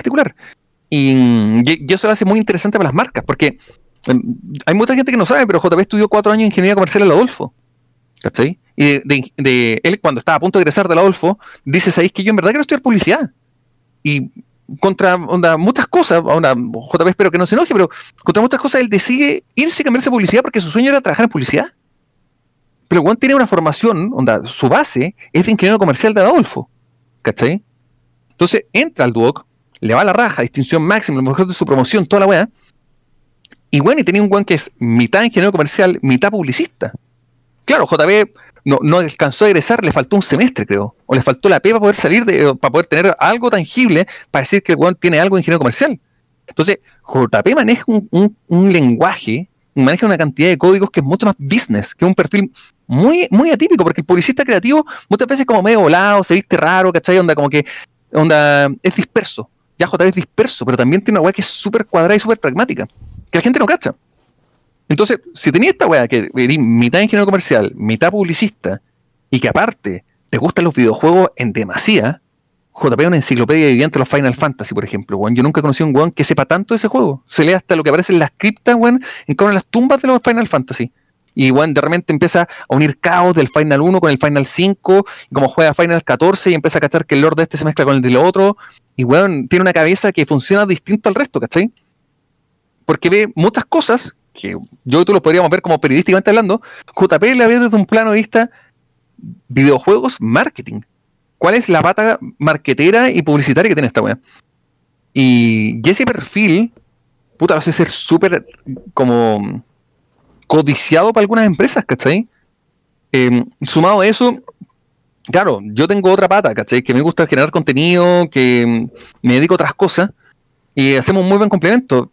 Y eso lo hace muy interesante para las marcas, porque hay mucha gente que no sabe, pero JP estudió 4 años de ingeniería comercial en la Adolfo, ¿cachai? Y él, cuando estaba a punto de egresar de la Adolfo, dice: ¿sabéis que yo en verdad quiero estudiar publicidad? Y contra muchas cosas, JP espero que no se enoje, pero contra muchas cosas él decide irse a cambiarse a publicidad porque su sueño era trabajar en publicidad. Pero Juan tiene una formación, su base es de ingeniero comercial de Adolfo, ¿cachai? Entonces entra al Duoc, le va a la raja, distinción máxima, lo mejor de su promoción, toda la weá. Y bueno, y tenía un weón que es mitad ingeniero comercial, mitad publicista. Claro, JP no alcanzó a egresar, le faltó un semestre, creo. O le faltó la P para poder salir, para poder tener algo tangible para decir que el weón tiene algo de ingeniero comercial. Entonces, JP maneja un lenguaje, maneja una cantidad de códigos que es mucho más business, que es un perfil muy, muy atípico, porque el publicista creativo muchas veces como medio volado, se viste raro, ¿cachai? Es disperso. Ya JP es disperso, pero también tiene una weá que es súper cuadrada y súper pragmática, que la gente no cacha. Entonces, si tenía esta weá que eres mitad ingeniero comercial, mitad publicista, y que aparte te gustan los videojuegos en demasía, JP es una enciclopedia viviente de los Final Fantasy, por ejemplo, weón. Yo nunca conocí a un weón que sepa tanto de ese juego. Se lee hasta lo que aparece en las criptas, weón, en cada una de las tumbas de los Final Fantasy. Y weón, de repente empieza a unir caos del Final 1 con el Final 5, y como juega Final 14 y empieza a cachar que el lore de este se mezcla con el del otro, y weón, tiene una cabeza que funciona distinto al resto, ¿cachai? Porque ve muchas cosas que yo y tú lo podríamos ver como periodísticamente hablando. JP la ve desde un plano de vista videojuegos, marketing. ¿Cuál es la pata marketera y publicitaria que tiene esta weá? Y ese perfil, puta, lo hace ser súper como codiciado para algunas empresas, ¿cachai? Sumado a eso, claro, yo tengo otra pata, ¿cachai? Que me gusta generar contenido, que me dedico a otras cosas y hacemos un muy buen complemento.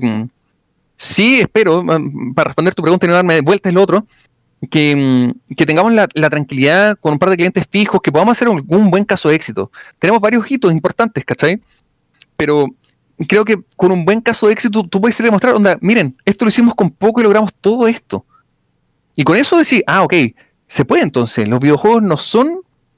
Sí, espero, para responder tu pregunta y no darme vueltas lo otro, que tengamos la tranquilidad con un par de clientes fijos, que podamos hacer un buen caso de éxito. Tenemos varios hitos importantes, ¿cachai? Pero creo que con un buen caso de éxito tú puedes ir a demostrar, miren, esto lo hicimos con poco y logramos todo esto. Y con eso decir, ok, se puede entonces. Los videojuegos no son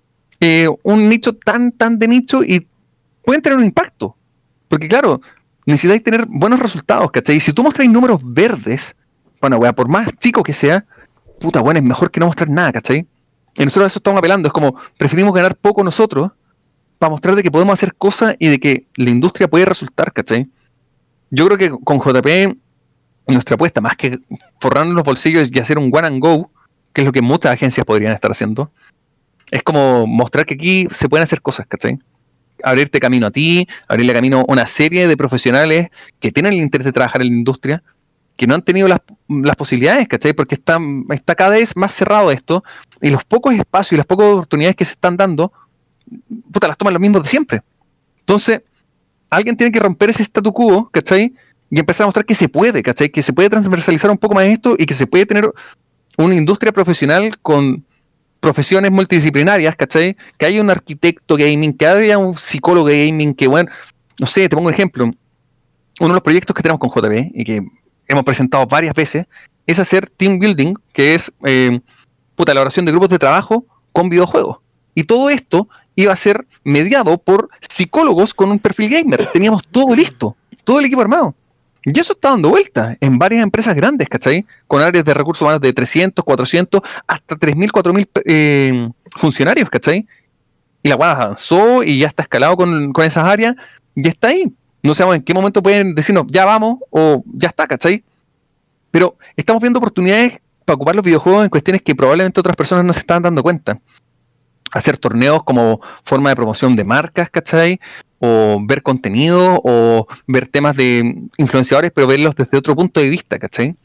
un nicho tan de nicho y pueden tener un impacto. Porque claro, necesitáis tener buenos resultados, ¿cachai? Y si tú mostráis números verdes, bueno, weá, por más chico que sea, puta, bueno, es mejor que no mostrar nada, ¿cachai? Y nosotros a eso estamos apelando, es como, preferimos ganar poco nosotros para mostrar de que podemos hacer cosas y de que la industria puede resultar, ¿cachai? Yo creo que con JP, nuestra apuesta, más que forrarnos los bolsillos y hacer un one and go, que es lo que muchas agencias podrían estar haciendo, es como mostrar que aquí se pueden hacer cosas, ¿cachai? Abrirte camino a ti, abrirle camino a una serie de profesionales que tienen el interés de trabajar en la industria, que no han tenido las posibilidades, ¿cachai? Porque está cada vez más cerrado esto, y los pocos espacios y las pocas oportunidades que se están dando, puta, las toman los mismos de siempre. Entonces, alguien tiene que romper ese statu quo, ¿cachai? Y empezar a mostrar que se puede, ¿cachai? Que se puede transversalizar un poco más esto y que se puede tener una industria profesional con profesiones multidisciplinarias, ¿cachai? Que haya un arquitecto gaming, que haya un psicólogo gaming, que bueno, no sé, te pongo un ejemplo. Uno de los proyectos que tenemos con JP y que hemos presentado varias veces es hacer team building, que es elaboración de grupos de trabajo con videojuegos. Y todo esto iba a ser mediado por psicólogos con un perfil gamer. Teníamos todo listo, todo el equipo armado. Y eso está dando vuelta en varias empresas grandes, ¿cachai? Con áreas de recursos humanos de 300, 400, hasta 3.000, 4.000 funcionarios, ¿cachai? Y la guada avanzó y ya está escalado con esas áreas, y está ahí. No sabemos en qué momento pueden decirnos, ya vamos, o ya está, ¿cachai? Pero estamos viendo oportunidades para ocupar los videojuegos en cuestiones que probablemente otras personas no se estaban dando cuenta. Hacer torneos como forma de promoción de marcas, ¿cachai? O ver contenido, o ver temas de influenciadores, pero verlos desde otro punto de vista, ¿cachai?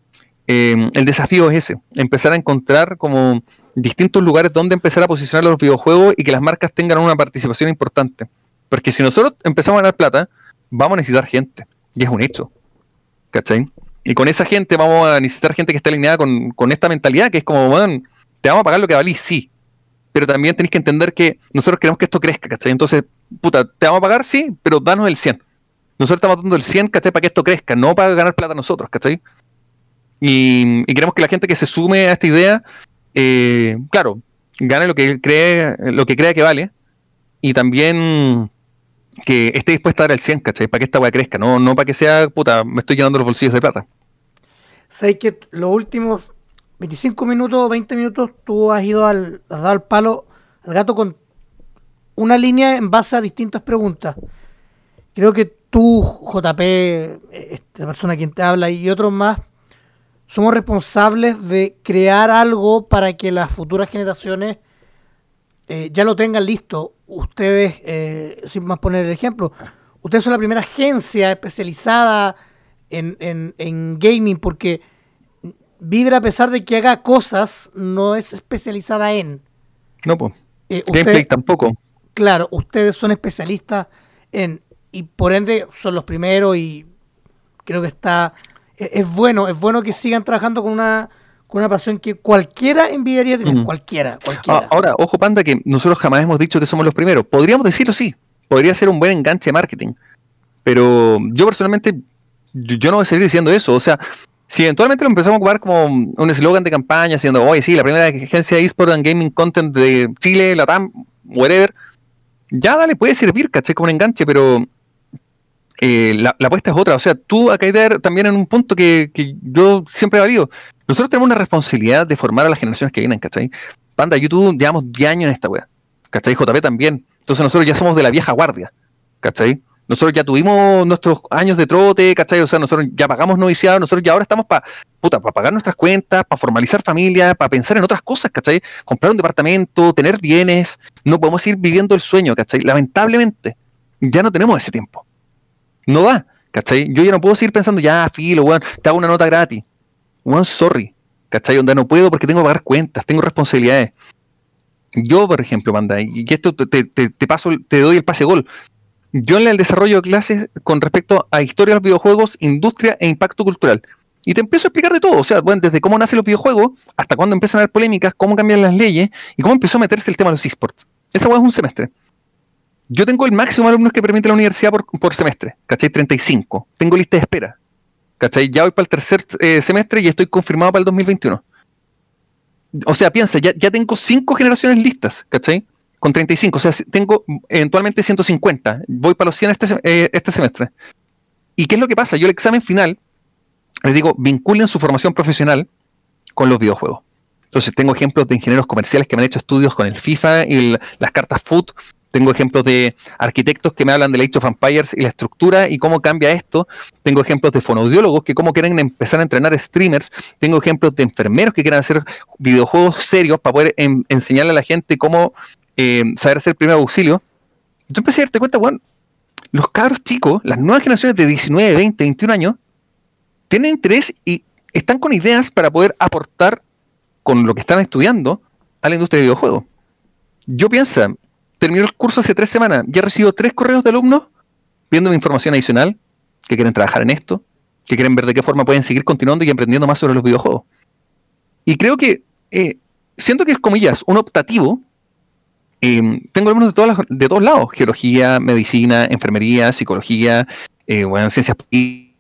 El desafío es ese, empezar a encontrar como distintos lugares donde empezar a posicionar los videojuegos y que las marcas tengan una participación importante. Porque si nosotros empezamos a ganar plata, vamos a necesitar gente, y es un hecho, ¿cachai? Y con esa gente vamos a necesitar gente que esté alineada con esta mentalidad, que es como, bueno, te vamos a pagar lo que valís, sí, pero también tenéis que entender que nosotros queremos que esto crezca, ¿cachai? Entonces, te vamos a pagar, sí, pero danos el 100. Nosotros estamos dando el 100, ¿cachai? Para que esto crezca, no para ganar plata nosotros, ¿cachai? Y queremos que la gente que se sume a esta idea, claro, gane lo que crea que vale, y también que esté dispuesta a dar el 100, ¿cachai? Para que esta weá crezca, no para que sea, me estoy llenando los bolsillos de plata. Sabes que los últimos 25 minutos, 20 minutos, tú has dado el palo al gato con una línea en base a distintas preguntas. Creo que tú, JP, esta persona quien te habla y otros más, somos responsables de crear algo para que las futuras generaciones ya lo tengan listo. Ustedes, sin más poner el ejemplo, ustedes son la primera agencia especializada en gaming, porque Vibra, a pesar de que haga cosas, no es especializada en. No, pues. Gameplay tampoco. Claro, ustedes son especialistas en, y por ende son los primeros, y creo que es bueno que sigan trabajando con una pasión que cualquiera envidiaría tener, cualquiera. Ahora, ojo, Panda, que nosotros jamás hemos dicho que somos los primeros. Podríamos decirlo, sí. Podría ser un buen enganche de marketing. Pero yo personalmente, yo no voy a seguir diciendo eso. O sea, si eventualmente lo empezamos a ocupar como un eslogan de campaña, siendo, oye, sí, la primera agencia de eSport and Gaming Content de Chile, Latam, whatever, ya dale, puede servir, ¿cachai? Como un enganche, pero la apuesta es otra. O sea, tú acá hay también en un punto que yo siempre he valido. Nosotros tenemos una responsabilidad de formar a las generaciones que vienen, ¿cachai? Panda, YouTube llevamos 10 años en esta wea, ¿cachai? JP también. Entonces nosotros ya somos de la vieja guardia, ¿cachai? Nosotros ya tuvimos nuestros años de trote, ¿cachai? O sea, nosotros ya pagamos noviciado, nosotros ya ahora estamos para pagar nuestras cuentas, para formalizar familia, para pensar en otras cosas, ¿cachai? Comprar un departamento, tener bienes. No podemos ir viviendo el sueño, ¿cachai? Lamentablemente, ya no tenemos ese tiempo. No da, ¿cachai? Yo ya no puedo seguir pensando, ya, filo, weón, te hago una nota gratis. Weón, sorry, ¿cachai? Donde no puedo porque tengo que pagar cuentas, tengo responsabilidades. Yo, por ejemplo, Panda, y esto te doy el pase gol. Yo en el desarrollo de clases con respecto a historia de los videojuegos, industria e impacto cultural. Y te empiezo a explicar de todo, o sea, bueno, desde cómo nacen los videojuegos, hasta cuándo empiezan a haber polémicas, cómo cambian las leyes, y cómo empezó a meterse el tema de los esports. Esa hueá es un semestre. Yo tengo el máximo de alumnos que permite la universidad por semestre, ¿cachai? 35. Tengo lista de espera, ¿cachai? Ya voy para el tercer semestre y estoy confirmado para el 2021. O sea, piensa, ya tengo 5 generaciones listas, ¿cachai? Con 35, o sea, tengo eventualmente 150. Voy para los 100 este semestre. ¿Y qué es lo que pasa? Yo el examen final, les digo, vinculen su formación profesional con los videojuegos. Entonces tengo ejemplos de ingenieros comerciales que me han hecho estudios con el FIFA y las cartas FUT. Tengo ejemplos de arquitectos que me hablan de Age of Empires y la estructura y cómo cambia esto. Tengo ejemplos de fonoaudiólogos que cómo quieren empezar a entrenar streamers. Tengo ejemplos de enfermeros que quieren hacer videojuegos serios para poder enseñarle a la gente cómo saber hacer primer auxilio. Y tú empecé a darte cuenta, bueno, los cabros chicos, las nuevas generaciones de 19, 20, 21 años, tienen interés y están con ideas para poder aportar con lo que están estudiando a la industria de videojuegos. Yo pienso, terminó el curso hace 3 semanas, ya he recibido 3 correos de alumnos pidiéndome información adicional, que quieren trabajar en esto, que quieren ver de qué forma pueden seguir continuando y aprendiendo más sobre los videojuegos. Y creo que siento que es, comillas, un optativo. Tengo alumnos de todos lados: geología, medicina, enfermería, psicología, bueno, ciencias políticas.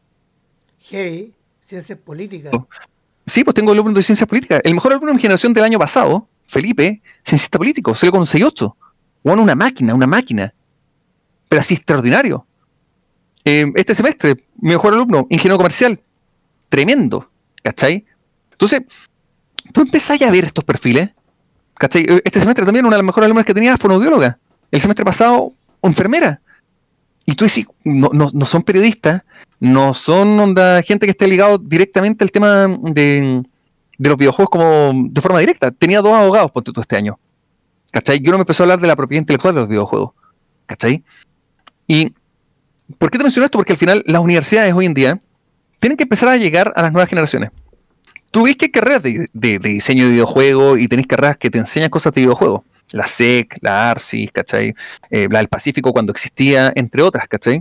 Hey, ciencias políticas. Sí, pues tengo alumnos de ciencias políticas. El mejor alumno de mi generación del año pasado, Felipe, ciencista político, salió con un 6.8. Bueno, una máquina. Pero así extraordinario. Este semestre, mi mejor alumno, ingeniero comercial, tremendo, ¿cachai? Entonces, tú empezás ya a ver estos perfiles, ¿cachai? Este semestre también una de las mejores alumnas que tenía fue una audióloga. El semestre pasado, enfermera. Y tú decís, no son periodistas, no son gente que esté ligado directamente al tema de los videojuegos como de forma directa. Tenía 2 abogados, ponte tú, este año, ¿cachai? Yo no me empezó a hablar de la propiedad intelectual de los videojuegos, ¿cachai? Y ¿por qué te menciono esto? Porque al final las universidades hoy en día tienen que empezar a llegar a las nuevas generaciones. Tú ves que hay carreras de diseño de videojuegos y tenés carreras que te enseñan cosas de videojuegos. La SEC, la ARCIS, ¿cachai? La del Pacífico cuando existía, entre otras, ¿cachai?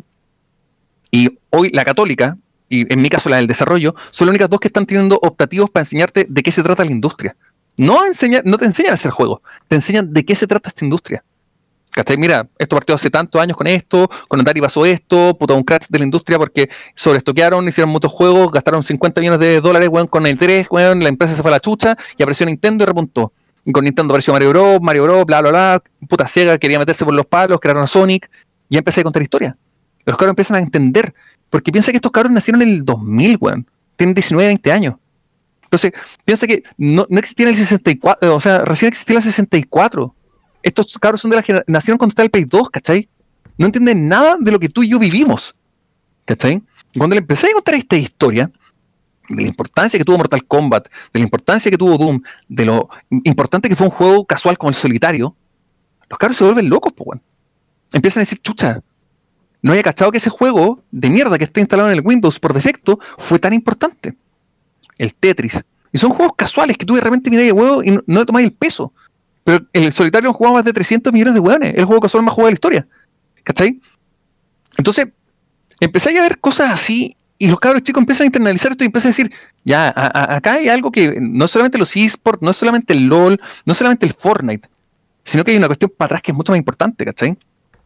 Y hoy la Católica, y en mi caso la del Desarrollo, son las únicas 2 que están teniendo optativos para enseñarte de qué se trata la industria. No te enseñan a hacer juegos, te enseñan de qué se trata esta industria. ¿Cachai? Mira, esto partió hace tantos años con esto, con Atari pasó esto, puta, un crash de la industria porque sobreestoquearon, hicieron muchos juegos, gastaron $50 millones, weón, con el 3, weón, la empresa se fue a la chucha y apareció Nintendo y repuntó. Y con Nintendo apareció Mario Bros, bla, bla, bla, puta, Sega quería meterse por los palos, crearon a Sonic, y empecé a contar historia. Los cabros empiezan a entender, porque piensa que estos cabros nacieron en el 2000, weón, tienen 19, 20 años. Entonces, piensa que no existía en el 64, o sea, recién existía el 64. Estos cabros son de la generación cuando está el Play 2, ¿cachai? No entienden nada de lo que tú y yo vivimos, ¿cachai? Cuando le empecé a contar esta historia, de la importancia que tuvo Mortal Kombat, de la importancia que tuvo Doom, de lo importante que fue un juego casual como el solitario, los cabros se vuelven locos, pues, weón. Empiezan a decir, chucha, no había cachado que ese juego de mierda que está instalado en el Windows por defecto fue tan importante. El Tetris. Y son juegos casuales que tú de repente miras de huevo y no le tomáis el peso. Pero el solitario han jugado más de 300 millones de hueones. El juego casual más jugado de la historia. ¿Cachai? Entonces, empecé a ver cosas así y los cabros chicos empiezan a internalizar esto y empiezan a decir, ya, acá hay algo que no es solamente los eSports, no es solamente el LOL, no es solamente el Fortnite, sino que hay una cuestión para atrás que es mucho más importante, ¿cachai?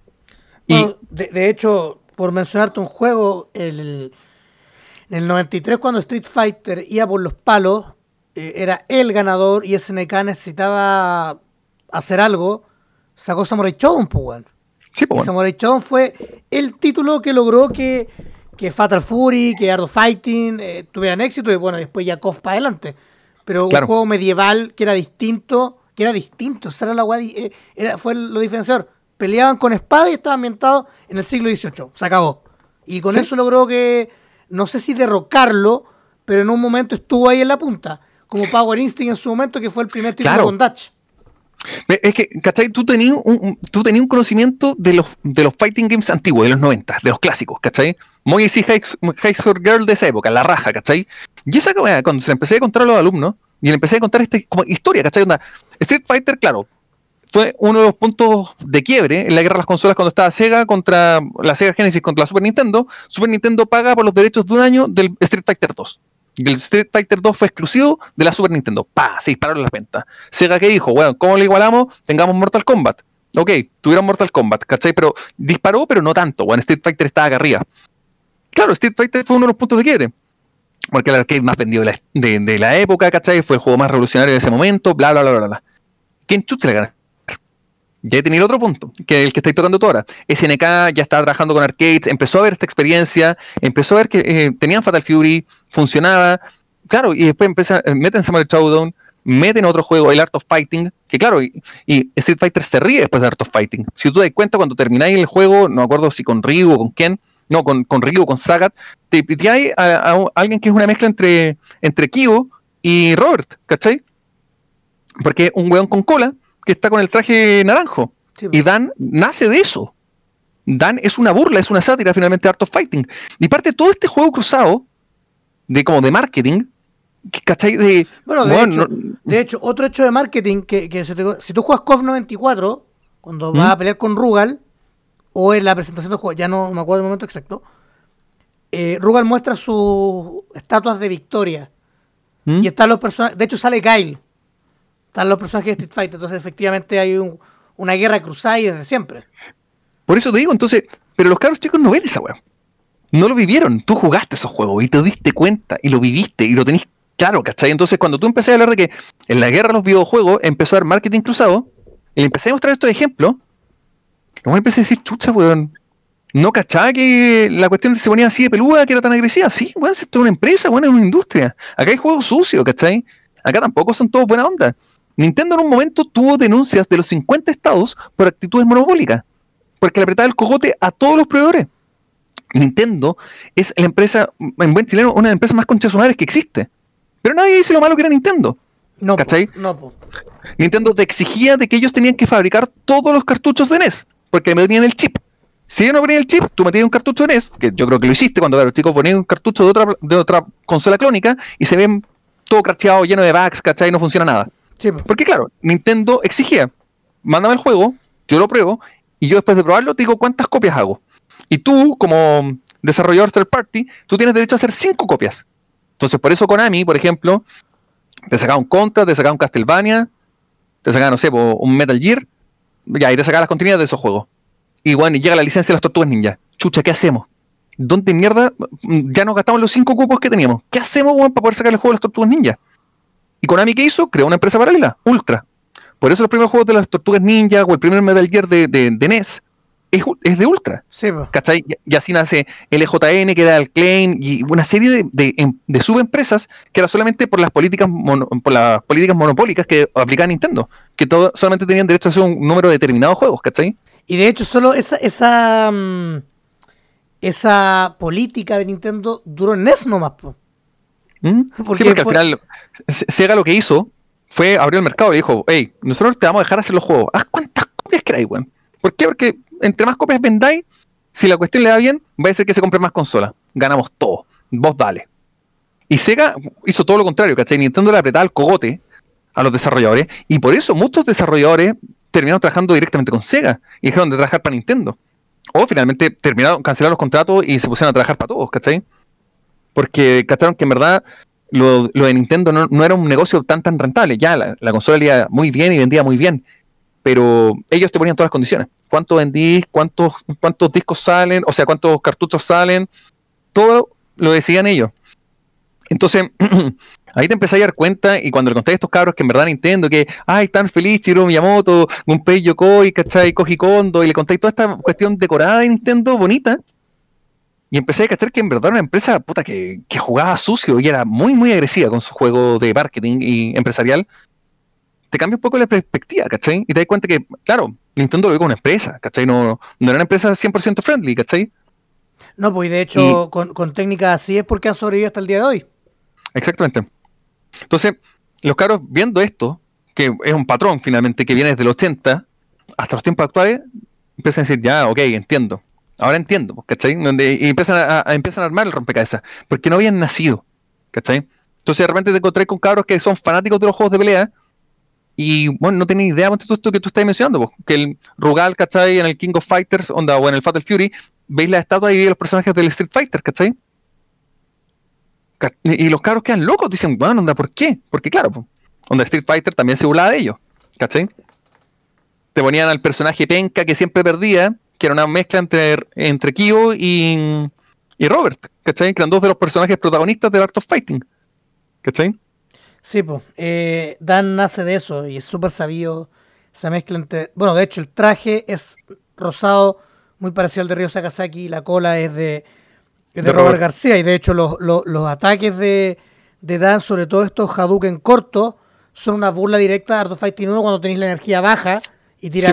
Bueno, de hecho, por mencionarte un juego, en el 93 cuando Street Fighter iba por los palos, era el ganador y SNK necesitaba hacer algo, sacó Samurai Shodown, pues, weón. Sí, pues, Y Samurai Shodown fue el título que logró que Fatal Fury, que Art of Fighting tuvieran éxito y bueno, después ya KOF para adelante. Pero claro, un juego medieval que era distinto, esa era la guay, fue lo diferenciador. Peleaban con espada y estaba ambientado en el siglo XVIII, se acabó. Y con eso logró que, no sé si derrocarlo, pero en un momento estuvo ahí en la punta. Como Power Instinct en su momento, que fue el primer título con Dutch. Es que, ¿cachai? Tú tenías un conocimiento de los fighting games antiguos, de los 90, de los clásicos, ¿cachai? Muy así High Score Girl de esa época, la raja, ¿cachai? Y esa, cuando se le empecé a contar a los alumnos, y le empecé a contar como historia, ¿cachai? Street Fighter, claro, fue uno de los puntos de quiebre en la guerra de las consolas cuando estaba Sega contra la Sega Genesis contra la Super Nintendo. Super Nintendo paga por los derechos de un año del Street Fighter 2. Y el Street Fighter 2 fue exclusivo de la Super Nintendo. Se dispararon las ventas. Sega, que dijo, bueno, ¿cómo le igualamos? Tengamos Mortal Kombat. Ok, tuvieron Mortal Kombat, ¿cachai? Pero disparó, pero no tanto. Bueno, Street Fighter estaba acá arriba. Claro, Street Fighter fue uno de los puntos de quiebre. Porque el arcade más vendido de la época, ¿cachai? Fue el juego más revolucionario de ese momento, bla, bla, bla, bla, bla. ¿Quién chucha le gana? Ya tenía el otro punto, que es el que estáis tocando tú ahora. SNK ya estaba trabajando con arcades, empezó a ver esta experiencia, empezó a ver que tenían Fatal Fury, funcionaba, claro, y después meten Samurai Shodown, meten otro juego, el Art of Fighting, que claro, y Street Fighter se ríe después de Art of Fighting. Si tú te das cuenta, cuando termináis el juego, no me acuerdo si con Ryu o con quién, no, con Ryu o con Sagat, te hay a alguien que es una mezcla entre Kyo y Robert, ¿cachai? Porque es un weón con cola, que está con el traje naranjo. Sí, y Dan nace de eso. Dan es una burla, es una sátira finalmente de Art of Fighting. Y parte de todo este juego cruzado de marketing, ¿cachai? Bueno, de hecho, otro hecho de marketing que si tú juegas KOF 94, cuando vas a pelear con Rugal, o en la presentación del juego, ya no me acuerdo el momento exacto, Rugal muestra sus estatuas de victoria. Y están los personajes, de hecho sale Guile. Están los personajes de Street Fighter, entonces efectivamente hay una guerra cruzada ahí desde siempre. Por eso te digo, entonces, pero los cabros chicos no ven esa weá. No lo vivieron. Tú jugaste esos juegos y te diste cuenta y lo viviste y lo tenés claro, ¿cachai? Entonces, cuando tú empecé a hablar de que en la guerra de los videojuegos empezó a haber marketing cruzado, y le empecé a mostrar estos ejemplos, luego empecé a decir, chucha, weón, no cachaba que la cuestión se ponía así de peluda, que era tan agresiva. Sí, weón, esto es una empresa, weón, es una industria. Acá hay juegos sucios, ¿cachai? Acá tampoco son todos buena onda. Nintendo en un momento tuvo denuncias de los 50 estados por actitudes monopólicas, porque le apretaba el cogote a todos los proveedores. Nintendo es la empresa, en buen chileno, una de las empresas más conchasumares que existe. Pero nadie dice lo malo que era Nintendo. No, ¿cachai? No. Nintendo te exigía de que ellos tenían que fabricar todos los cartuchos de NES, porque me tenían el chip. Si ellos no ponían el chip, tú metías un cartucho de NES, que yo creo que lo hiciste cuando los chicos ponían un cartucho de otra consola clónica y se ven todo cracheado, lleno de bugs, ¿cachai? Y no funciona nada. Sí. Porque claro, Nintendo exigía, mándame el juego, yo lo pruebo, y yo después de probarlo te digo cuántas copias hago. Y tú, como desarrollador third party, tú tienes derecho a hacer 5 copias. Entonces, por eso Konami, por ejemplo, te sacaba un Contra, te sacaba un Castlevania, te sacaba, no sé, un Metal Gear, ya, y te sacaba las continuidades de esos juegos. Y bueno, y llega la licencia de las Tortugas Ninja. Chucha, ¿qué hacemos? ¿Dónde mierda ya nos gastamos los 5 cupos que teníamos? ¿Qué hacemos, weón, para poder sacar el juego de las Tortugas Ninja? Y Konami, ¿qué hizo? Creó una empresa paralela, Ultra. Por eso los primeros juegos de las Tortugas Ninja o el primer Metal Gear de NES es de Ultra. Sí, ¿cachai? Y así nace LJN, que era el Claim, y una serie de subempresas que era solamente por las políticas monopólicas que aplicaba Nintendo, que solamente tenían derecho a hacer un número determinado de juegos, ¿cachai? Y de hecho solo esa política de Nintendo duró en NES nomás, po. Porque al final Sega lo que hizo fue abrió el mercado y le dijo, hey, nosotros te vamos a dejar hacer los juegos. Haz cuántas copias queráis, weón. ¿Por qué? Porque entre más copias vendáis, si la cuestión le da bien, va a ser que se compren más consolas. Ganamos todo. Vos dale. Y Sega hizo todo lo contrario, ¿cachai? Nintendo le apretaba el cogote a los desarrolladores y por eso muchos desarrolladores terminaron trabajando directamente con Sega y dejaron de trabajar para Nintendo. O finalmente cancelaron los contratos y se pusieron a trabajar para todos, ¿cachai? Porque cacharon que en verdad lo de Nintendo no era un negocio tan rentable. Ya la consola le iba muy bien y vendía muy bien, pero ellos te ponían todas las condiciones. ¿Cuánto vendís? ¿Cuántos discos salen? O sea, ¿cuántos cartuchos salen? Todo lo decidían ellos. Entonces, ahí te empezás a dar cuenta, y cuando le conté a estos cabros que en verdad Nintendo, que, ay, tan feliz Shigeru Miyamoto, Gunpei Yokoi, ¿cachai? Koji Kondo, y le conté toda esta cuestión decorada de Nintendo, bonita, y empecé a cachar que en verdad era una empresa, puta, que jugaba sucio y era muy, muy agresiva con su juego de marketing y empresarial. Te cambia un poco la perspectiva, ¿cachai? Y te das cuenta que, claro, Nintendo lo ve como una empresa, ¿cachai? No era una empresa 100% friendly, ¿cachai? No, pues de hecho, con técnicas así es porque han sobrevivido hasta el día de hoy. Exactamente. Entonces, los caros viendo esto, que es un patrón finalmente que viene desde los 80 hasta los tiempos actuales, empiezan a decir, ya, ok, entiendo. Ahora entiendo, ¿cachai? Y empiezan a armar el rompecabezas, porque no habían nacido, ¿cachai? Entonces de repente te encontré con cabros que son fanáticos de los juegos de pelea y, bueno, no tienen idea de esto que tú estás mencionando, que el Rugal, ¿cachai? En el King of Fighters, o en el Fatal Fury, veis la estatua y veis los personajes del Street Fighter, ¿cachai? Y los cabros quedan locos, dicen, bueno, onda, ¿por qué? Porque claro, onda Street Fighter también se burlaba de ellos, ¿cachai? Te ponían al personaje penca que siempre perdía, que era una mezcla entre Kyo y Robert, ¿cachai? Que eran dos de los personajes protagonistas de Art of Fighting, ¿cachai? Sí, pues, Dan nace de eso y es súper sabido esa mezcla entre... Bueno, de hecho, el traje es rosado, muy parecido al de Ryo Sakazaki, y la cola es de Robert García, y de hecho los ataques de Dan, sobre todo estos Hadouken cortos, son una burla directa de Art of Fighting 1 cuando tenéis la energía baja y tiras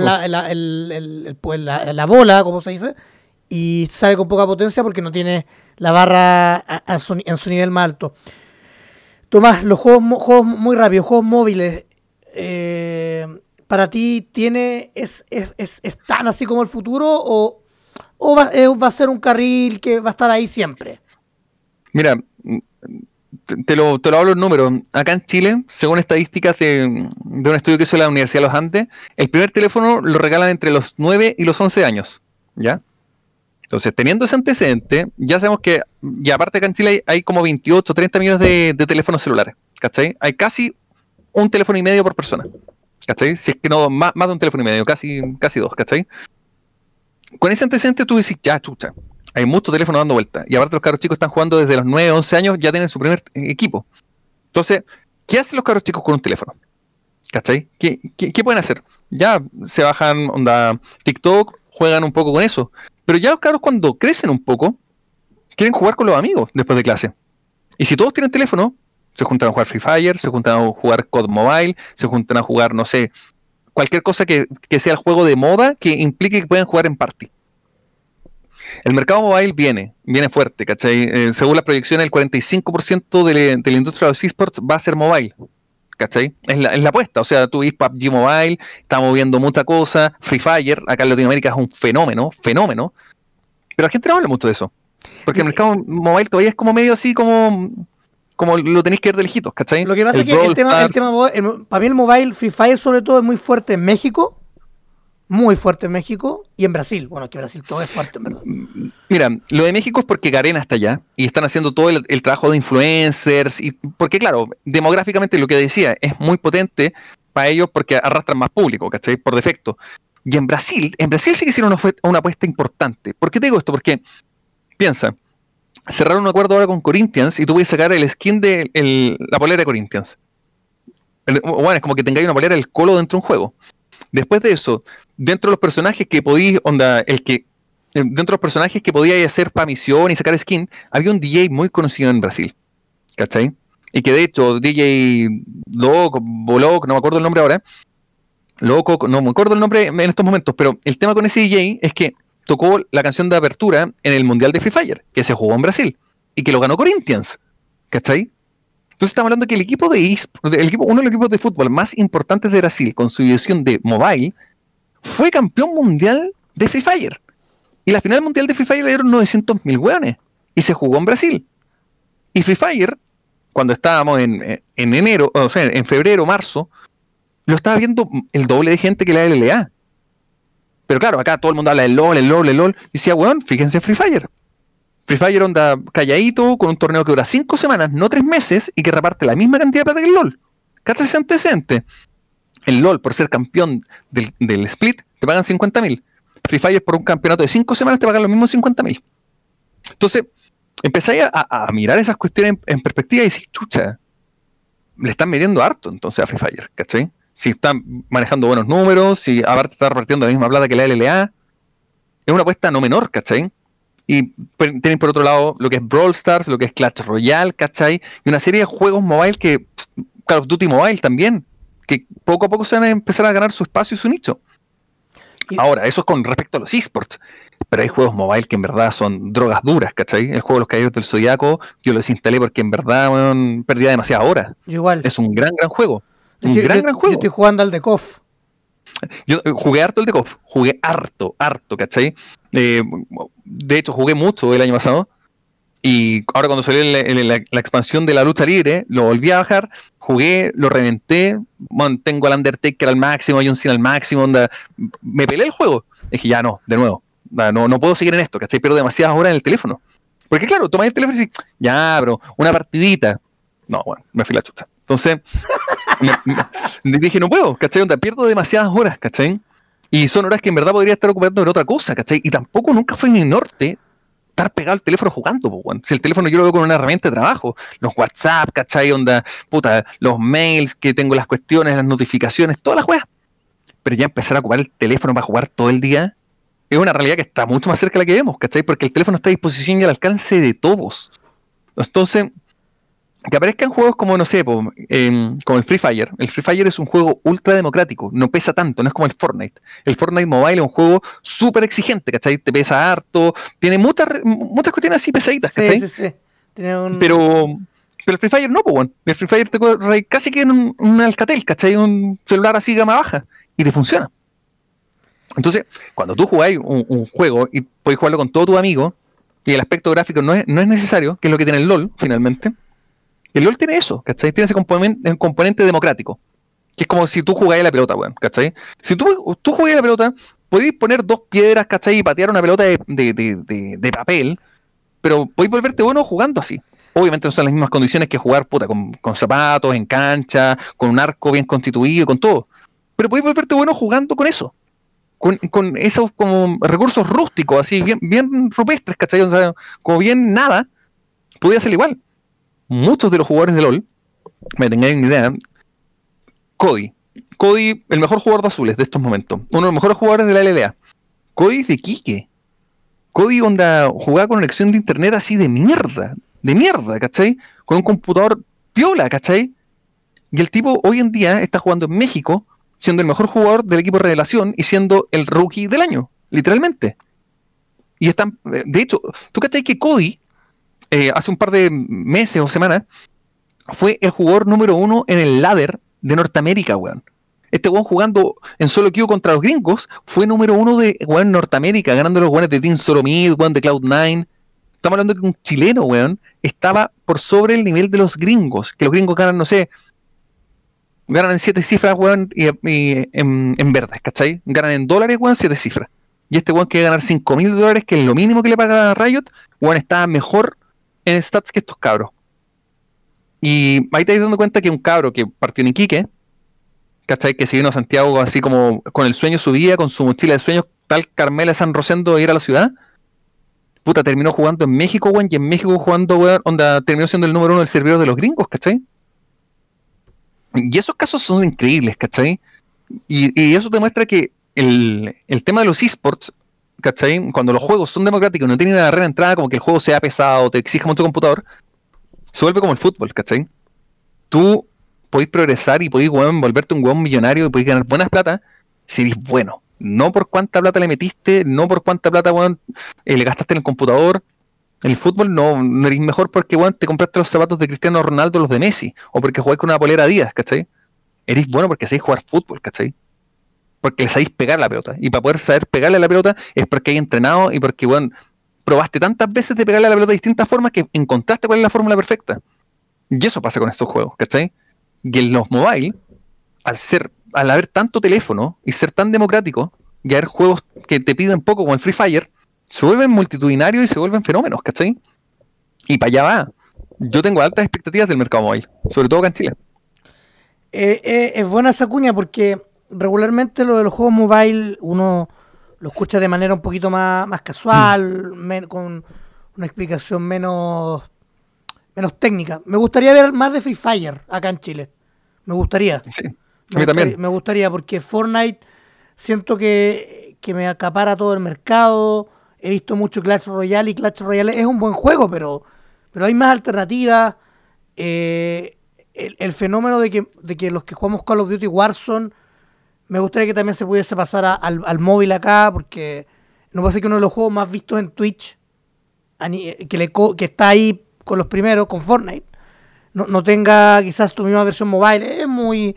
la bola, como se dice, y sale con poca potencia porque no tiene la barra en su nivel más alto. Tomás, los juegos muy rápidos, juegos móviles, ¿para ti es tan así como el futuro o va a ser un carril que va a estar ahí siempre? Mira, te lo hablo en números. Acá en Chile, según estadísticas de un estudio que hizo la Universidad de los Andes, el primer teléfono lo regalan entre los 9 y los 11 años, ¿ya? Entonces, teniendo ese antecedente, ya sabemos que, y aparte acá en Chile hay como 28, 30 millones de teléfonos celulares, ¿cachai? Hay casi un teléfono y medio por persona, ¿cachai? Si es que no, más de un teléfono y medio, casi dos, ¿cachai? Con ese antecedente tú decís, ya, chucha, hay muchos teléfonos dando vuelta. Y aparte los cabros chicos están jugando desde los 9, 11 años, ya tienen su primer equipo. Entonces, ¿qué hacen los cabros chicos con un teléfono? ¿Cachai? ¿Qué pueden hacer? Ya se bajan onda TikTok, juegan un poco con eso. Pero ya los cabros cuando crecen un poco, quieren jugar con los amigos después de clase. Y si todos tienen teléfono, se juntan a jugar Free Fire, se juntan a jugar COD Mobile, se juntan a jugar, no sé, cualquier cosa que sea el juego de moda que implique que puedan jugar en party. El mercado mobile viene fuerte, ¿cachai? Según las proyecciones, el 45% de la industria de los esports va a ser mobile, ¿cachai? Es la apuesta, o sea, tú ves PUBG Mobile, está moviendo mucha cosa, Free Fire, acá en Latinoamérica es un fenómeno, pero la gente no habla mucho de eso, porque el mercado mobile todavía es como medio así como lo tenéis que ver de lejitos, ¿cachai? Lo que pasa es que el tema para mí el mobile Free Fire sobre todo es muy fuerte en México, y en Brasil. Bueno, que Brasil todo es fuerte, en verdad. Mira, lo de México es porque Garena está allá y están haciendo todo el trabajo de influencers, y porque claro, demográficamente lo que decía, es muy potente para ellos porque arrastran más público, ¿cachai? Por defecto. Y en Brasil sí que hicieron una apuesta importante. ¿Por qué te digo esto? Porque, piensa, cerraron un acuerdo ahora con Corinthians y tú puedes sacar el skin de la polera de Corinthians. Bueno, es como que tengáis una polera del Colo dentro de un juego. Después de eso, dentro de los personajes que podíais, dentro de los personajes que podíais hacer para misión y sacar skin, había un DJ muy conocido en Brasil, ¿cachai? Y que de hecho, DJ Bolok, no me acuerdo el nombre ahora, no me acuerdo el nombre en estos momentos, pero el tema con ese DJ es que tocó la canción de apertura en el Mundial de Free Fire, que se jugó en Brasil, y que lo ganó Corinthians, ¿cachai? Entonces estamos hablando que uno de los equipos de fútbol más importantes de Brasil, con su división de mobile, fue campeón mundial de Free Fire. Y la final mundial de Free Fire le dieron 900.000 hueones. Y se jugó en Brasil. Y Free Fire, cuando estábamos en enero, o sea, en febrero, marzo, lo estaba viendo el doble de gente que la LLA. Pero claro, acá todo el mundo habla del LOL. Y decía, weón, fíjense en Free Fire. Free Fire onda calladito, con un torneo que dura 5 semanas, no 3 meses, y que reparte la misma cantidad de plata que el LOL. ¿Cacha ese antecedente? El LOL, por ser campeón del split, te pagan 50.000. Free Fire, por un campeonato de 5 semanas, te pagan los mismos 50.000. Entonces, empezáis a mirar esas cuestiones en perspectiva y decís, chucha, le están midiendo harto entonces a Free Fire, ¿cachai? Si están manejando buenos números, si aparte está repartiendo la misma plata que la LLA, es una apuesta no menor, ¿cachai? Y tienen por otro lado lo que es Brawl Stars, lo que es Clash Royale, ¿cachai? Y una serie de juegos mobile que, Call of Duty Mobile también, que poco a poco se van a empezar a ganar su espacio y su nicho. Ahora, eso es con respecto a los esports, pero hay juegos mobile que en verdad son drogas duras, ¿cachai? El juego de los Caballeros del Zodiaco, yo lo desinstalé porque en verdad, bueno, perdía demasiadas horas. Igual. Es un gran juego. Gran juego. Yo estoy jugando al de KOF. Yo jugué harto el de KOF, jugué harto, ¿cachai? De hecho, jugué mucho el año pasado. Y ahora cuando salió la expansión de la lucha libre, lo volví a bajar, jugué, lo reventé. Bueno, tengo al Undertaker al máximo, a John Cena al máximo. Me pelé el juego. Dije, ya no, de nuevo. No puedo seguir en esto, ¿cachai? Pierdo demasiadas horas en el teléfono. Porque claro, tomas el teléfono y dices, ya, pero una partidita. No, bueno, me fui la chucha. Entonces, dije, no puedo, ¿cachai? Pierdo demasiadas horas, ¿cachai? Y son horas que en verdad podría estar ocupando en otra cosa, ¿cachai? Y tampoco nunca fue en mi norte estar pegado al teléfono jugando, pues, bueno. Si el teléfono yo lo veo con una herramienta de trabajo, los WhatsApp, ¿cachai? Los mails, que tengo las cuestiones, las notificaciones, todas las weas. Pero ya empezar a ocupar el teléfono para jugar todo el día es una realidad que está mucho más cerca de la que vemos, ¿cachai? Porque el teléfono está a disposición y al alcance de todos. Entonces, que aparezcan juegos como, no sé, como el Free Fire. El Free Fire es un juego ultra democrático, no pesa tanto, no es como el Fortnite. El Fortnite Mobile es un juego súper exigente, ¿cachai? Te pesa harto, tiene muchas cuestiones así pesaditas, ¿cachai? Sí. Pero el Free Fire no, pues bueno. El Free Fire te corre casi que en un Alcatel, ¿cachai? Un celular así gama baja, y te funciona. Entonces, cuando tú jugáis un juego y podéis jugarlo con todos tus amigos, y el aspecto gráfico no es necesario, que es lo que tiene el LOL, finalmente. El LOL tiene eso, ¿cachai? Tiene ese componente democrático. Que es como si tú jugáis a la pelota, weón, ¿cachai? Si tú jugáis a la pelota, podéis poner 2 piedras, ¿cachai? Y patear una pelota de papel, pero podéis volverte bueno jugando así. obviamente no son las mismas condiciones que jugar puta, con zapatos, en cancha, con un arco bien constituido, con todo. Pero podés volverte bueno jugando con eso. Con esos como recursos rústicos, así, bien rupestres, ¿cachai? O sea, como bien nada, podía ser igual. Muchos de los jugadores de LoL, me tengáis una idea, Cody, el mejor jugador de azules de estos momentos, uno de los mejores jugadores de la LLA. Cody de Quique. Cody onda jugaba con conexión de internet así de mierda, ¿cachai? Con un computador piola, ¿cachai? Y el tipo hoy en día está jugando en México, siendo el mejor jugador del equipo de revelación y siendo el rookie del año, literalmente. Y están, de hecho, ¿tú cachai que Cody, hace un par de meses o semanas, fue el jugador número 1 en el ladder de Norteamérica, weón? Este weón jugando en solo queue contra los gringos, fue número 1 de weón Norteamérica, ganando los weones de Team Solomid, weón de Cloud9. Estamos hablando de que un chileno, weón, estaba por sobre el nivel de los gringos, que los gringos ganan, no sé, ganan en 7 cifras, weón, y en verdes, ¿cachai? Ganan en dólares, weón, 7 cifras. Y este weón quiere ganar $5,000, que es lo mínimo que le paga a Riot, weón, está mejor en stats que estos cabros. Y ahí te estás dando cuenta que un cabro que partió en Iquique, ¿cachai? Que se vino a Santiago así como con el sueño su vida, con su mochila de sueños, tal Carmela San Rosendo de ir a la ciudad. Puta, terminó jugando en México, weón, y en México jugando, weón, onda, terminó siendo el número 1 del servidor de los gringos, ¿cachai? Y esos casos son increíbles, ¿cachai? Y eso demuestra que el tema de los esports, ¿cachai? Cuando los juegos son democráticos y no tienen una barrera de entrada, como que el juego sea pesado, te exija mucho computador, se vuelve como el fútbol, ¿cachai? Tú podéis progresar y podéis, weón, volverte un weón millonario y podéis ganar buenas plata si eres bueno. No por cuánta plata le metiste, no por cuánta plata, weón, le gastaste en el computador. En el fútbol no eres mejor porque, weón, te compraste los zapatos de Cristiano Ronaldo, los de Messi, o porque jugáis con una polera Adidas, ¿cachai? Eres bueno porque sabéis jugar fútbol, ¿cachai? Porque le sabéis pegar la pelota. Y para poder saber pegarle a la pelota es porque hay entrenado y porque, weón, probaste tantas veces de pegarle a la pelota de distintas formas que encontraste cuál es la fórmula perfecta. Y eso pasa con estos juegos, ¿cachai? Y en los mobile, al haber tanto teléfono y ser tan democrático, y haber juegos que te piden poco como el Free Fire, se vuelven multitudinarios y se vuelven fenómenos, ¿cachai? Y para allá va. Yo tengo altas expectativas del mercado móvil, sobre todo acá en Chile. Es buena esa cuña porque regularmente lo de los juegos mobile uno lo escucha de manera un poquito más casual, con una explicación menos técnica. Me gustaría ver más de Free Fire acá en Chile. Me gustaría. Sí, a mí también. Me gustaría porque Fortnite siento que me acapara todo el mercado. He visto mucho Clash Royale y Clash Royale es un buen juego, pero hay más alternativas. El fenómeno de que los que jugamos Call of Duty Warzone, me gustaría que también se pudiese pasar al móvil acá, porque no puede ser que uno de los juegos más vistos en Twitch, que está ahí con los primeros, con Fortnite, no tenga quizás tu misma versión mobile. Es muy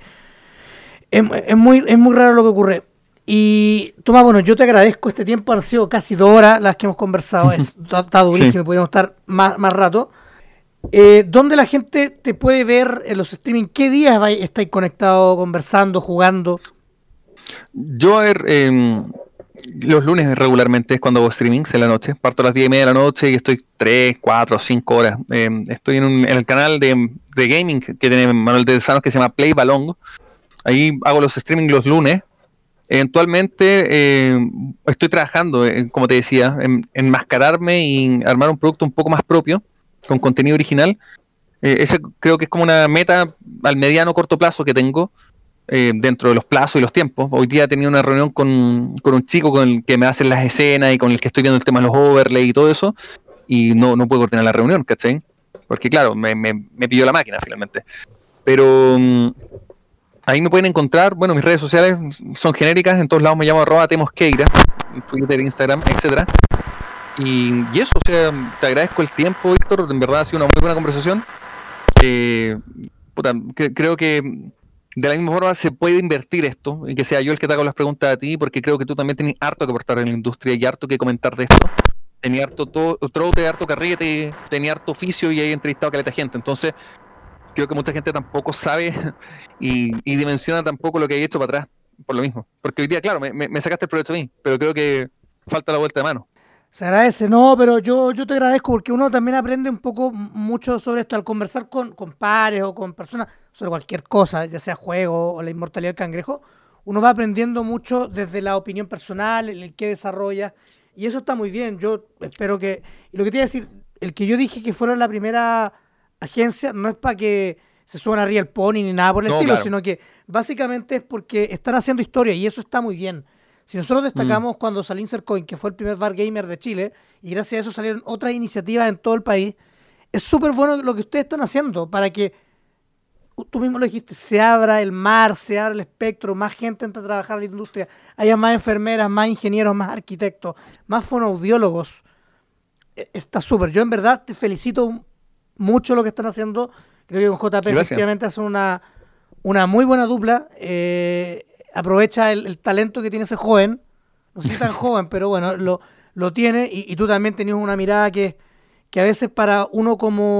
raro lo que ocurre. Y Tomás, bueno, yo te agradezco este tiempo, han sido casi 2 horas las que hemos conversado, está durísimo, sí. Podríamos estar más rato. ¿Dónde la gente te puede ver en los streaming? ¿Qué días estáis conectados, conversando, jugando? Yo, a ver, los lunes regularmente es cuando hago streamings en la noche. Parto a las 10:30 de la noche y estoy 3, 4, 5 horas. Estoy en el canal de gaming que tiene Manuel de Sanos que se llama Play Balong. Ahí hago los streamings los lunes. Eventualmente estoy trabajando, como te decía, en enmascararme y armar un producto un poco más propio, con contenido original. Ese creo que es como una meta al mediano corto plazo que tengo, dentro de los plazos y los tiempos. Hoy día he tenido una reunión con un chico con el que me hace las escenas y con el que estoy viendo el tema de los overlays y todo eso, y no puedo coordinar la reunión, ¿cachai? Porque claro, me pilló la máquina finalmente. Pero ahí me pueden encontrar, bueno, mis redes sociales son genéricas, en todos lados me llamo @temosqueira, en Twitter, Instagram, etcétera. Y eso, o sea, te agradezco el tiempo, Víctor, en verdad ha sido una muy buena conversación. Creo que de la misma forma se puede invertir esto, y que sea yo el que te haga las preguntas a ti, porque creo que tú también tenés harto que aportar en la industria y harto que comentar de esto. Tenía harto trote, harto carrete, tenía harto oficio y he entrevistado a caleta gente, entonces creo que mucha gente tampoco sabe y dimensiona tampoco lo que hay hecho para atrás, por lo mismo. Porque hoy día, claro, me sacaste el provecho a mí, pero creo que falta la vuelta de mano. Se agradece, no, pero yo te agradezco porque uno también aprende un poco mucho sobre esto al conversar con pares o con personas sobre cualquier cosa, ya sea juego o la inmortalidad del cangrejo. Uno va aprendiendo mucho desde la opinión personal, el que desarrolla, y eso está muy bien. Yo espero que. Y lo que te iba a decir, el que yo dije que fuera la primera agencia no es para que se suban arriba el pony ni nada por el No, estilo, claro. sino que básicamente es porque están haciendo historia y eso está muy bien. Si nosotros destacamos cuando salió Insercoin, que fue el primer bar gamer de Chile, y gracias a eso salieron otras iniciativas en todo el país, es súper bueno lo que ustedes están haciendo para que, tú mismo lo dijiste, se abra el mar, se abra el espectro, más gente entra a trabajar en la industria, haya más enfermeras, más ingenieros, más arquitectos, más fonoaudiólogos. Está súper. Yo en verdad te felicito mucho lo que están haciendo. Creo que con JP Gracias. efectivamente hacen una muy buena dupla. Aprovecha el talento que tiene ese joven. No sé si tan joven, pero bueno, lo tiene. Y tú también tenías una mirada que a veces para uno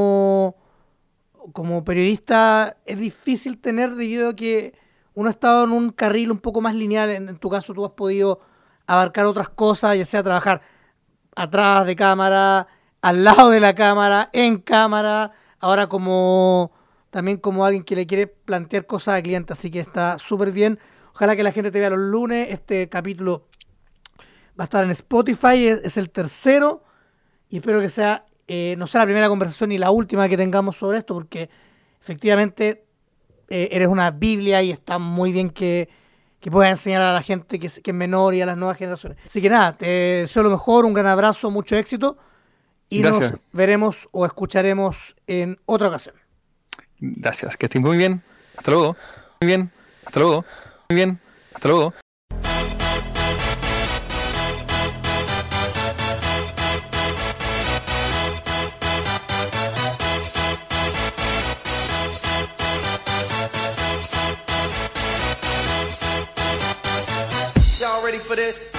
como periodista es difícil tener debido a que uno ha estado en un carril un poco más lineal. En tu caso tú has podido abarcar otras cosas, ya sea trabajar atrás de cámara, al lado de la cámara, en cámara, ahora también como alguien que le quiere plantear cosas al cliente, así que está súper bien. Ojalá que la gente te vea los lunes. Este capítulo va a estar en Spotify, es el tercero, y espero que sea no sea la primera conversación ni la última que tengamos sobre esto, porque efectivamente eres una Biblia y está muy bien que puedas enseñar a la gente que es menor y a las nuevas generaciones. Así que nada, te deseo lo mejor, un gran abrazo, mucho éxito y Gracias. nos veremos o escucharemos en otra ocasión. Gracias, que estés muy bien. Hasta luego. Muy bien. Hasta luego. Muy bien. Hasta luego. Y'all ready for this?